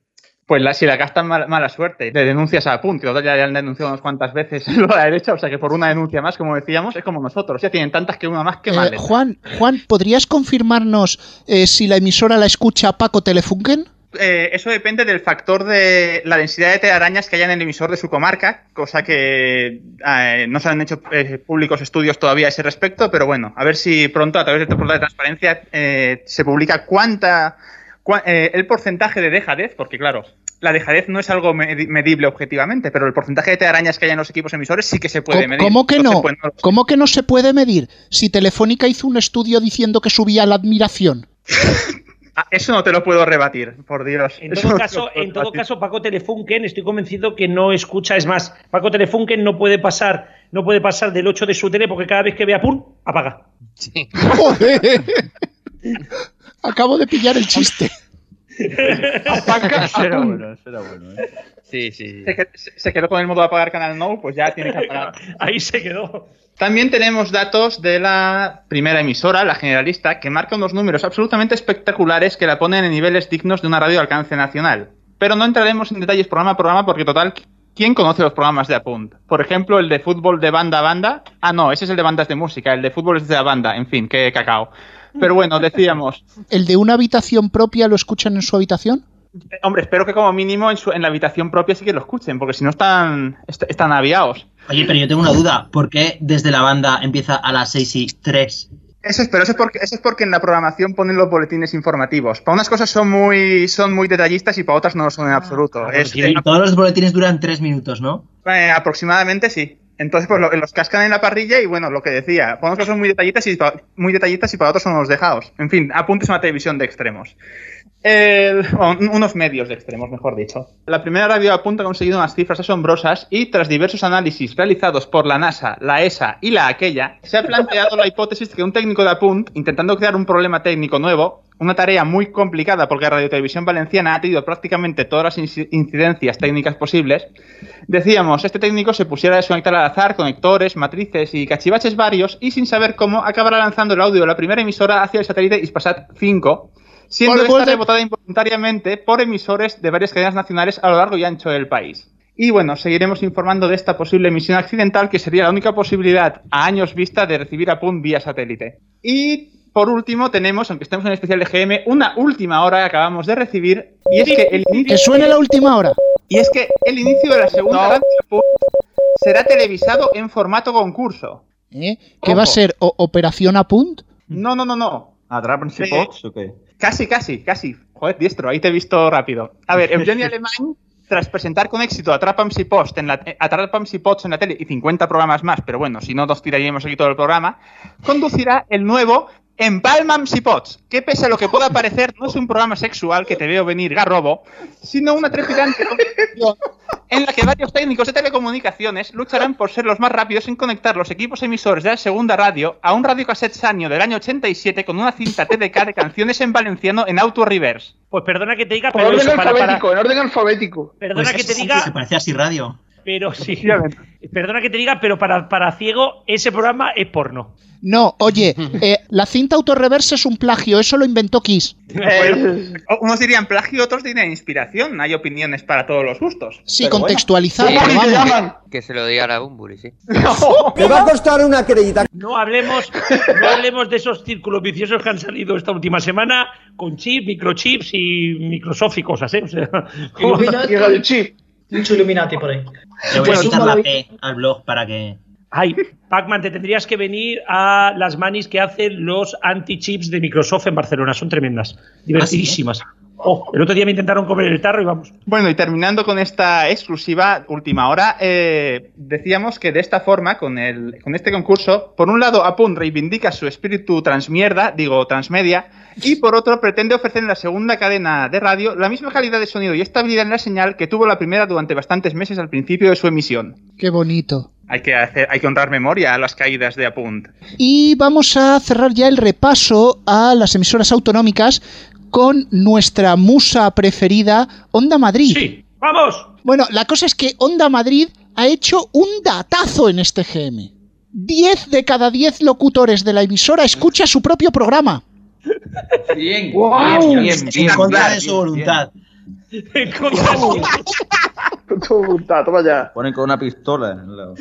Pues la, si la gastan mal, mala suerte, te denuncias a Apunt, que todos ya, ya han denunciado unas cuantas veces lo de la derecha, o sea que por una denuncia más, como decíamos, es como nosotros, ya tienen tantas que una más que mal. Eh, Juan, Juan, ¿podrías confirmarnos eh, si la emisora la escucha Paco Telefunken? Eh, eso depende del factor de la densidad de telarañas que haya en el emisor de su comarca, cosa que eh, no se han hecho eh, públicos estudios todavía a ese respecto, pero bueno, a ver si pronto a través del portal de transparencia eh, se publica cuánta cua, eh, el porcentaje de dejadez, porque claro, la dejadez no es algo medible objetivamente, pero el porcentaje de telarañas que hay en los equipos emisores sí que se puede medir. ¿Cómo que no? Pues no ¿Cómo que no se puede medir? Si Telefónica hizo un estudio diciendo que subía la admiración. Ah, eso no te lo puedo rebatir, por Dios. En todo, caso, en todo caso, Paco Telefunken, estoy convencido que no escucha. Es más, Paco Telefunken no puede pasar, no puede pasar del ocho de su tele porque cada vez que vea pum, apaga. Sí. ¡Joder! Acabo de pillar el chiste. Apaga, será bueno, será bueno. ¿eh? Sí, sí. Se, se quedó con el modo de apagar canal no, pues ya tiene que apagar. Ahí se quedó. También tenemos datos de la primera emisora, la Generalista, que marca unos números absolutamente espectaculares que la ponen en niveles dignos de una radio de alcance nacional. Pero no entraremos en detalles programa a programa porque, total, ¿quién conoce los programas de Apunt? Por ejemplo, el de fútbol de banda a banda. Ah, no, ese es el de bandas de música. El de fútbol es de la banda. En fin, qué cacao. Pero bueno, decíamos... ¿El de una habitación propia lo escuchan en su habitación? Eh, hombre, espero que como mínimo en, su, en la habitación propia sí que lo escuchen, porque si no están, est están aviados. Oye, pero yo tengo una duda. ¿Por qué desde la banda empieza a las seis y tres? Eso es, pero eso es, porque, eso es porque en la programación ponen los boletines informativos. Para unas cosas son muy son muy detallistas y para otras no lo son en absoluto. Ah, es, y eh, todos los boletines duran tres minutos, ¿no? Eh, aproximadamente sí. Entonces, pues lo, los cascan en la parrilla y bueno, lo que decía, para unas cosas son muy detallistas y para, muy detallistas y para otros son unos dejados. En fin, apuntes a una televisión de extremos. El, o unos medios de extremos, mejor dicho. La primera radio Apunt ha conseguido unas cifras asombrosas y tras diversos análisis realizados por la NASA, la E S A y la aquella, se ha planteado la hipótesis de que un técnico de Apunt, intentando crear un problema técnico nuevo, una tarea muy complicada porque Radio Televisión Valenciana ha tenido prácticamente todas las incidencias técnicas posibles, decíamos, este técnico se pusiera a desconectar al azar conectores, matrices y cachivaches varios y sin saber cómo acabará lanzando el audio de la primera emisora hacia el satélite Hispasat cinco, siendo esta rebotada involuntariamente por emisores de varias cadenas nacionales a lo largo y ancho del país. Y bueno, seguiremos informando de esta posible emisión accidental que sería la única posibilidad a años vista de recibir Apunt vía satélite. Y por último tenemos, aunque estemos en el especial de G M, una última hora que acabamos de recibir y es que el inicio... ¡Que suene la última hora! Y es que el inicio de la segunda no. radio Apunt será televisado en formato concurso. ¿Eh? ¿Qué Ojo. va a ser? ¿O ¿Operación Apunt? No, no, no, no. ¿Atrapanse Pots o qué? Casi, casi, casi. Joder, diestro, ahí te he visto rápido. A ver, Eugeni Alemany, tras presentar con éxito Atrapa'm si Pots en la, Atrapa'm si Pots en la tele y cincuenta programas más, pero bueno, si no nos tiraríamos aquí todo el programa, conducirá el nuevo Empalma'm si Pots, que pese a lo que pueda parecer, no es un programa sexual que te veo venir Garrobo, sino una trepidante competición en la que varios técnicos de telecomunicaciones lucharán por ser los más rápidos en conectar los equipos emisores de la segunda radio a un radiocassette Sanyo del año ochenta y siete con una cinta T D K de canciones en valenciano en auto reverse. Pues perdona que te diga, pero en orden eso, alfabético, para, para... en orden alfabético. Perdona pues que te diga... Se parece a Así Radio. Pero sí, perdona que te diga, pero para, para ciego ese programa es porno. No, oye, eh, la cinta autorreverse es un plagio, eso lo inventó Kiss. Eh, unos dirían plagio, otros dirían inspiración. Hay opiniones para todos los gustos. Sí, pero contextualizado. Bueno. Sí, vamos. Que, que se lo digan a Bumburi, sí. No, te va a costar una crédita. No hablemos, no hablemos de esos círculos viciosos que han salido esta última semana con chips, microchips y Microsoft y cosas, ¿eh? O sea, Illuminati, el chip. Mucho Illuminati por ahí. Le voy a quitar la P al blog para que... Ay, Pac-Man, te tendrías que venir a las manis que hacen los anti-chips de Microsoft en Barcelona. Son tremendas, divertidísimas. ¿Ah, sí? Oh, el otro día me intentaron comer el tarro y vamos. Bueno, y terminando con esta exclusiva última hora, eh, decíamos que de esta forma, con, el, con este concurso, por un lado Apunt reivindica su espíritu transmierda, digo transmedia, y por otro pretende ofrecer en la segunda cadena de radio la misma calidad de sonido y estabilidad en la señal que tuvo la primera durante bastantes meses al principio de su emisión. ¡Qué bonito! Hay que, hacer, hay que honrar memoria a las caídas de Apunt. Y vamos a cerrar ya el repaso a las emisoras autonómicas con nuestra musa preferida, Onda Madrid. ¡Sí! ¡Vamos! Bueno, la cosa es que Onda Madrid ha hecho un datazo en este G M. diez de cada diez locutores de la emisora escucha su propio programa. Bien, wow. bien, bien, bien, en contra bien, de su voluntad. Bien. Todo montado, toma ya. Ponen con una pistola en el lado.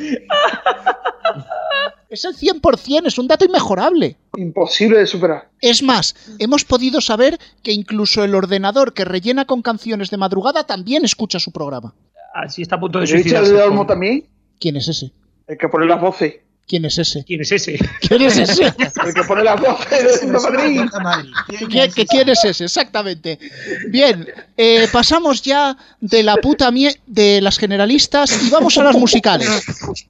Es el cien por ciento, es un dato inmejorable. Imposible de superar. Es más, hemos podido saber que incluso el ordenador que rellena con canciones de madrugada también escucha su programa. Así está a punto de ¿Richard suicidarse. de Olmo también? ¿Quién es ese? El que pone las voces. ¿Quién es ese? ¿Quién es ese? ¿Quién es ese? El que pone las voces de Madrid. ¿Qué, qué, ¿Quién es ese? Exactamente. Bien, eh, pasamos ya de la puta mie de las generalistas y vamos a las musicales.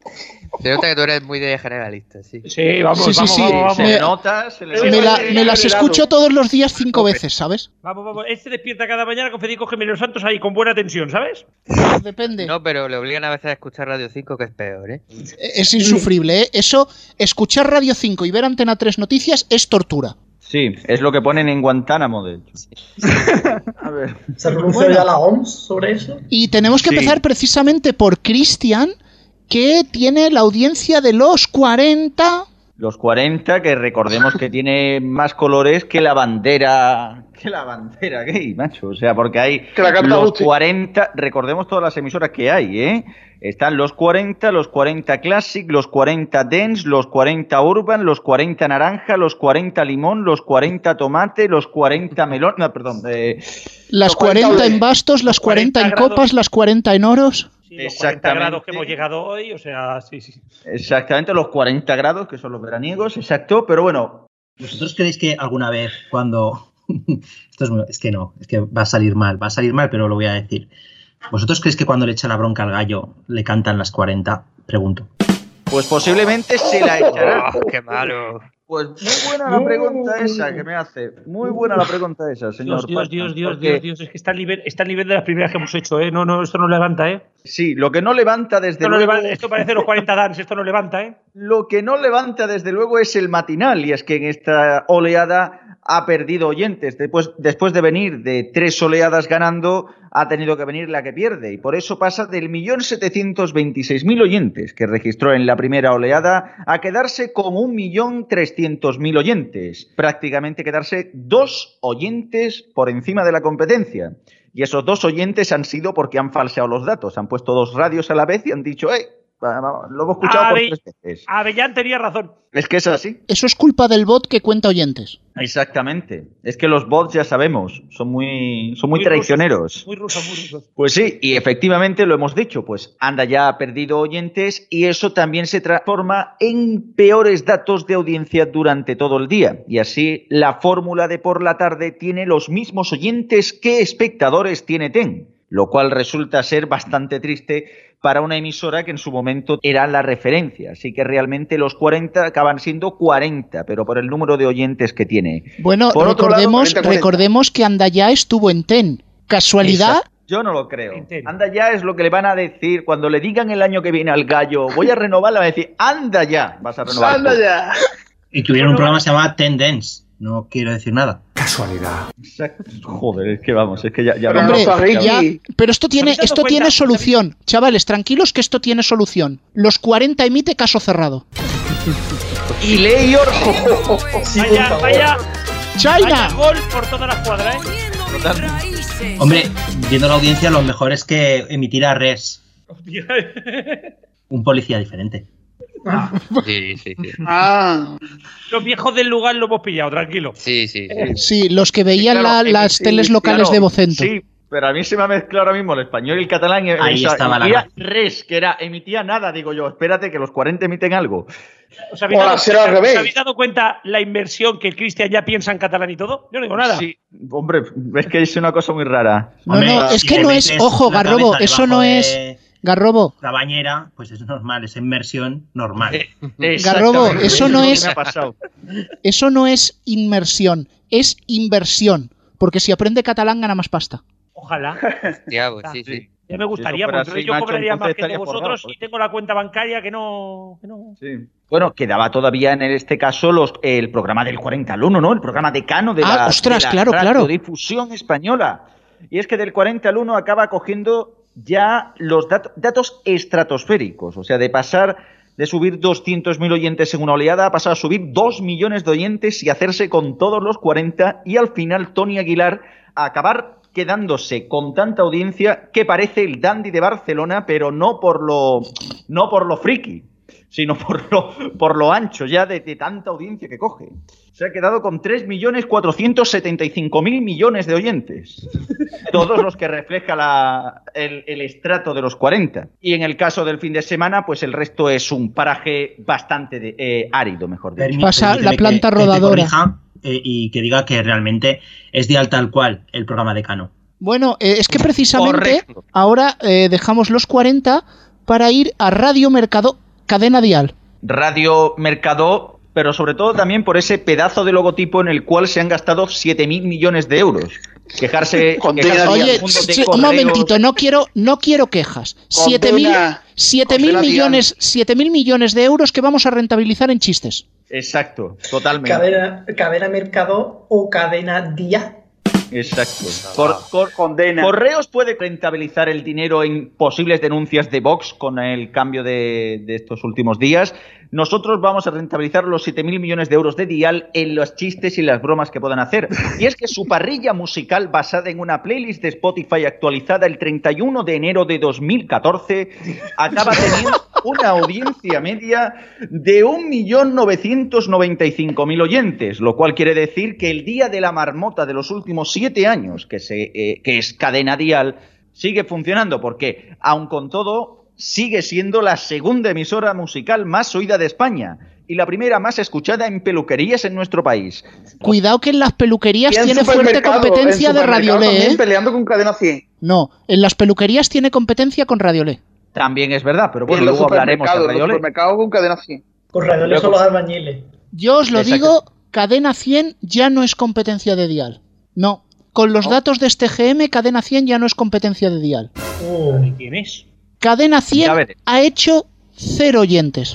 Se nota que tú eres muy de generalista, sí. Sí, vamos, sí, sí, vamos, sí. vamos, vamos. Me, Se nota, se le me, la, me las escucho todos los días cinco veces, ¿sabes? Vamos, vamos. Este despierta cada mañana con Federico Jiménez Santos ahí con buena tensión, ¿sabes? Depende. No, pero le obligan a veces a escuchar Radio cinco, que es peor, ¿eh? Es insufrible, ¿eh? Eso, escuchar Radio cinco y ver Antena tres Noticias es tortura. Sí, es lo que ponen en Guantánamo, de hecho. A ver. ¿Se pronuncia bueno. ya la O M S sobre eso? Y tenemos que sí. empezar precisamente por Cristian, que tiene la audiencia de los cuarenta. Los cuarenta, que recordemos que tiene más colores que la bandera. Que la bandera gay, macho. O sea, porque hay los cuarenta. Recordemos todas las emisoras que hay, ¿eh? Están los cuarenta, los cuarenta Classic, los cuarenta Dance, los cuarenta Urban, los cuarenta Naranja, los cuarenta Limón, los cuarenta Tomate, los cuarenta Melón. No, perdón. Eh, las cuarenta, cuarenta en bastos, las cuarenta, cuarenta en copas, las cuarenta en oros. Sí, los cuarenta grados que hemos llegado hoy, o sea, sí, sí. Exactamente, los cuarenta grados, que son los veraniegos, exacto, pero bueno. ¿Vosotros creéis que alguna vez cuando... Esto es, muy... es que no, es que va a salir mal, va a salir mal, pero lo voy a decir. ¿Vosotros creéis que cuando le echa la bronca al gallo le cantan las cuarenta? Pregunto. Pues posiblemente se la echará. Oh, ¡qué malo! Pues muy buena la pregunta esa que me hace. Muy buena la pregunta esa, señor. Dios, Dios, Dios, Dios, porque... Dios, Dios, es que está al nivel, está al nivel de las primeras que hemos hecho, ¿eh? No, no, esto no levanta, ¿eh? Sí, lo que no levanta desde esto luego... No levanta, esto parece los cuarenta Dance, esto no levanta, ¿eh? Lo que no levanta desde luego es el matinal, y es que en esta oleada ha perdido oyentes. Después, después de venir de tres oleadas ganando, ha tenido que venir la que pierde. Y por eso pasa del millón setecientos veintiséis mil oyentes que registró en la primera oleada a quedarse con un millón trescientos mil oyentes. Prácticamente quedarse dos oyentes por encima de la competencia. Y esos dos oyentes han sido porque han falseado los datos. Han puesto dos radios a la vez y han dicho, ¡eh! Lo hemos escuchado Ave, por tres veces. Avellán tenía razón. Es que es así. Eso es culpa del bot que cuenta oyentes. Exactamente. Es que los bots, ya sabemos, son muy, son muy, muy traicioneros. Rusos, muy rusos, muy rusos. Pues sí, y efectivamente lo hemos dicho, pues Anda ya ha perdido oyentes y eso también se transforma en peores datos de audiencia durante todo el día. Y así la fórmula de por la tarde tiene los mismos oyentes que espectadores tiene T E N, lo cual resulta ser bastante triste para una emisora que en su momento era la referencia. Así que realmente los cuarenta acaban siendo cuarenta, pero por el número de oyentes que tiene. Bueno, por recordemos, lado, recordemos que Andaya estuvo en T E N. ¿Casualidad? Exacto. Yo no lo creo. Anda ya es lo que le van a decir cuando le digan el año que viene al gallo, voy a renovar, le van a decir, anda ya, vas a renovar. Anda tú. Ya. Y tuvieron un programa que se llamaba Tendence. No quiero decir nada. Casualidad. Joder, es que vamos, es que ya... ya pero, hombre, ya, pero esto tiene, esto tiene solución. Chavales, tranquilos que esto tiene solución. Los cuarenta emite caso cerrado. Y Leyor... Vaya, vaya... China. Vaya gol por toda la cuadra, ¿eh? Hombre, viendo la audiencia, lo mejor es que emitirá res. Un policía diferente. Ah. Sí, sí, sí. Ah. Los viejos del lugar lo hemos pillado, tranquilo. Sí, sí, sí. Sí, los que veían sí, claro, la, las sí, teles locales claro, de Vocento. Sí, pero a mí se me ha mezclado ahora mismo el español y el catalán. Y ahí o sea, estaba emitía la res, que era, emitía nada, digo yo, espérate que los cuarenta emiten algo. ¿Os habéis, dado, cuenta, al revés. ¿Os habéis dado cuenta la inversión que Cristian ya piensa en catalán y todo? Yo no digo nada. Sí, hombre, es que es una cosa muy rara. No, hombre, no, es que no es, ojo, Garrobo, eso no es... De... Garrobo. La bañera, pues es normal, es inmersión normal. Garrobo, eso no es. Eso no es inmersión, es inversión. Porque si aprende catalán gana más pasta. Ojalá. Ya, pues, sí, sí. Ya me gustaría, si porque así, yo Nacho, cobraría más que de vosotros y tengo la cuenta bancaria que no. Que no... Sí. Bueno, quedaba todavía en este caso los, el programa del cuarenta al uno, ¿no? El programa decano de ah, la, ostras, de la claro, radiodifusión claro. española. Y es que del cuarenta al uno acaba cogiendo ya los dat- datos estratosféricos, o sea, de pasar de subir doscientos mil oyentes en una oleada a pasar a subir dos millones de oyentes y hacerse con todos los cuarenta y al final Tony Aguilar a acabar quedándose con tanta audiencia que parece el dandy de Barcelona, pero no por lo, no por lo friki, sino por lo, por lo ancho ya de, de tanta audiencia que coge. Se ha quedado con tres millones cuatrocientos setenta y cinco mil millones de oyentes. Todos los que refleja la, el, el estrato de los cuarenta. Y en el caso del fin de semana, pues el resto es un paraje bastante de, eh, árido, mejor dicho. Permí- Pasa la permíteme planta que- que te rodadora. corrija, eh, y que diga que realmente es dial tal cual el programa de Cano. Bueno, eh, es que precisamente Correcto. ahora eh, dejamos los cuarenta para ir a Radio Mercado, cadena dial. Radio Mercado, pero sobre todo también por ese pedazo de logotipo en el cual se han gastado siete mil millones de euros. Quejarse, Condena quejarse Dial. al Oye, mundo de sí, un correos. momentito, no quiero, no quiero quejas. Siete mil, Condena- siete mil condena millones, siete mil millones de euros que vamos a rentabilizar en chistes. Exacto, totalmente. Cadena, cadena Mercado o cadena Día. Exacto. Cor- cor- Condena. Correos puede rentabilizar el dinero en posibles denuncias de Vox con el cambio de, de estos últimos días. Nosotros vamos a rentabilizar los siete mil millones de euros de Dial en los chistes y las bromas que puedan hacer. Y es que su parrilla musical basada en una playlist de Spotify actualizada el treinta y uno de enero de dos mil catorce acaba teniendo una audiencia media de un millón novecientos noventa y cinco mil oyentes, lo cual quiere decir que el día de la marmota de los últimos siete años, que, se, eh, que es Cadena Dial, sigue funcionando porque, aun con todo, sigue siendo la segunda emisora musical más oída de España y la primera más escuchada en peluquerías en nuestro país. Cuidado que en las peluquerías Y en tiene fuerte supermercado, competencia en de supermercado Radiolé, también ¿eh? peleando con Cadena cien. No, en las peluquerías tiene competencia con Radiolé. También es verdad, pero Y bueno, en los luego hablaremos de supermercados, en los Radiolé. supermercados con Cadena cien. Con Radiolé son los albañiles. Yo os lo Exacto. digo, Cadena cien ya no es competencia de Dial. No, con los datos de este G M, Cadena cien ya no es competencia de Dial. Uh, ¿Quién es? Cadena Ya cien veré. ha hecho cero oyentes.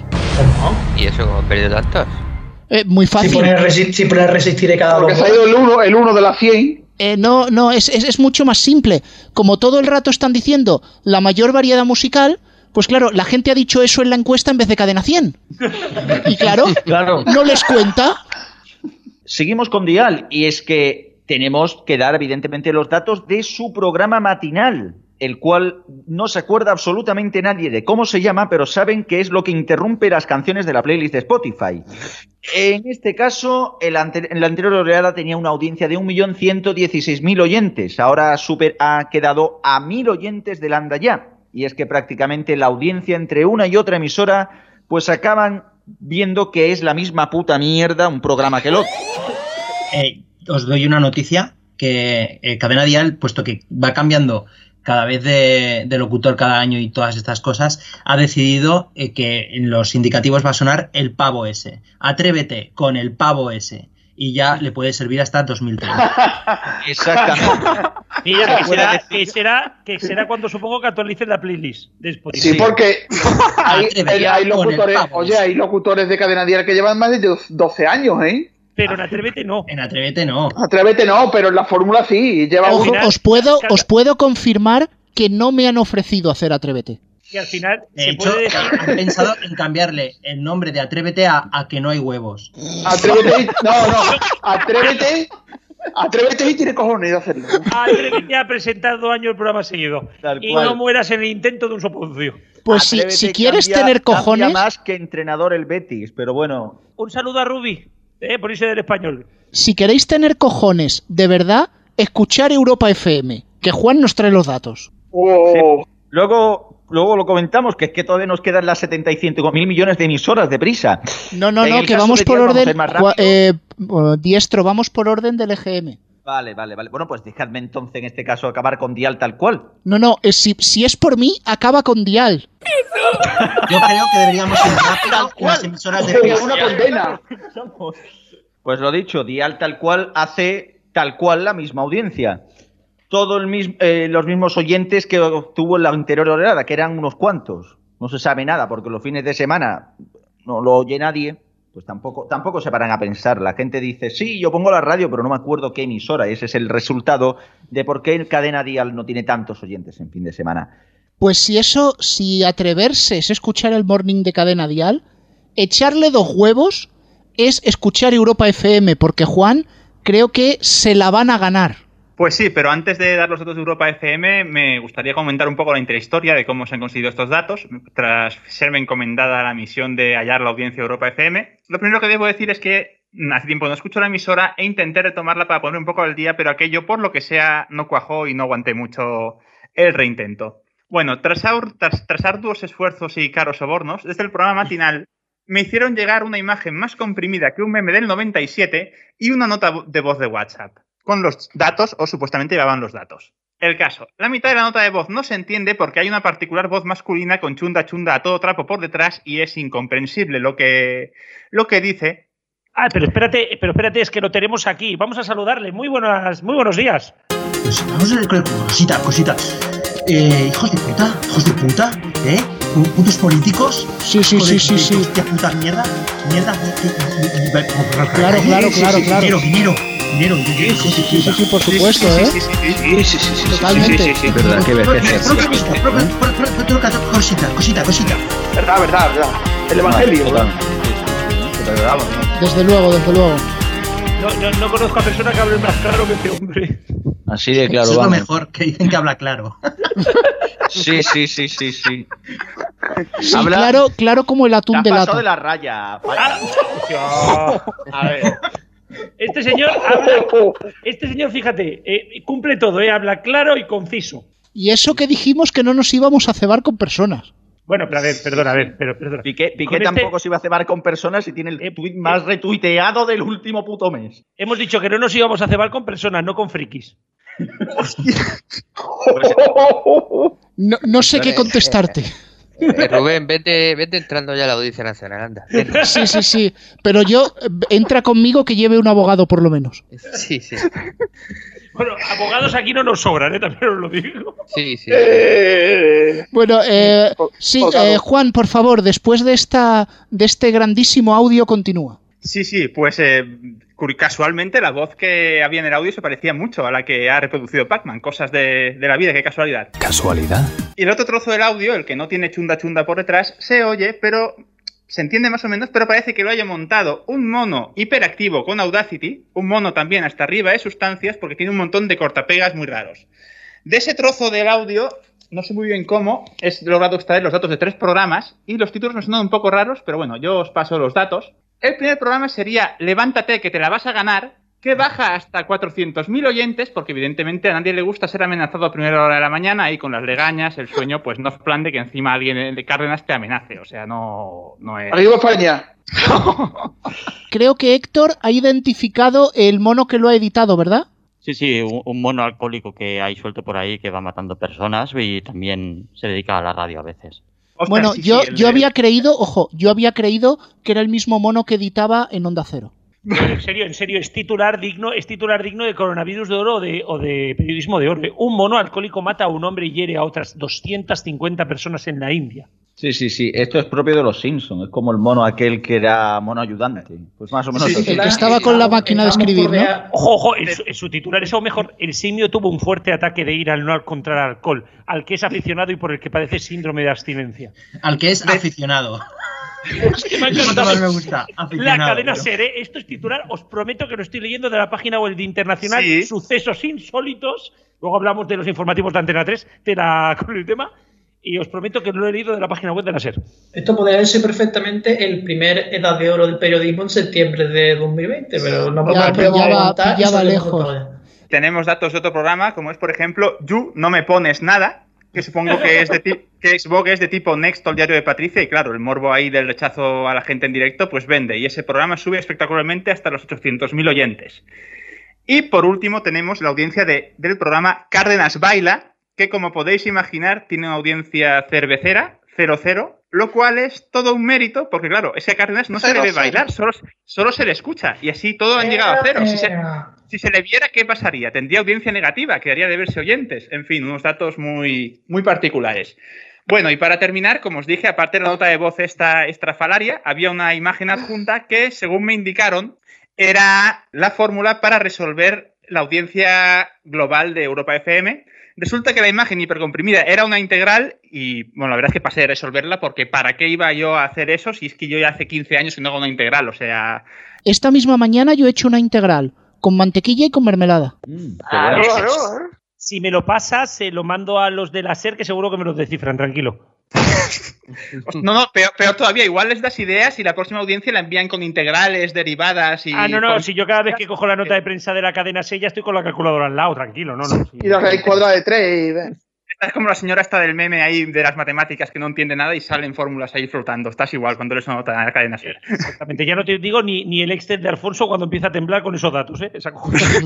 ¿Y eso cómo he perdido tantos? Eh, muy si fácil. pones resi- si pones resistiré cada Porque dos. se ha ido el uno, el uno de las cien. Eh, no, no, es, es, es mucho más simple. Como todo el rato están diciendo la mayor variedad musical, pues claro, la gente ha dicho eso en la encuesta en vez de Cadena cien. Y claro, Claro. no les cuenta. Seguimos con Dial y es que tenemos que dar evidentemente los datos de su programa matinal, el cual no se acuerda absolutamente nadie de cómo se llama, pero saben que es lo que interrumpe las canciones de la playlist de Spotify. En este caso, el ante- en la anterior oleada tenía una audiencia de un millón ciento dieciséis mil oyentes, ahora super, ha quedado a mil oyentes del anda ya. Y es que prácticamente la audiencia entre una y otra emisora pues acaban viendo que es la misma puta mierda un programa que el otro. Eh, os doy una noticia que eh, Cadena Dial, puesto que va cambiando cada vez de, de locutor cada año y todas estas cosas, ha decidido eh, que en los indicativos va a sonar el pavo ese. Atrévete con el pavo ese. Y ya le puede servir hasta dos mil treinta. Exactamente. Mira, que Puede será, decir- que, será, que será cuando supongo que actualicen la playlist de Spotify. Sí, porque hay, Atrévete hay con el locutores, pavo oye, ese. hay locutores de Cadena Dial que llevan más de doce años, ¿eh? Pero en Atrévete no. En Atrévete no. Atrévete no, pero en la fórmula sí, lleva Al Ojo, uno. final- os puedo, cada- os puedo confirmar que no me han ofrecido hacer Atrévete. Que al final De se hecho, puede decir. han pensado en cambiarle el nombre de Atrévete a, a que no hay huevos. Atrévete, y- no, no, atrévete, atrévete y tiene cojones de hacerlo. Atrévete a presentar dos años el programa seguido. Tal Y cual. no mueras en el intento de un soponcio. Pues si, Atrévete si quieres cambia- tener cambia cojones, más que entrenador el Betis, pero bueno. Un saludo a Ruby, eh, por irse del español. si queréis tener cojones de verdad, escuchar Europa F M, que Juan nos trae los datos. Oh, Luego, luego lo comentamos, que es que todavía nos quedan las setenta y cinco mil millones de emisoras de prisa. No, no, En no, el que caso vamos de por Dial vamos a orden. ir más Ju- rápido. eh, bueno, diestro, vamos por orden del E G M. Vale, vale, vale. Bueno, pues dejadme entonces en este caso acabar con Dial tal cual. No, no, es- si, si es por mí, acaba con Dial. Yo creo que deberíamos ir rápido en las emisoras de es prisa. una condena. Pues lo dicho, Dial tal cual hace tal cual la misma audiencia. Todos el mis- eh, los mismos oyentes que obtuvo en la anterior oleada, que eran unos cuantos. No se sabe nada, porque los fines de semana no lo oye nadie, pues tampoco, tampoco se paran a pensar. La gente dice, sí, yo pongo la radio, pero no me acuerdo qué emisora. Ese es el resultado de por qué el Cadena Dial no tiene tantos oyentes en fin de semana. Pues si eso, si atreverse es escuchar el morning de Cadena Dial, echarle dos huevos es escuchar Europa F M, porque Juan creo que se la van a ganar. Pues sí, pero antes de dar los datos de Europa F M, me gustaría comentar un poco la intrahistoria de cómo se han conseguido estos datos, tras serme encomendada la misión de hallar la audiencia de Europa F M. Lo primero que debo decir es que hace tiempo no escucho la emisora e intenté retomarla para poner un poco al día, pero aquello, por lo que sea, no cuajó y no aguanté mucho el reintento. Bueno, tras, tras, tras arduos esfuerzos y caros sobornos, desde el programa matinal me hicieron llegar una imagen más comprimida que un meme del noventa y siete y una nota de voz de WhatsApp, con los datos, o supuestamente llevaban los datos. El caso, la mitad de la nota de voz no se entiende porque hay una particular voz masculina con chunda chunda a todo trapo por detrás y es incomprensible lo que, lo que dice. Ah, pero espérate, pero espérate, es que lo tenemos aquí. Vamos a saludarle. Muy buenas, muy buenos días. Pues vamos a ver, cosita, cosita. Eh, hijos de puta, hijos de puta, ¿eh? ¿Putos políticos? Sí, sí, sí, sí, sí. Hostia puta, mierda, mierda. Claro, claro, claro, claro. Dinero, dinero, dinero, dinero. Sí, sí, sí, sí, por supuesto, ¿eh? Sí, sí, sí, sí, totalmente. sí, sí, sí. Verdad, qué vejez. Cosita, cosita, cosita. Verdad, verdad, verdad. El evangelio. Desde luego, desde luego. No, no, no conozco a persona que hable más claro que este hombre. Así de claro, Eso es lo vamos. mejor, que dicen que habla claro. Sí, sí, sí, sí, sí. Sí, Habla- claro, claro como el atún Te de has pasado lata. de la raya. Ah, a ver. Este señor habla. Este señor, fíjate, eh, cumple todo, eh, habla claro y conciso. Y eso que dijimos que no nos íbamos a cebar con personas. Bueno, pero a ver, perdona, a ver, pero perdona. Piqué, Piqué Con este- tampoco se iba a cebar con personas y tiene el Eh, tuit más eh, retuiteado del último puto mes. Hemos dicho que no nos íbamos a cebar con personas, no con frikis. No, no sé qué contestarte. Eh, Rubén, vete, vete entrando ya a la Audiencia Nacional, anda. Ven. Sí, sí, sí. Pero yo, eh, entra conmigo que lleve un abogado por lo menos. Sí, sí. Bueno, abogados aquí no nos sobran, ¿eh? También os lo digo. Sí, sí. Bueno, eh, sí, eh, Juan, por favor, después de esta, de este grandísimo audio, continúa. Sí, sí, pues eh, cur- casualmente la voz que había en el audio se parecía mucho a la que ha reproducido Pac-Man. Cosas de, de la vida, qué casualidad. ¿Casualidad? Y el otro trozo del audio, el que no tiene chunda chunda por detrás, se oye, pero se entiende más o menos, pero parece que lo haya montado un mono hiperactivo con Audacity, un mono también hasta arriba de sustancias, porque tiene un montón de cortapegas muy raros. De ese trozo del audio, no sé muy bien cómo, es logrado extraer los datos de tres programas, y los títulos me suenan un poco raros, pero bueno, yo os paso los datos. El primer programa sería Levántate, que te la vas a ganar, que baja hasta cuatrocientos mil oyentes, porque evidentemente a nadie le gusta ser amenazado a primera hora de la mañana y con las legañas, el sueño, pues no es plan de que encima alguien de Cárdenas te amenace, o sea, no, no es... ¡Arriba España! Creo que Héctor ha identificado el mono que lo ha editado, ¿verdad? Sí, sí, un, un mono alcohólico que hay suelto por ahí que va matando personas y también se dedica a la radio a veces. Ostras, Bueno, sí, yo, sí, el yo de- había creído, ojo, yo había creído que era el mismo mono que editaba en Onda Cero. En serio, en serio, es titular digno, es titular digno de coronavirus de oro o de, o de periodismo de oro. Un mono alcohólico mata a un hombre y hiere a otras doscientas cincuenta personas en la India. Sí, sí, sí. Esto es propio de los Simpsons. Es como el mono aquel que era mono ayudante. Pues más o menos Sí, sí, así. El que estaba con la máquina de escribir, ¿no? Ojo, ojo, en su, en su titular es aún mejor. El simio tuvo un fuerte ataque de ira al no encontrar alcohol, al que es aficionado y por el que padece síndrome de abstinencia. Al que es aficionado. Es que me ha Eso encantado. más me gusta. La Aficionado. cadena pero- SER, ¿eh? Esto es titular, os prometo que lo estoy leyendo de la página web de Internacional, Sí. Sucesos Insólitos. Luego hablamos de los informativos de Antena tres, de la, con el tema, y os prometo que lo he leído de la página web de la SER. Esto podría ser perfectamente el primer edad de oro del periodismo en septiembre de dos mil veinte, pero no Ya, podemos pillaba- aguantar y pillaba salimos lejos. otra vez. Tenemos datos de otro programa, como es, por ejemplo, You No Me Pones Nada, que supongo que es de, ti- que es, supongo que es de tipo Next o el diario de Patricia, y claro, el morbo ahí del rechazo a la gente en directo, pues vende, y ese programa sube espectacularmente hasta los ochocientos mil oyentes. Y por último tenemos la audiencia de, del programa Cárdenas Baila, que como podéis imaginar tiene una audiencia cervecera, cero cero, lo cual es todo un mérito, porque claro, ese Cárdenas no se Cero, le ve cero. bailar, solo, solo se le escucha, y así todo han llegado a cero. Si se, si se le viera, ¿qué pasaría? Tendría audiencia negativa, quedaría de verse oyentes. En fin, unos datos muy, muy particulares. Bueno, y para terminar, como os dije, aparte de la nota de voz esta estrafalaria, había una imagen adjunta que, según me indicaron, era la fórmula para resolver la audiencia global de Europa F M. Resulta que la imagen hipercomprimida era una integral y, bueno, la verdad es que pasé de resolverla porque ¿para qué iba yo a hacer eso si es que yo ya hace quince años que no hago una integral? O sea... Esta misma mañana yo he hecho una integral con mantequilla y con mermelada. Mm, claro, claro. Si me lo pasas, se lo mando a los de la SER, que seguro que me lo descifran, tranquilo. No, no, peor, peor todavía. Igual les das ideas y la próxima audiencia la envían con integrales, derivadas y... Ah, no, no, con... si yo cada vez que cojo la nota de prensa de la cadena SER ya estoy con la calculadora al lado, tranquilo, no, no. Sí. Y la raíz cuadrada de tres. Es como la señora esta del meme ahí de las matemáticas que no entiende nada y salen fórmulas ahí flotando. Estás igual cuando eres una nota de la cadena SER. Exactamente, ya no te digo ni, ni el Excel de Alfonso cuando empieza a temblar con esos datos, ¿eh? Esa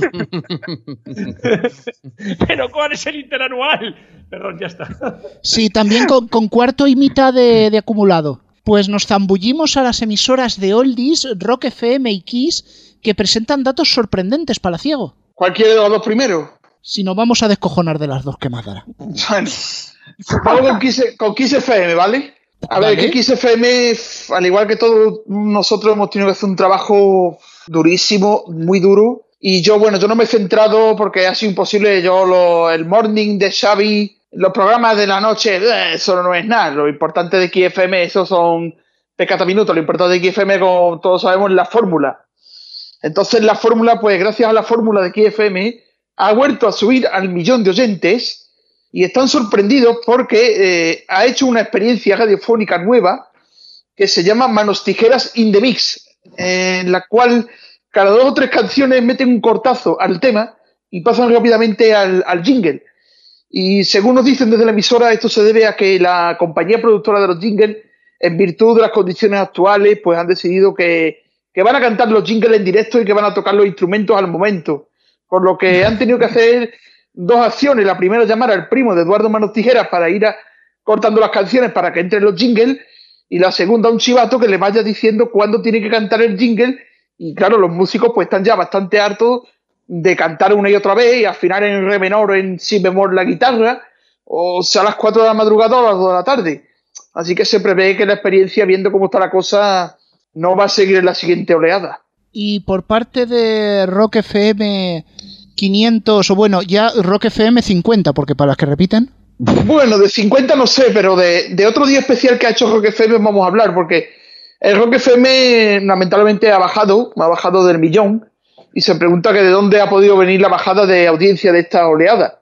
Pero ¿cuál es el interanual? Perdón, ya está. Sí, también con, con cuarto y mitad de, de acumulado. Pues nos zambullimos a las emisoras de Oldies, Rock F M y Kiss, que presentan datos sorprendentes, Palaciego. ¿Cuál quiere de los dos primeros? Si no, vamos a descojonar de las dos que más dará. Bueno, vamos con Kiss, con Kiss F M, ¿vale? A ¿Vale? ver, que Kiss F M, al igual que todos nosotros, hemos tenido que hacer un trabajo durísimo, muy duro. Y yo, bueno, yo no me he centrado porque ha sido imposible. Yo, lo, el morning de Xavi, los programas de la noche, eh, eso no es nada. Lo importante de Kiss F M, eso son pecata minutos. Lo importante de Kiss F M, como todos sabemos, es la fórmula. Entonces, la fórmula, pues gracias a la fórmula de Kiss F M, ha vuelto a subir al millón de oyentes y están sorprendidos porque eh, ha hecho una experiencia radiofónica nueva que se llama Manos Tijeras in the Mix, eh, en la cual cada dos o tres canciones meten un cortazo al tema y pasan rápidamente al, al jingle. Y según nos dicen desde la emisora, esto se debe a que la compañía productora de los jingles, en virtud de las condiciones actuales, pues han decidido que, que van a cantar los jingles en directo y que van a tocar los instrumentos al momento. Por lo que han tenido que hacer dos acciones. La primera es llamar al primo de Eduardo Manos Tijeras para ir a, cortando las canciones para que entren los jingles. Y la segunda, un chivato que le vaya diciendo cuándo tiene que cantar el jingle. Y claro, los músicos pues están ya bastante hartos de cantar una y otra vez y afinar en re menor o en si bemol la guitarra. O sea, a las cuatro de la madrugada o a las dos de la tarde. Así que se prevé que la experiencia, viendo cómo está la cosa, no va a seguir en la siguiente oleada. Y por parte de Rock F M quinientos, o bueno, ya Rock F M cincuenta, porque para las que repiten. Bueno, de cincuenta no sé, pero de, de otro día especial que ha hecho Rock F M vamos a hablar, porque el Rock F M lamentablemente ha bajado, ha bajado del millón, y se pregunta que de dónde ha podido venir la bajada de audiencia de esta oleada.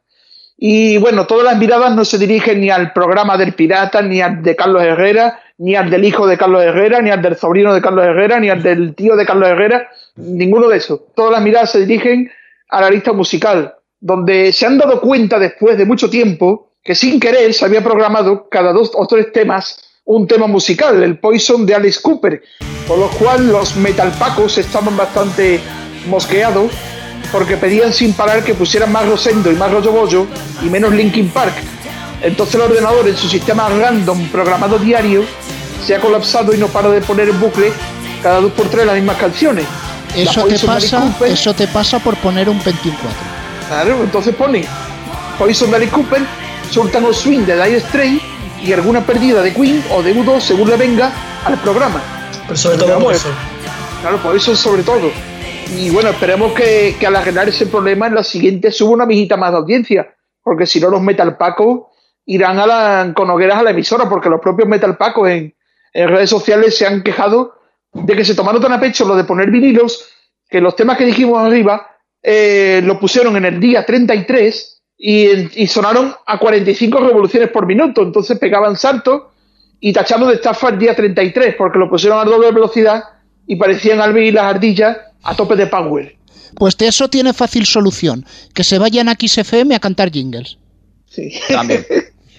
Y bueno, todas las miradas no se dirigen ni al programa del Pirata, ni al de Carlos Herrera, ni al del hijo de Carlos Herrera, ni al del sobrino de Carlos Herrera, ni al del tío de Carlos Herrera, ninguno de esos. Todas las miradas se dirigen a la lista musical, donde se han dado cuenta después de mucho tiempo que sin querer se había programado cada dos o tres temas un tema musical, el Poison de Alice Cooper, por lo cual los metalpacos estaban bastante mosqueados porque pedían sin parar que pusieran más Rosendo y más Rollo Bollo y menos Linkin Park. Entonces el ordenador en su sistema random programado diario se ha colapsado y no para de poner en bucle cada dos por tres las mismas canciones. Eso te pasa, eso te pasa por poner un Pentium cuatro. Claro, entonces ponen Poison de Alice Cooper, Sultan of Swing de Dire Straits y alguna perdida de Queen o de U dos según le venga al programa. Pero sobre todo por eso. Claro, por eso sobre todo. Y bueno, esperemos que, que al arreglar ese problema en la siguiente suba una mijita más de audiencia, porque si no los metalpacos irán a la, con hogueras a la emisora, porque los propios metalpacos en, en redes sociales se han quejado de que se tomaron tan a pecho lo de poner vinilos, que los temas que dijimos arriba eh, lo pusieron en el día treinta y tres y, y sonaron a cuarenta y cinco revoluciones por minuto, entonces pegaban saltos y tacharon de estafa el día treinta y tres, porque lo pusieron a doble velocidad y parecían Alvin y las ardillas a tope de power. Pues de eso tiene fácil solución, que se vayan a Kiss F M a cantar jingles. Sí. También.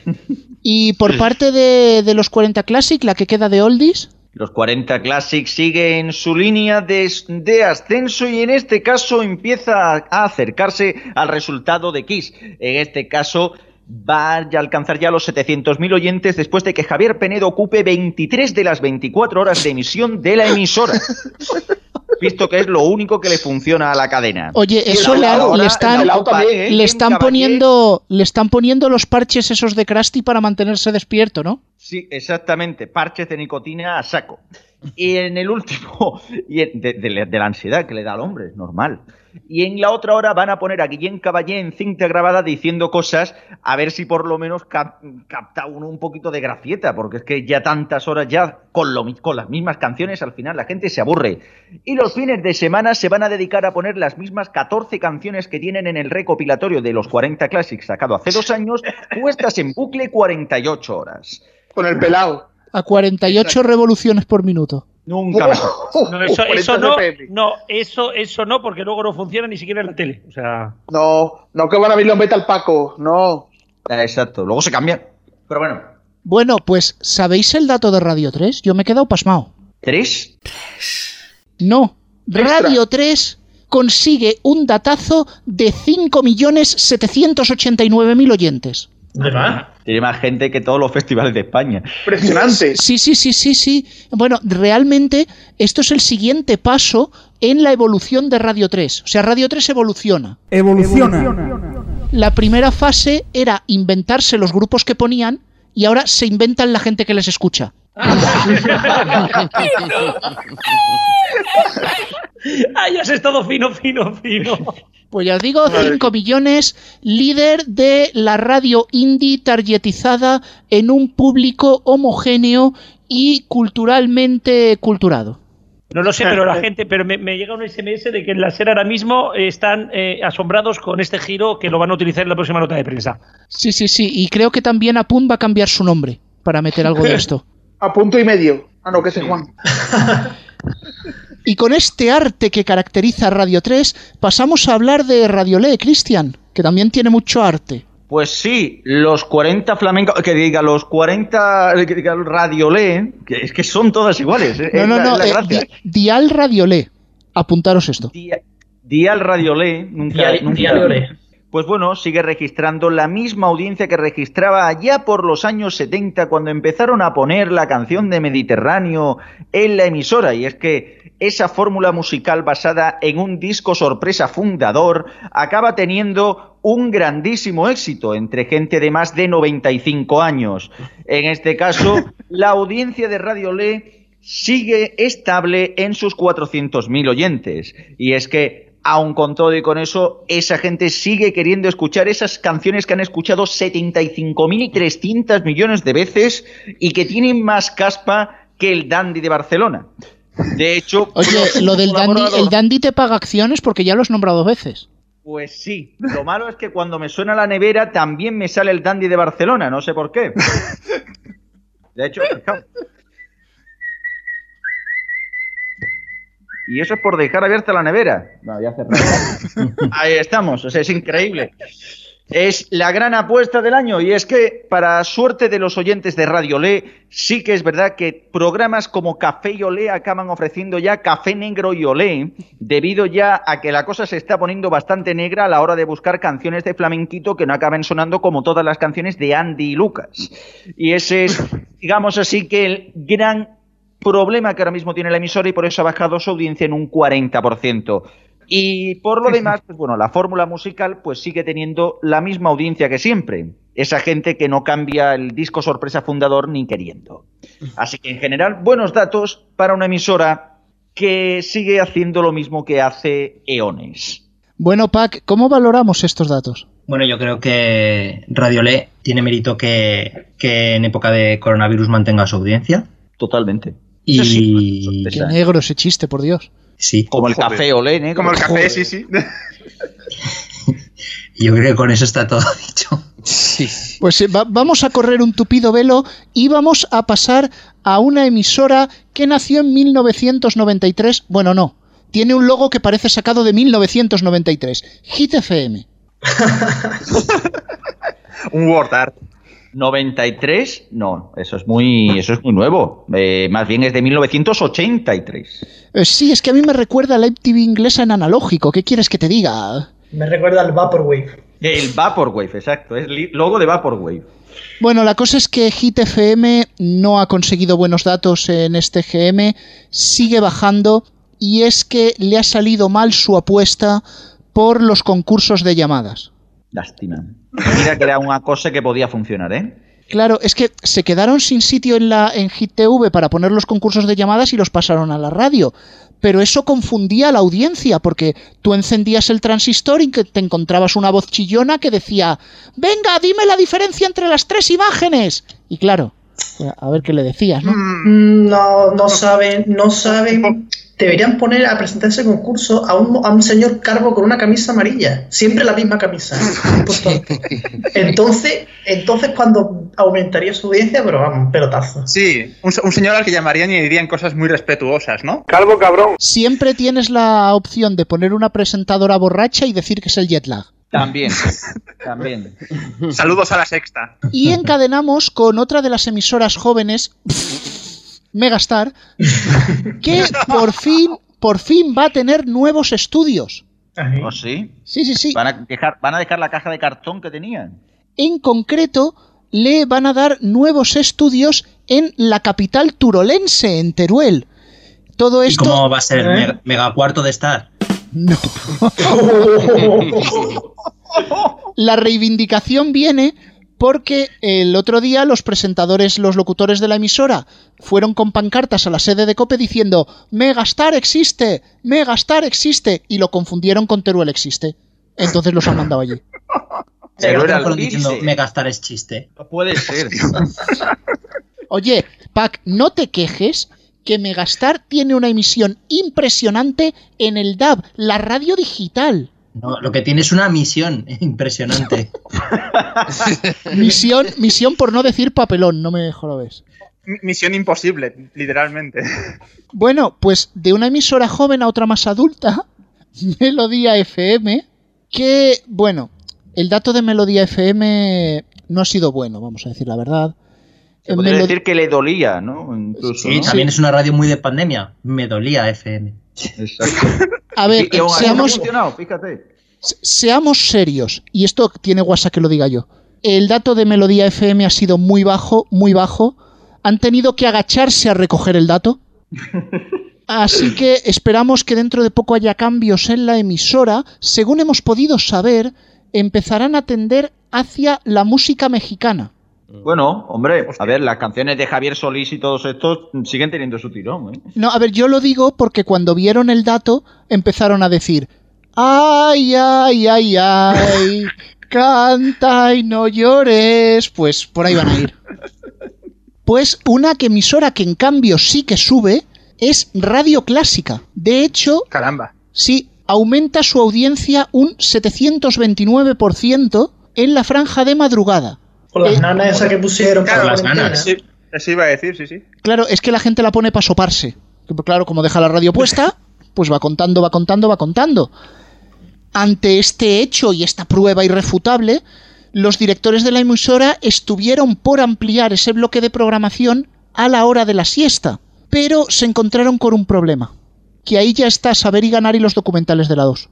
Y por parte de, de los cuarenta Classic, la que queda de Oldies. Los cuarenta Classic sigue en su línea de, de ascenso y en este caso empieza a acercarse al resultado de Kiss. En este caso va a alcanzar ya los setecientos mil oyentes después de que Javier Penedo ocupe veintitrés de las veinticuatro horas de emisión de la emisora. Visto que es lo único que le funciona a la cadena. Oye, eso le, le están, también, ¿eh? le están poniendo, le están poniendo los parches esos de Krusty para mantenerse despierto, ¿no? Sí, exactamente, parches de nicotina a saco. Y en el último, y en, de, de, de la ansiedad que le da al hombre, es normal. Y en la otra hora van a poner a Guillén Caballé en cinta grabada diciendo cosas, a ver si por lo menos cap, capta uno un poquito de gracieta, porque es que ya tantas horas ya con, lo, con las mismas canciones, al final la gente se aburre. Y los fines de semana se van a dedicar a poner las mismas catorce canciones que tienen en el recopilatorio de los cuarenta Classics sacado hace dos años, puestas en bucle cuarenta y ocho horas. Con el pelado. A cuarenta y ocho revoluciones por minuto. Nunca mejor. No, eso, eso no, no, eso, eso no, porque luego no funciona ni siquiera en la tele. O sea. No, no que van a ver los Metal Paco, no. Exacto, luego se cambia. Pero bueno. Bueno, pues, ¿sabéis el dato de Radio tres? Yo me he quedado pasmado. ¿Tres? No, Radio tres consigue un datazo de cinco millones setecientos ochenta y nueve mil oyentes. ¿Verdad? Tiene más gente que todos los festivales de España. Impresionante. Sí, sí, sí, sí, sí. Bueno, realmente esto es el siguiente paso en la evolución de Radio tres. O sea, Radio tres evoluciona. Evoluciona. La primera fase era inventarse los grupos que ponían y ahora se inventan la gente que les escucha. ¡Ay, ya es todo fino, fino, fino! Pues ya os digo, cinco millones, líder de la radio indie targetizada en un público homogéneo y culturalmente culturado. No lo sé, pero la gente, pero me, me llega un ese eme ese de que en la SER ahora mismo están eh, asombrados con este giro que lo van a utilizar en la próxima nota de prensa. Sí, sí, sí, y creo que también Apun va a cambiar su nombre para meter algo de esto. A punto y medio. Ah, no, que ese Juan. Y con este arte que caracteriza a Radio tres, pasamos a hablar de Radiolé, Cristian, que también tiene mucho arte. Pues sí, los cuarenta flamencos, que diga los cuarenta, que diga Radiolé, que es que son todas iguales. No, no, no, eh, di, Dial Radiolé, apuntaros esto. Dial, Dial Radiolé, nunca, Dial, nunca Dial Pues bueno, sigue registrando la misma audiencia que registraba allá por los años setenta cuando empezaron a poner la canción de Mediterráneo en la emisora. Y es que esa fórmula musical basada en un disco sorpresa fundador acaba teniendo un grandísimo éxito entre gente de más de noventa y cinco años. En este caso, la audiencia de Radiolé sigue estable en sus cuatrocientos mil oyentes. Y es que aun con todo y con eso, esa gente sigue queriendo escuchar esas canciones que han escuchado setenta y cinco mil trescientos millones de veces y que tienen más caspa que el Dandy de Barcelona. De hecho... Oye, lo del Dandy, el Dandy te paga acciones porque ya lo has nombrado dos veces. Pues sí. Lo malo es que cuando me suena la nevera también me sale el Dandy de Barcelona, no sé por qué. De hecho... Y eso es por dejar abierta la nevera. No, ya cerrado. Ahí estamos, o sea, es increíble. Es la gran apuesta del año y es que, para suerte de los oyentes de Radiolé, sí que es verdad que programas como Café y Olé acaban ofreciendo ya Café Negro y Olé, debido ya a que la cosa se está poniendo bastante negra a la hora de buscar canciones de flamenquito que no acaben sonando como todas las canciones de Andy y Lucas. Y ese es, digamos así, que el gran problema que ahora mismo tiene la emisora y por eso ha bajado su audiencia en un cuarenta por ciento. Y por lo demás, pues bueno, la fórmula musical pues sigue teniendo la misma audiencia que siempre. Esa gente que no cambia el disco sorpresa fundador ni queriendo. Así que en general, buenos datos para una emisora que sigue haciendo lo mismo que hace eones. Bueno, Pac, ¿cómo valoramos estos datos? Bueno, yo creo que Radiolé tiene mérito que, que en época de coronavirus mantenga su audiencia. Totalmente. Y... Sí, qué negro ese chiste, por Dios. Sí. Como el Joder. Café Olé, ¿eh? Como el café, Joder. sí, sí. Yo creo que con eso está todo dicho. Sí. Pues eh, va, vamos a correr un tupido velo y vamos a pasar a una emisora que nació en mil novecientos noventa y tres. Bueno, no. Tiene un logo que parece sacado de mil novecientos noventa y tres. Hit F M. Un word art. noventa y tres, no, eso es muy, eso es muy nuevo. Eh, más bien es de mil novecientos ochenta y tres. Eh, sí, es que a mí me recuerda a la M T V inglesa en analógico. ¿Qué quieres que te diga? Me recuerda al Vaporwave. El Vaporwave, exacto. Es logo de Vaporwave. Bueno, la cosa es que Hit F M no ha conseguido buenos datos en este G M, sigue bajando y es que le ha salido mal su apuesta por los concursos de llamadas. Lástima. Mira que era una cosa que podía funcionar, ¿eh? Claro, es que se quedaron sin sitio en la en Hit T V para poner los concursos de llamadas y los pasaron a la radio. Pero eso confundía a la audiencia, porque tú encendías el transistor y que te encontrabas una voz chillona que decía: venga, dime la diferencia entre las tres imágenes. Y claro, a ver qué le decías, ¿no? No, no saben, no saben. Deberían poner a presentar ese concurso a un, a un señor calvo con una camisa amarilla. Siempre la misma camisa. Entonces, entonces cuando aumentaría su audiencia, pero vamos, pelotazo. Sí, un, un señor al que llamarían y dirían cosas muy respetuosas, ¿no? Calvo cabrón. Siempre tienes la opción de poner una presentadora borracha y decir que es el jet lag. También, también. Saludos a la Sexta. Y encadenamos con otra de las emisoras jóvenes, Megastar, que por fin, por fin va a tener nuevos estudios. ¿Oh, sí? Sí, sí, sí. ¿Van a dejar, van a dejar la caja de cartón que tenían? En concreto, le van a dar nuevos estudios en la capital turolense, en Teruel. Todo esto... ¿Y cómo va a ser? ¿Eh? ¿Mega, mega cuarto de Star? No. La reivindicación viene porque el otro día los presentadores, los locutores de la emisora, fueron con pancartas a la sede de COPE diciendo Megastar existe, Megastar existe, y lo confundieron con Teruel existe. Entonces los han mandado allí. Pero era el diciendo Megastar es chiste. Puede ser. Oye, Pac, no te quejes, que Megastar tiene una emisión impresionante en el D A B, la radio digital. No, lo que tiene es una misión impresionante. misión, misión por no decir papelón, no me jorobes. Misión imposible, literalmente. Bueno, pues de una emisora joven a otra más adulta, Melodía F M, que, bueno, el dato de Melodía F M no ha sido bueno, vamos a decir la verdad. Se podría Melod... decir que le dolía, ¿no? Incluso, sí, ¿no? También sí. Es una radio muy de pandemia. Me dolía F M. Exacto. A ver, y, y seamos, fíjate. seamos serios, y esto tiene guasa que lo diga yo. El dato de Melodía F M ha sido muy bajo, muy bajo. Han tenido que agacharse a recoger el dato. Así que esperamos que dentro de poco haya cambios en la emisora. Según hemos podido saber, empezarán a tender hacia la música mexicana. Bueno, hombre, a ver, las canciones de Javier Solís y todos estos siguen teniendo su tirón, ¿eh? No, a ver, yo lo digo porque cuando vieron el dato empezaron a decir ay, ay, ay, ay, canta y no llores. Pues por ahí van a ir. Pues una que emisora que en cambio sí que sube es Radio Clásica. De hecho, caramba, sí, aumenta su audiencia un setecientos veintinueve por ciento en la franja de madrugada. Por las eh, nanas esas que pusieron. Claro, para las nanas. Sí, eso iba a decir, sí, sí. Claro, es que la gente la pone para soparse. Claro, como deja la radio puesta, pues va contando, va contando, va contando. Ante este hecho y esta prueba irrefutable, los directores de la emisora estuvieron por ampliar ese bloque de programación a la hora de la siesta, pero se encontraron con un problema, que ahí ya está Saber y Ganar y los documentales de la dos.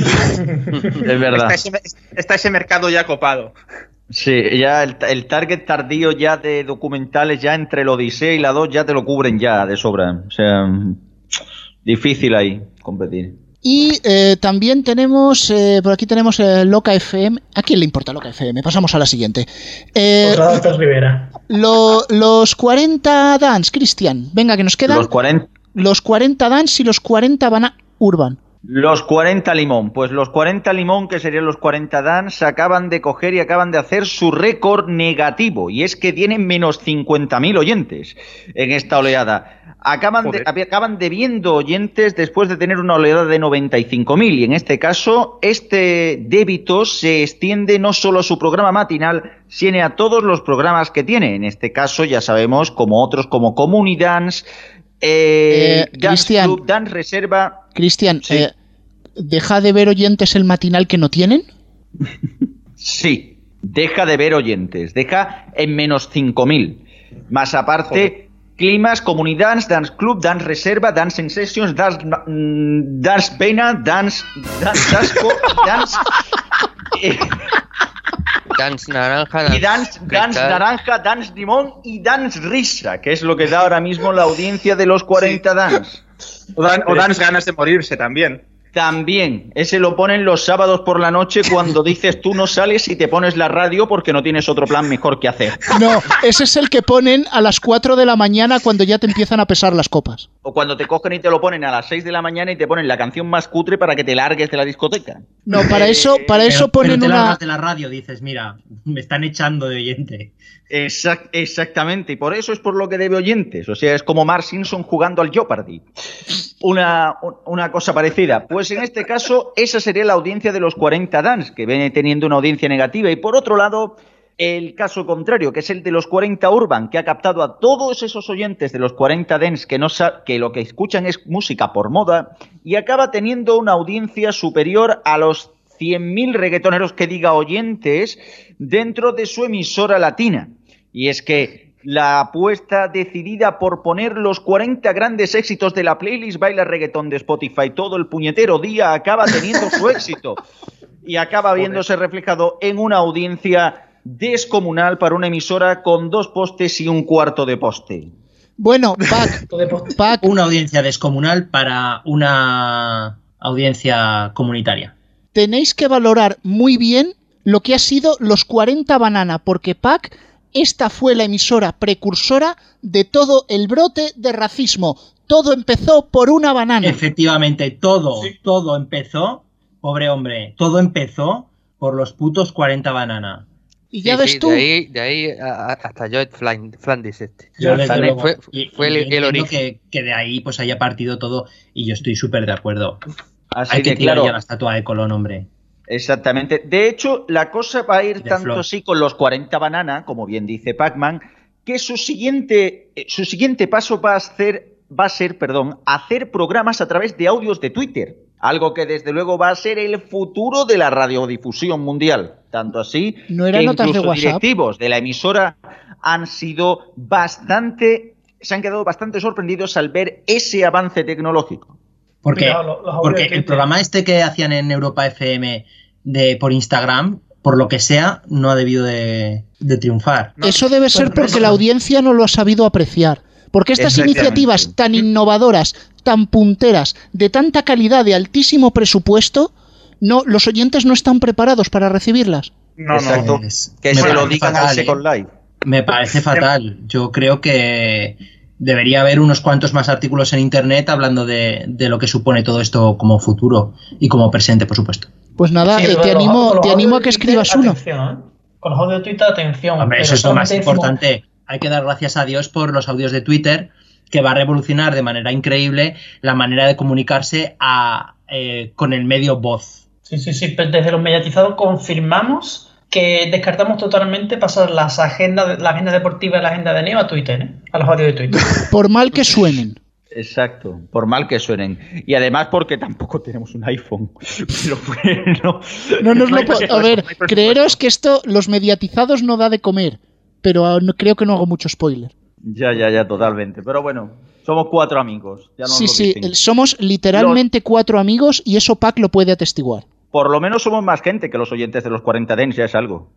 Es verdad. Está ese, está ese mercado ya copado. Sí, ya el, el target tardío ya de documentales, ya entre la Odisea y la dos ya te lo cubren ya de sobra. O sea, difícil ahí competir. Y eh, también tenemos, eh, por aquí tenemos eh, Loca F M. ¿A quién le importa Loca F M? Pasamos a la siguiente. Eh, Otra Rivera. Lo, los cuarenta Dance, Cristian. Venga, que nos quedan los cuarenta, los cuarenta Dance y los cuarenta Banana Urban. Los cuarenta Limón, pues los cuarenta Limón, que serían los cuarenta Dance, acaban de coger y acaban de hacer su récord negativo, y es que tienen menos cincuenta mil oyentes en esta oleada. Acaban, de, acaban debiendo oyentes después de tener una oleada de noventa y cinco mil, y en este caso este débito se extiende no solo a su programa matinal, sino a todos los programas que tiene. En este caso ya sabemos, como otros como Community Dance, eh, eh, Dance Club, Dance Reserva... Cristian, sí. eh, ¿deja de ver oyentes el matinal que no tienen? Sí, deja de ver oyentes, deja en menos cinco mil. Más aparte... Joder. Climas, Community Dance, Dance Club, Dance Reserva, Dancing Sessions, Dance, mm, Dance Pena, Dance, Dance Dasco, Dance... Eh, Dance Naranja, Dance, y dance, dance Naranja, Dance Limón y Dance Risa, que es lo que da ahora mismo la audiencia de los cuarenta sí. Dance. O, dan, o Dance Ganas de Morirse también. También, ese lo ponen los sábados por la noche cuando dices tú no sales y te pones la radio porque no tienes otro plan mejor que hacer. No, ese es el que ponen a las cuatro de la mañana cuando ya te empiezan a pesar las copas. O cuando te cogen y te lo ponen a las seis de la mañana y te ponen la canción más cutre para que te largues de la discoteca. No, para eso, para eso pero, ponen pero te una... largas de la radio, dices, mira, me están echando de oyente. Exact, exactamente, y por eso es por lo que debe oyentes. O sea, es como Mark Simpson jugando al Jeopardy. Una, una cosa parecida. Pues en este caso, esa sería la audiencia de los cuarenta Dance, que viene teniendo una audiencia negativa. Y por otro lado, el caso contrario, que es el de los cuarenta Urban, que ha captado a todos esos oyentes de los cuarenta Dance que, no sa- que lo que escuchan es música por moda, y acaba teniendo una audiencia superior a los cien mil reggaetoneros, que diga oyentes, dentro de su emisora latina. Y es que la apuesta decidida por poner los cuarenta grandes éxitos de la playlist Baila Reggaetón de Spotify todo el puñetero día acaba teniendo su éxito y acaba viéndose reflejado en una audiencia descomunal para una emisora con dos postes y un cuarto de poste. Bueno, Pac, Pac, una audiencia descomunal para una audiencia comunitaria. Tenéis que valorar muy bien lo que ha sido los cuarenta Banana, porque Pac... Esta fue la emisora precursora de todo el brote de racismo. Todo empezó por una banana. Efectivamente, todo, sí. todo empezó, pobre hombre, todo empezó por los putos cuarenta Banana. Y ya sí, ves sí, tú. De ahí, de ahí a, hasta Joe Flandis este. Yo fue, fue, y, fue y el, el origen. Que, que de ahí pues haya partido todo y yo estoy súper de acuerdo. Así Hay que de tirar claro. ya la estatua de Colón, hombre. Exactamente. De hecho, la cosa va a ir De tanto flor. así con los cuarenta Banana, como bien dice Pac-Man, que su siguiente, su siguiente paso va a ser, va a ser, perdón, hacer programas a través de audios de Twitter. Algo que desde luego va a ser el futuro de la radiodifusión mundial. Tanto así ¿No era que notas de incluso WhatsApp? directivos de la emisora han sido bastante, se han quedado bastante sorprendidos al ver ese avance tecnológico. Porque, Mira, los- los porque audios de el Twitter. programa este que hacían en Europa F M de, por Instagram, por lo que sea, no ha debido de, de triunfar. Eso debe ser Sorpresa. porque la audiencia no lo ha sabido apreciar. Porque estas Exactamente. iniciativas tan innovadoras, tan punteras, de tanta calidad, de altísimo presupuesto, no, los oyentes no están preparados para recibirlas. No, Exacto. no. Es- Que me se lo parece digan fatal, al ¿eh? Second Life. Me parece fatal. Yo creo que debería haber unos cuantos más artículos en internet hablando de, de lo que supone todo esto como futuro y como presente, por supuesto. Pues nada, Sí, eh, pero te los- animo, los te audios animo a de que Twitter, escribas uno. atención, ¿eh? Con los audios de Twitter, atención. Hombre, pero eso es lo más solamente decimos- importante. Hay que dar gracias a Dios por los audios de Twitter, que va a revolucionar de manera increíble la manera de comunicarse a, eh, con el medio voz. Sí, sí, sí. Pero desde los mediatizados confirmamos que descartamos totalmente pasar las agendas, la agenda deportiva y la agenda de Neo a Twitter, ¿eh? A los audios de Twitter. Por mal que suenen. Exacto, por mal que suenen. Y además porque tampoco tenemos un iPhone. Pero bueno. No nos No lo hay po- a presupuesto, ver, no hay presupuesto. creeros que esto, los mediatizados no da de comer. Pero ah, no- creo que no hago mucho spoiler. Ya, ya, ya, totalmente. Pero bueno, somos cuatro amigos. Ya nos Sí, lo sí, dicen. el- somos literalmente cuatro amigos y eso Pac lo puede atestiguar. Por lo menos somos más gente que los oyentes de los cuarenta Dents, ya es algo.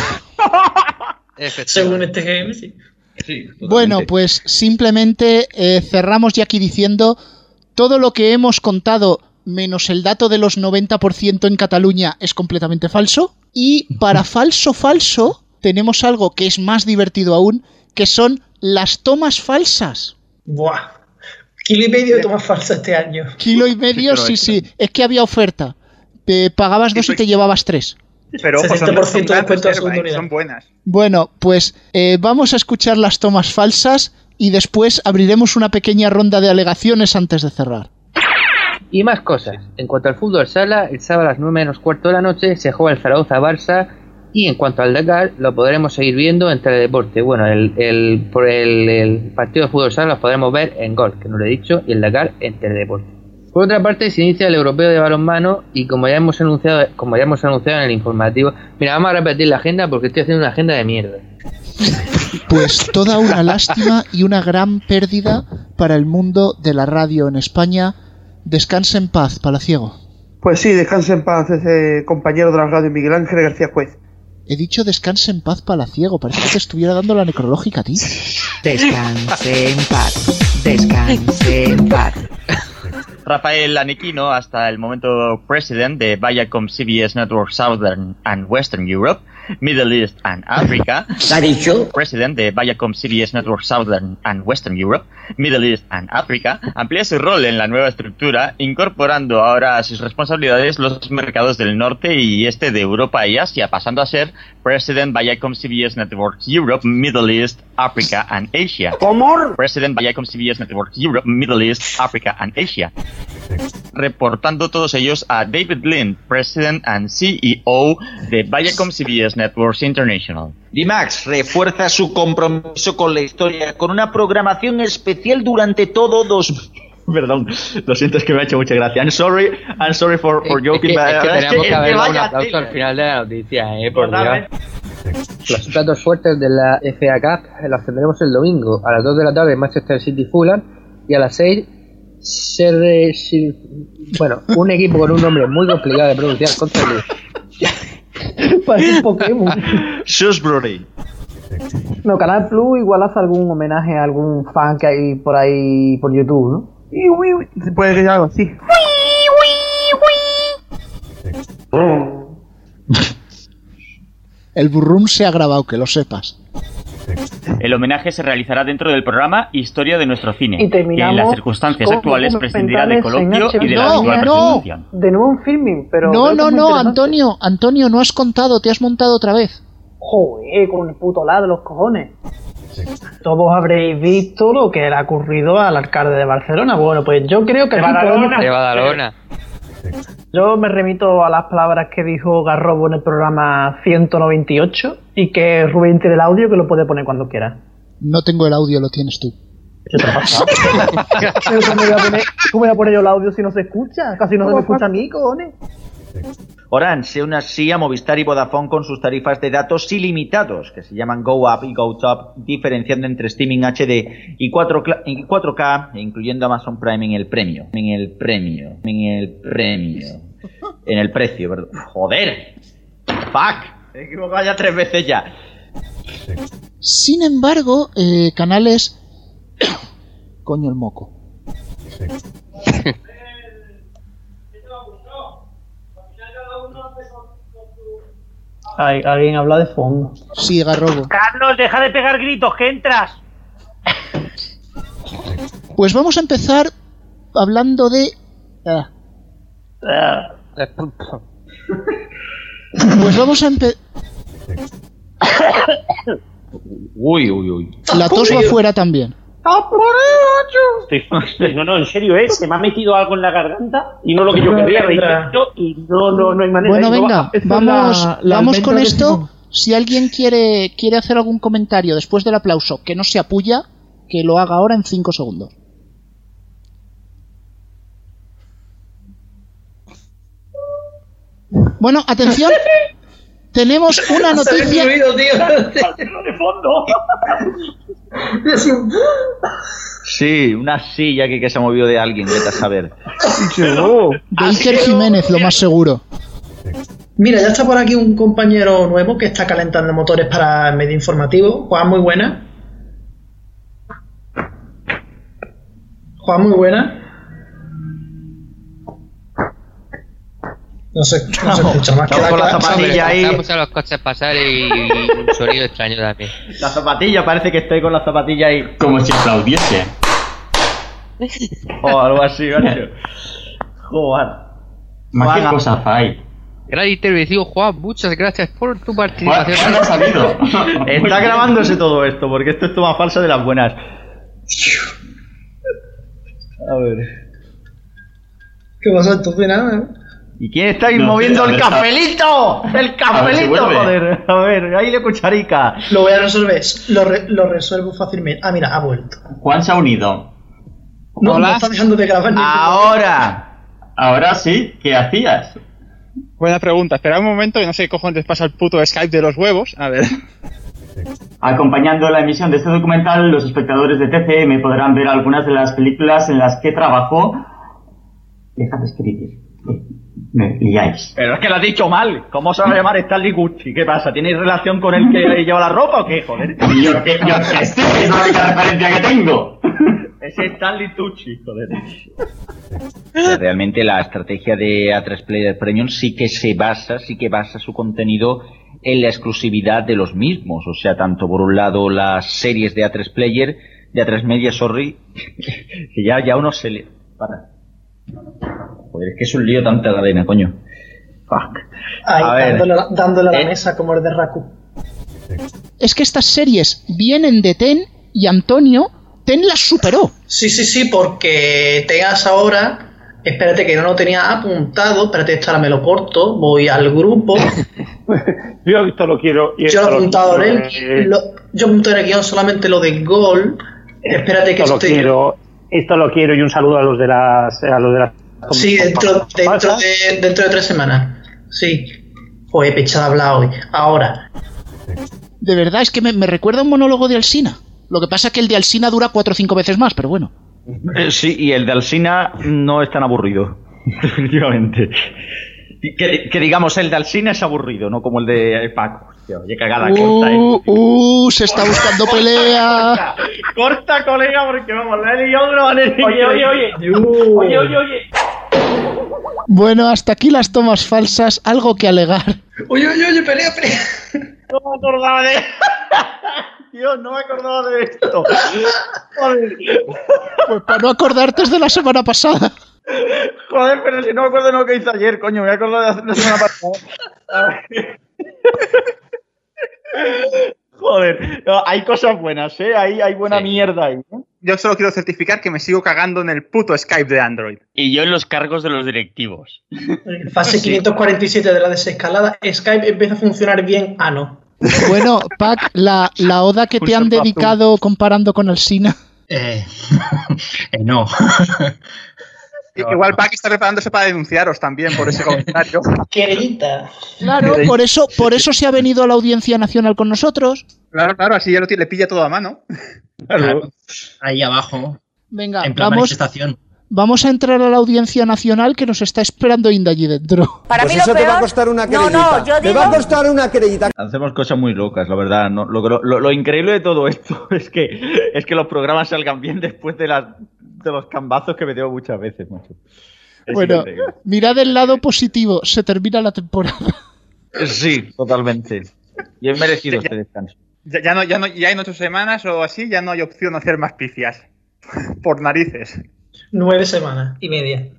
Según este G M, sí. Sí, totalmente. Bueno, pues simplemente eh, cerramos ya aquí diciendo todo lo que hemos contado, menos el dato de los noventa por ciento en Cataluña, es completamente falso. Y para falso falso tenemos algo que es más divertido aún, que son las tomas falsas. Buah. Kilo y medio de tomas falsas este año. Kilo y medio, pero sí, es- sí. Es que había oferta. Te pagabas dos y te llevabas tres. Pero ojo, son, sesenta por son ciento de gran descuento de reserva, segunda ¿eh? unidad. Son buenas. Bueno, pues eh, vamos a escuchar las tomas falsas y después abriremos una pequeña ronda de alegaciones antes de cerrar. Y más cosas. En cuanto al fútbol sala, el sábado a las nueve menos cuarto de la noche se juega el Zaragoza-Barça. Y en cuanto al Dakar, lo podremos seguir viendo en Teledeporte. Bueno, el, el, por el, el partido de fútbol sala lo podremos ver en Gol, que no lo he dicho, y el Dakar en Teledeporte. Por otra parte, se inicia el Europeo de Balonmano y como ya hemos anunciado, como ya hemos anunciado en el informativo, mira, vamos a repetir la agenda porque estoy haciendo una agenda de mierda. Pues toda una lástima y una gran pérdida para el mundo de la radio en España. Descanse en paz, Palaciego. Pues sí, descanse en paz ese compañero de la radio, Miguel Ángel García Juez. He dicho descanse en paz, Palaciego. Parece que te estuviera dando la necrológica a ti. Descanse en paz, descanse en paz. Rafael Anequino, hasta el momento president de Viacom C B S Network Southern and Western Europe, Middle East and Africa. ¿Ha dicho? President de Viacom C B S Network Southern and Western Europe, Middle East and Africa, amplía su rol en la nueva estructura, incorporando ahora a sus responsabilidades los mercados del norte y este de Europa y Asia, pasando a ser President Viacom C B S Network Europe, Middle East, Africa and Asia. ¿Cómo? President Viacom C B S Network Europe, Middle East, Africa and Asia. Reportando todos ellos a David Lind, President and C E O de Viacom C B S Networks International. D-Max refuerza su compromiso con la historia con una programación especial durante todo dos... Perdón, lo siento, es que me ha hecho mucha gracia. I'm sorry, I'm sorry for, for joking. Es que, es que es tenemos que, que haber es que un aplauso tela. al final de la noticia, eh, por Dios. Los platos fuertes de la F A Cup los tendremos el domingo a las dos de la tarde en Manchester City Fulham y a las seis Sher- Sher- bueno, un equipo con un nombre muy complicado de pronunciar contra el Leeds. Parece un Pokémon. Shrewsbury. No, Canal Plus igual hace algún homenaje a algún fan que hay por ahí por YouTube, ¿no? Puede que sea algo así. El burrum se ha grabado, que lo sepas. El homenaje se realizará dentro del programa Historia de nuestro cine, Y que terminamos en las circunstancias con actuales prescindirá de documentales coloquio en y de H B O. la No, habitual no. presentación. De nuevo un filming, pero... No, creo que no, es muy no, interesante. Antonio, Antonio, no has contado, te has montado otra vez. Joder, con el puto lado de los cojones. Todos habréis visto lo que le ha ocurrido al alcalde de Barcelona. Bueno, pues yo creo que De aquí Badalona. podemos... De Badalona. Yo me remito a las palabras que dijo Garrobo en el programa ciento noventa y ocho y que Rubén tiene el audio, que lo puede poner cuando quiera. No tengo el audio, lo tienes tú. ¿Qué te ha pasado? Pero ¿Cómo voy, a poner, ¿Cómo voy a poner yo el audio si no se escucha? Casi no se me escucha a mí, cojones. Orange se une así a Movistar y Vodafone con sus tarifas de datos ilimitados, que se llaman Go Up y Go Top, diferenciando entre streaming H D y cuatro K, incluyendo Amazon Prime en el premio. En el premio. En el premio. En el precio, perdón. ¡Joder! ¡Fuck! Me he equivocado ya tres veces ya. Sin embargo, eh, canales... Coño el moco. Ay, alguien habla de fondo. Sí, Garrobo. Carlos, deja de pegar gritos, que entras. Pues vamos a empezar hablando de... ah. Pues vamos a empezar... Uy, uy, uy. La tos va fuera también. Estoy- No, no, en serio, ¿eh? Se me ha metido algo en la garganta y no lo que yo quería, reírlo, y no, no, no hay manera. Bueno, y no venga, va- Esto es vamos, la- la vamos almendra con de esto. Simón. Si alguien quiere, quiere hacer algún comentario después del aplauso que no se apulla, que lo haga ahora en cinco segundos. Bueno, atención. Tenemos una noticia. de fondo. Sí, una silla que, que se ha movido de alguien, vete a saber. De Iker Jiménez, lo más seguro. Mira, ya está por aquí un compañero nuevo que está calentando motores para el medio informativo. Juan, muy buena. Juan, muy buena. No sé, no se escucha más que Estamos con la la zapatilla ahí. Vamos a los coches pasar y, y un sonido extraño también. La zapatilla, parece que estoy con la zapatilla ahí. Como si aplaudiese. O algo así, gacho. Joder. Más que Juan, cosas hay. Gran intervención, Juan. Muchas gracias por tu Juan, participación. Juan ha salido. Está grabándose todo esto, porque esto es toma falsa de las buenas. A ver. ¿Qué pasa? Entonces nada. ¿Y quién está ahí No, moviendo a el ver, cafelito? ¡El A ver si cafelito, vuelve. joder! A ver, ahí le cucharica. Lo voy a resolver. Lo, re- lo resuelvo fácilmente. Ah, mira, ha vuelto. Juan se ha unido. No, Hola. no está dejando de grabar ni Ahora. Ahora sí, ¿qué hacías? Buena pregunta. Espera un momento, que no sé qué cojones pasa el puto Skype de los huevos. A ver. Acompañando la emisión de este documental, los espectadores de T C M podrán ver algunas de las películas en las que trabajó. Dejad de escribir. Me liáis. Pero es que lo has dicho mal. ¿Cómo se va a llamar Stanley Gucci? ¿Qué pasa? ¿Tienes relación con el que lleva la ropa o qué, joder? Yo que, yo que sé, es la única referencia que tengo. Ese es Stanley Tucci, joder. Realmente la estrategia de A tres Player Premium sí que se basa, sí que basa su contenido en la exclusividad de los mismos. O sea, tanto por un lado las series de A tres Player, de A tres Media, sorry, que ya, ya uno se le... Para. Joder, es que es un lío tanta cadena, coño. Fuck. Ahí, a ver, dándole, dándole a la eh, mesa como el de Raku. Es que estas series vienen de Ten y Antonio, Ten las superó. Sí, sí, sí, porque tengas ahora... Espérate, que no lo tenía apuntado. Espérate, esto ahora me lo corto. Voy al grupo. Yo esto lo quiero. Y Yo lo he apuntado en el, eh, lo, yo apunto en el guión solamente lo de gol. Espérate que esto estoy... lo quiero. Esto lo quiero y un saludo a los de las... A los de las Sí, dentro, dentro, de, dentro de tres semanas. Sí. Joder, pechada habla hoy. Ahora. De verdad, es que me, me recuerda a un monólogo de Alsina. Lo que pasa es que el de Alsina dura cuatro o cinco veces más, pero bueno. Eh, sí, y el de Alsina no es tan aburrido, definitivamente. Que, que digamos, el de Alsina es aburrido, no como el de Paco. Hostia, oye, cagada, uh, corta, eh. Uh, se está buscando pelea. Corta, corta, colega, porque vamos, la he liado de una manera. Oye, oye, oye. Uh. Oye, oye, oye. Bueno, hasta aquí las tomas falsas, algo que alegar. Oye, oye, oye, pelea, pelea. No me acordaba de... Dios, no me acordaba de esto. Joder. Pues para no acordarte es de la semana pasada. Joder, pero si no me acuerdo de lo que hice ayer, coño, me acuerdo de la semana pasada. Joder, no, hay cosas buenas, ¿eh? Hay, hay buena sí. mierda ahí, ¿eh? Yo solo quiero certificar que me sigo cagando en el puto Skype de Android. Y yo en los cargos de los directivos. Fase quinientos cuarenta y siete de la desescalada, Skype empieza a funcionar bien, ah, no. Bueno, Pac, la, la oda que te han dedicado comparando con Alsina. Eh, eh, no. Igual Pac está preparándose para denunciaros también por ese comentario. Querida. Claro, por eso, por eso se ha venido a la Audiencia Nacional con nosotros. Claro, claro, así ya lo tiene, le pilla todo a mano. Claro. Ahí abajo. Venga, en plan vamos, manifestación. Vamos a entrar a la Audiencia Nacional que nos está esperando Inda allí dentro. Para pues mí eso lo peor... te va a costar una querellita. No, no, yo digo... Te va a costar una querellita. Hacemos cosas muy locas, la verdad. No, lo, lo, lo increíble de todo esto es que, es que los programas salgan bien después de, las, de los cambazos que me dio muchas veces, macho. Es bueno, increíble. Mirad el lado positivo. Se termina la temporada. Sí, totalmente. Y es merecido este descanso. Ya, ya, no, ya, no, ya en ocho semanas o así ya no hay opción de hacer más pifias. Por narices. Nueve semanas y media.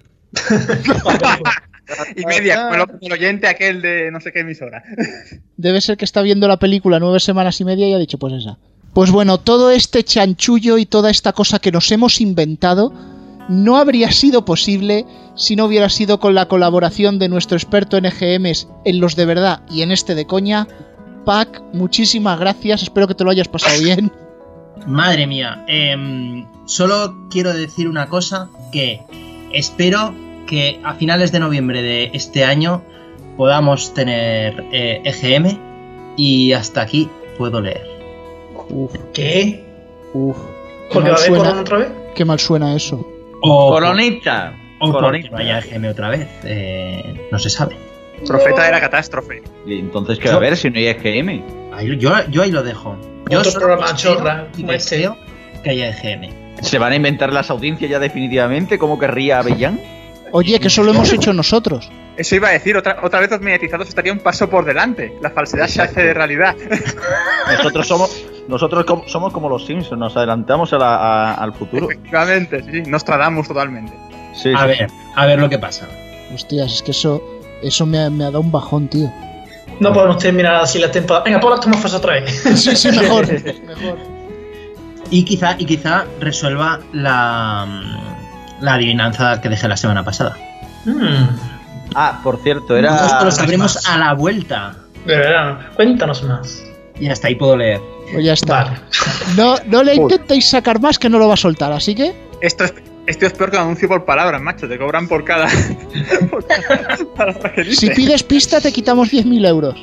y media, con el oyente aquel de no sé qué emisora. Debe ser que está viendo la película Nueve semanas y media y ha dicho, pues esa. Pues bueno, todo este chanchullo y toda esta cosa que nos hemos inventado no habría sido posible si no hubiera sido con la colaboración de nuestro experto en E G Ms en los de verdad y en este de coña. Pac, muchísimas gracias, espero que te lo hayas pasado bien. Madre mía, eh, solo quiero decir una cosa, que espero que a finales de noviembre de este año podamos tener eh, E G M y hasta aquí puedo leer. Uf. ¿Qué? Uf. ¿Porque va a haber corona otra vez? Qué mal suena eso. O, Coronita. O Coronita. porque vaya E G M otra vez, eh, no se sabe. Profeta de la catástrofe. ¿Y entonces qué va a haber si no hay E G M? Ahí, yo, yo ahí lo dejo. Yo Otro programa chorra y como este. deseo que haya E G M. ¿Se van a inventar las audiencias ya definitivamente? ¿Cómo querría Avellán? Oye, que eso lo hemos hecho nosotros. Eso iba a decir, otra, otra vez los mediatizados estaría un paso por delante. La falsedad se hace de realidad. Nosotros somos nosotros somos como los Simpsons, nos adelantamos a la, a, al futuro. Efectivamente, sí, nos tratamos totalmente. Sí, a sí. ver, a ver lo que pasa. Hostias, es que eso, eso me ha, me ha dado un bajón, tío. No podemos terminar así la temporada. Venga, pon las tomas falsas otra vez. Sí, sí, mejor. mejor. Y quizá, y quizá resuelva la, la adivinanza que dejé la semana pasada. Mm. Ah, por cierto, era... Nosotros lo sabremos a la vuelta. De verdad, cuéntanos más. Y hasta ahí puedo leer. Pues ya está. Vale. No, no le intentéis sacar más que no lo va a soltar, así que... Esto es, esto es peor que un anuncio por palabras, macho. Te cobran por cada... por cada palabra que dices. Si pides pista te quitamos diez mil euros.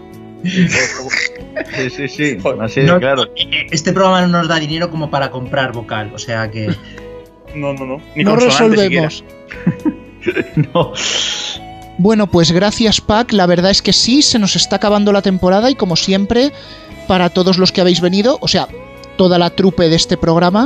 Sí, sí, sí. Así de No, claro. Este programa no nos da dinero como para comprar vocal, o sea que... No, no, no. Ni No resolvemos. No. Bueno, pues gracias, Pac. La verdad es que sí, se nos está acabando la temporada y como siempre, para todos los que habéis venido, o sea, toda la trupe de este programa,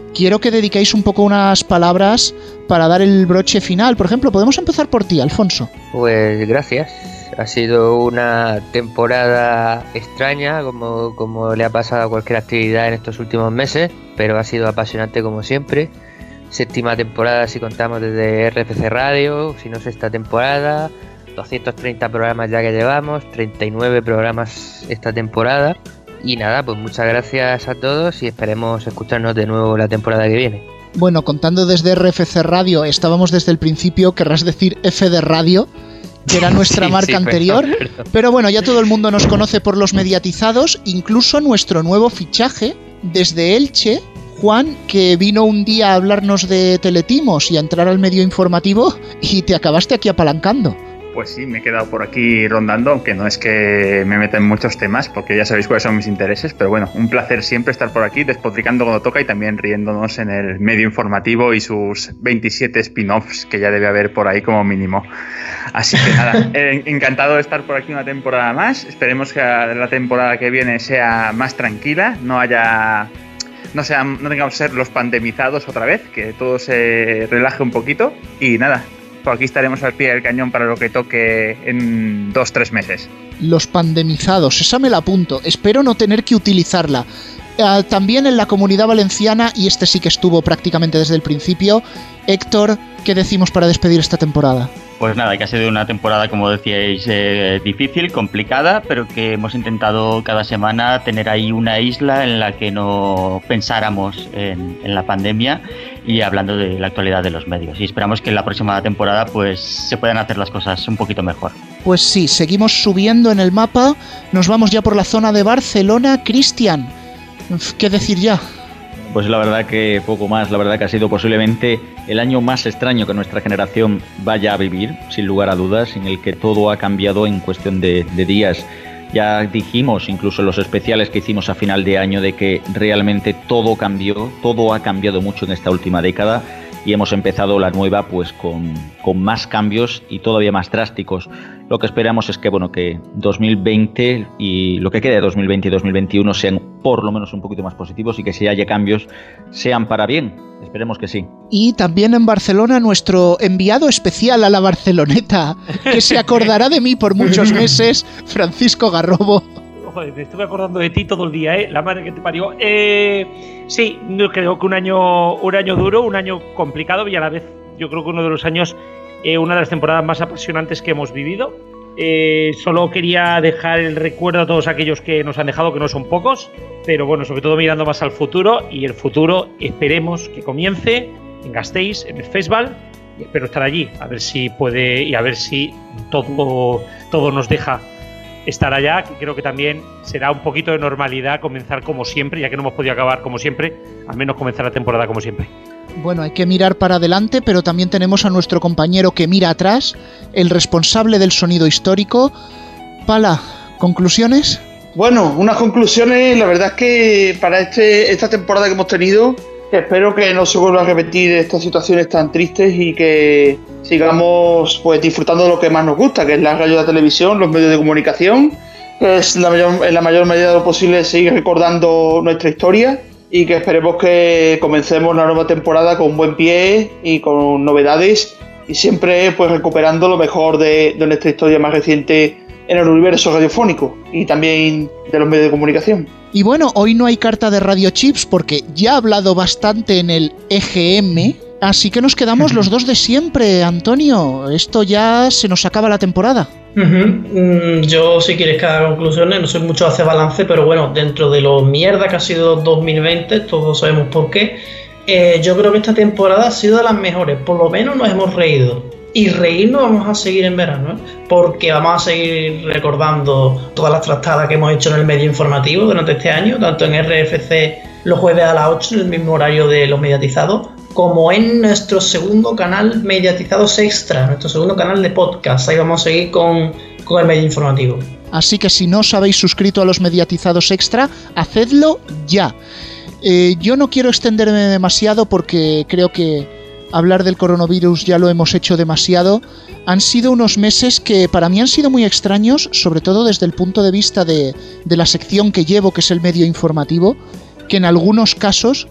quiero que dediquéis un poco unas palabras para dar el broche final. Por ejemplo, podemos empezar por ti, Alfonso. Pues gracias. Ha sido una temporada extraña, como, como le ha pasado a cualquier actividad en estos últimos meses, pero ha sido apasionante como siempre. Séptima temporada si contamos desde R F C Radio, si no sexta temporada, doscientos treinta programas ya que llevamos, treinta y nueve programas esta temporada. Y nada, pues muchas gracias a todos y esperemos escucharnos de nuevo la temporada que viene. Bueno, contando desde R F C Radio, estábamos desde el principio, querrás decir F de Radio, que era nuestra sí, marca sí, anterior, perdón, perdón. Pero bueno, ya todo el mundo nos conoce por los mediatizados, incluso nuestro nuevo fichaje desde Elche, Juan, que vino un día a hablarnos de teletimos y a entrar al medio informativo y te acabaste aquí apalancando. Pues sí, me he quedado por aquí rondando, aunque no es que me meta en muchos temas, porque ya sabéis cuáles son mis intereses, pero bueno, un placer siempre estar por aquí, despotricando cuando toca y también riéndonos en el medio informativo y sus veintisiete spin-offs que ya debe haber por ahí como mínimo. Así que nada, eh, encantado de estar por aquí una temporada más. Esperemos que la temporada que viene sea más tranquila, no haya... No, sean, no tengamos que ser los pandemizados otra vez, que todo se relaje un poquito y nada, por aquí estaremos al pie del cañón para lo que toque en dos, tres meses. Los pandemizados, esa me la apunto, espero no tener que utilizarla. Uh, también en la Comunidad Valenciana, y este sí que estuvo prácticamente desde el principio, Héctor, ¿qué decimos para despedir esta temporada? Pues nada, que ha sido una temporada, como decíais, eh, difícil, complicada, pero que hemos intentado cada semana tener ahí una isla en la que no pensáramos en, en la pandemia y hablando de la actualidad de los medios. Y esperamos que en la próxima temporada pues se puedan hacer las cosas un poquito mejor. Pues sí, seguimos subiendo en el mapa, nos vamos ya por la zona de Barcelona. Cristian, ¿qué decir ya? Pues la verdad que poco más, la verdad que ha sido posiblemente el año más extraño que nuestra generación vaya a vivir, sin lugar a dudas, en el que todo ha cambiado en cuestión de, de días. Ya dijimos, incluso en los especiales que hicimos a final de año, de que realmente todo cambió, todo ha cambiado mucho en esta última década y hemos empezado la nueva pues con, con más cambios y todavía más drásticos. Lo que esperamos es que bueno que dos mil veinte y lo que queda de dos mil veinte y dos mil veintiuno sean por lo menos un poquito más positivos y que si haya cambios sean para bien. Esperemos que sí. Y también en Barcelona nuestro enviado especial a la Barceloneta, que se acordará de mí por muchos meses, Francisco Garrobo. Joder, me estuve acordando de ti todo el día, ¿eh? La madre que te parió. Eh, sí, creo que un año, un año duro, un año complicado y a la vez yo creo que uno de los años, eh, una de las temporadas más apasionantes que hemos vivido. Eh, solo quería dejar el recuerdo a todos aquellos que nos han dejado, que no son pocos, pero bueno, sobre todo mirando más al futuro, y el futuro esperemos que comience en Gasteiz, en el festival, y espero estar allí, a ver si puede y a ver si todo, todo nos deja estar allá, que creo que también será un poquito de normalidad comenzar como siempre, ya que no hemos podido acabar como siempre, al menos comenzar la temporada como siempre. Bueno, hay que mirar para adelante, pero también tenemos a nuestro compañero que mira atrás, el responsable del sonido histórico. Pala, ¿conclusiones? Bueno, unas conclusiones, la verdad es que para este esta temporada que hemos tenido, espero que no se vuelva a repetir estas situaciones tan tristes y que sigamos pues disfrutando de lo que más nos gusta, que es la radio y la televisión, los medios de comunicación, que es la mayor, en la mayor medida de lo posible seguir recordando nuestra historia y que esperemos que comencemos la nueva temporada con buen pie y con novedades y siempre pues recuperando lo mejor de, de nuestra historia más reciente en el universo radiofónico y también de los medios de comunicación. Y bueno, hoy no hay carta de Radio Chips porque ya ha hablado bastante en el E G M, así que nos quedamos los dos de siempre, Antonio. Esto ya se nos acaba la temporada. Uh-huh. Mm, yo, si quieres que haga conclusiones, no soy mucho de hacer balance, pero bueno, dentro de lo mierda que ha sido dos mil veinte, todos sabemos por qué, eh, yo creo que esta temporada ha sido de las mejores, por lo menos nos hemos reído. Y reírnos vamos a seguir en verano, ¿eh? Porque vamos a seguir recordando todas las trastadas que hemos hecho en el medio informativo durante este año, tanto en R F C los jueves a las ocho, en el mismo horario de los mediatizados, como en nuestro segundo canal Mediatizados Extra, nuestro segundo canal de podcast. Ahí vamos a seguir con, con el medio informativo. Así que si no os habéis suscrito a los Mediatizados Extra, hacedlo ya. Eh, yo no quiero extenderme demasiado porque creo que hablar del coronavirus ya lo hemos hecho demasiado. Han sido unos meses que para mí han sido muy extraños, sobre todo desde el punto de vista de, de la sección que llevo, que es el medio informativo, que en algunos casos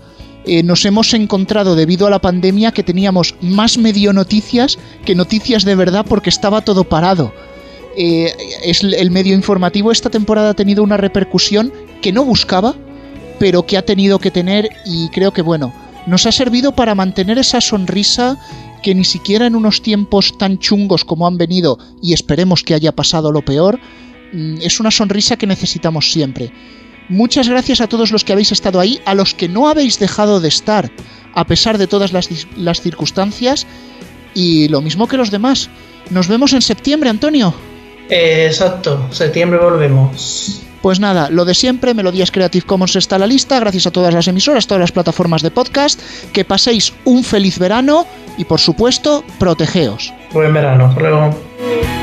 eh, nos hemos encontrado debido a la pandemia que teníamos más medio noticias que noticias de verdad porque estaba todo parado. Eh, es el medio informativo esta temporada ha tenido una repercusión que no buscaba, pero que ha tenido que tener, y creo que bueno, nos ha servido para mantener esa sonrisa que ni siquiera en unos tiempos tan chungos como han venido, y esperemos que haya pasado lo peor, es una sonrisa que necesitamos siempre. Muchas gracias a todos los que habéis estado ahí, a los que no habéis dejado de estar a pesar de todas las, las circunstancias, y lo mismo que los demás. Nos vemos en septiembre, Antonio. Eh, exacto, septiembre volvemos. Pues nada, lo de siempre, Melodías Creative Commons está a la lista, gracias a todas las emisoras, todas las plataformas de podcast, que paséis un feliz verano y por supuesto, protegeos. Buen verano, hasta luego.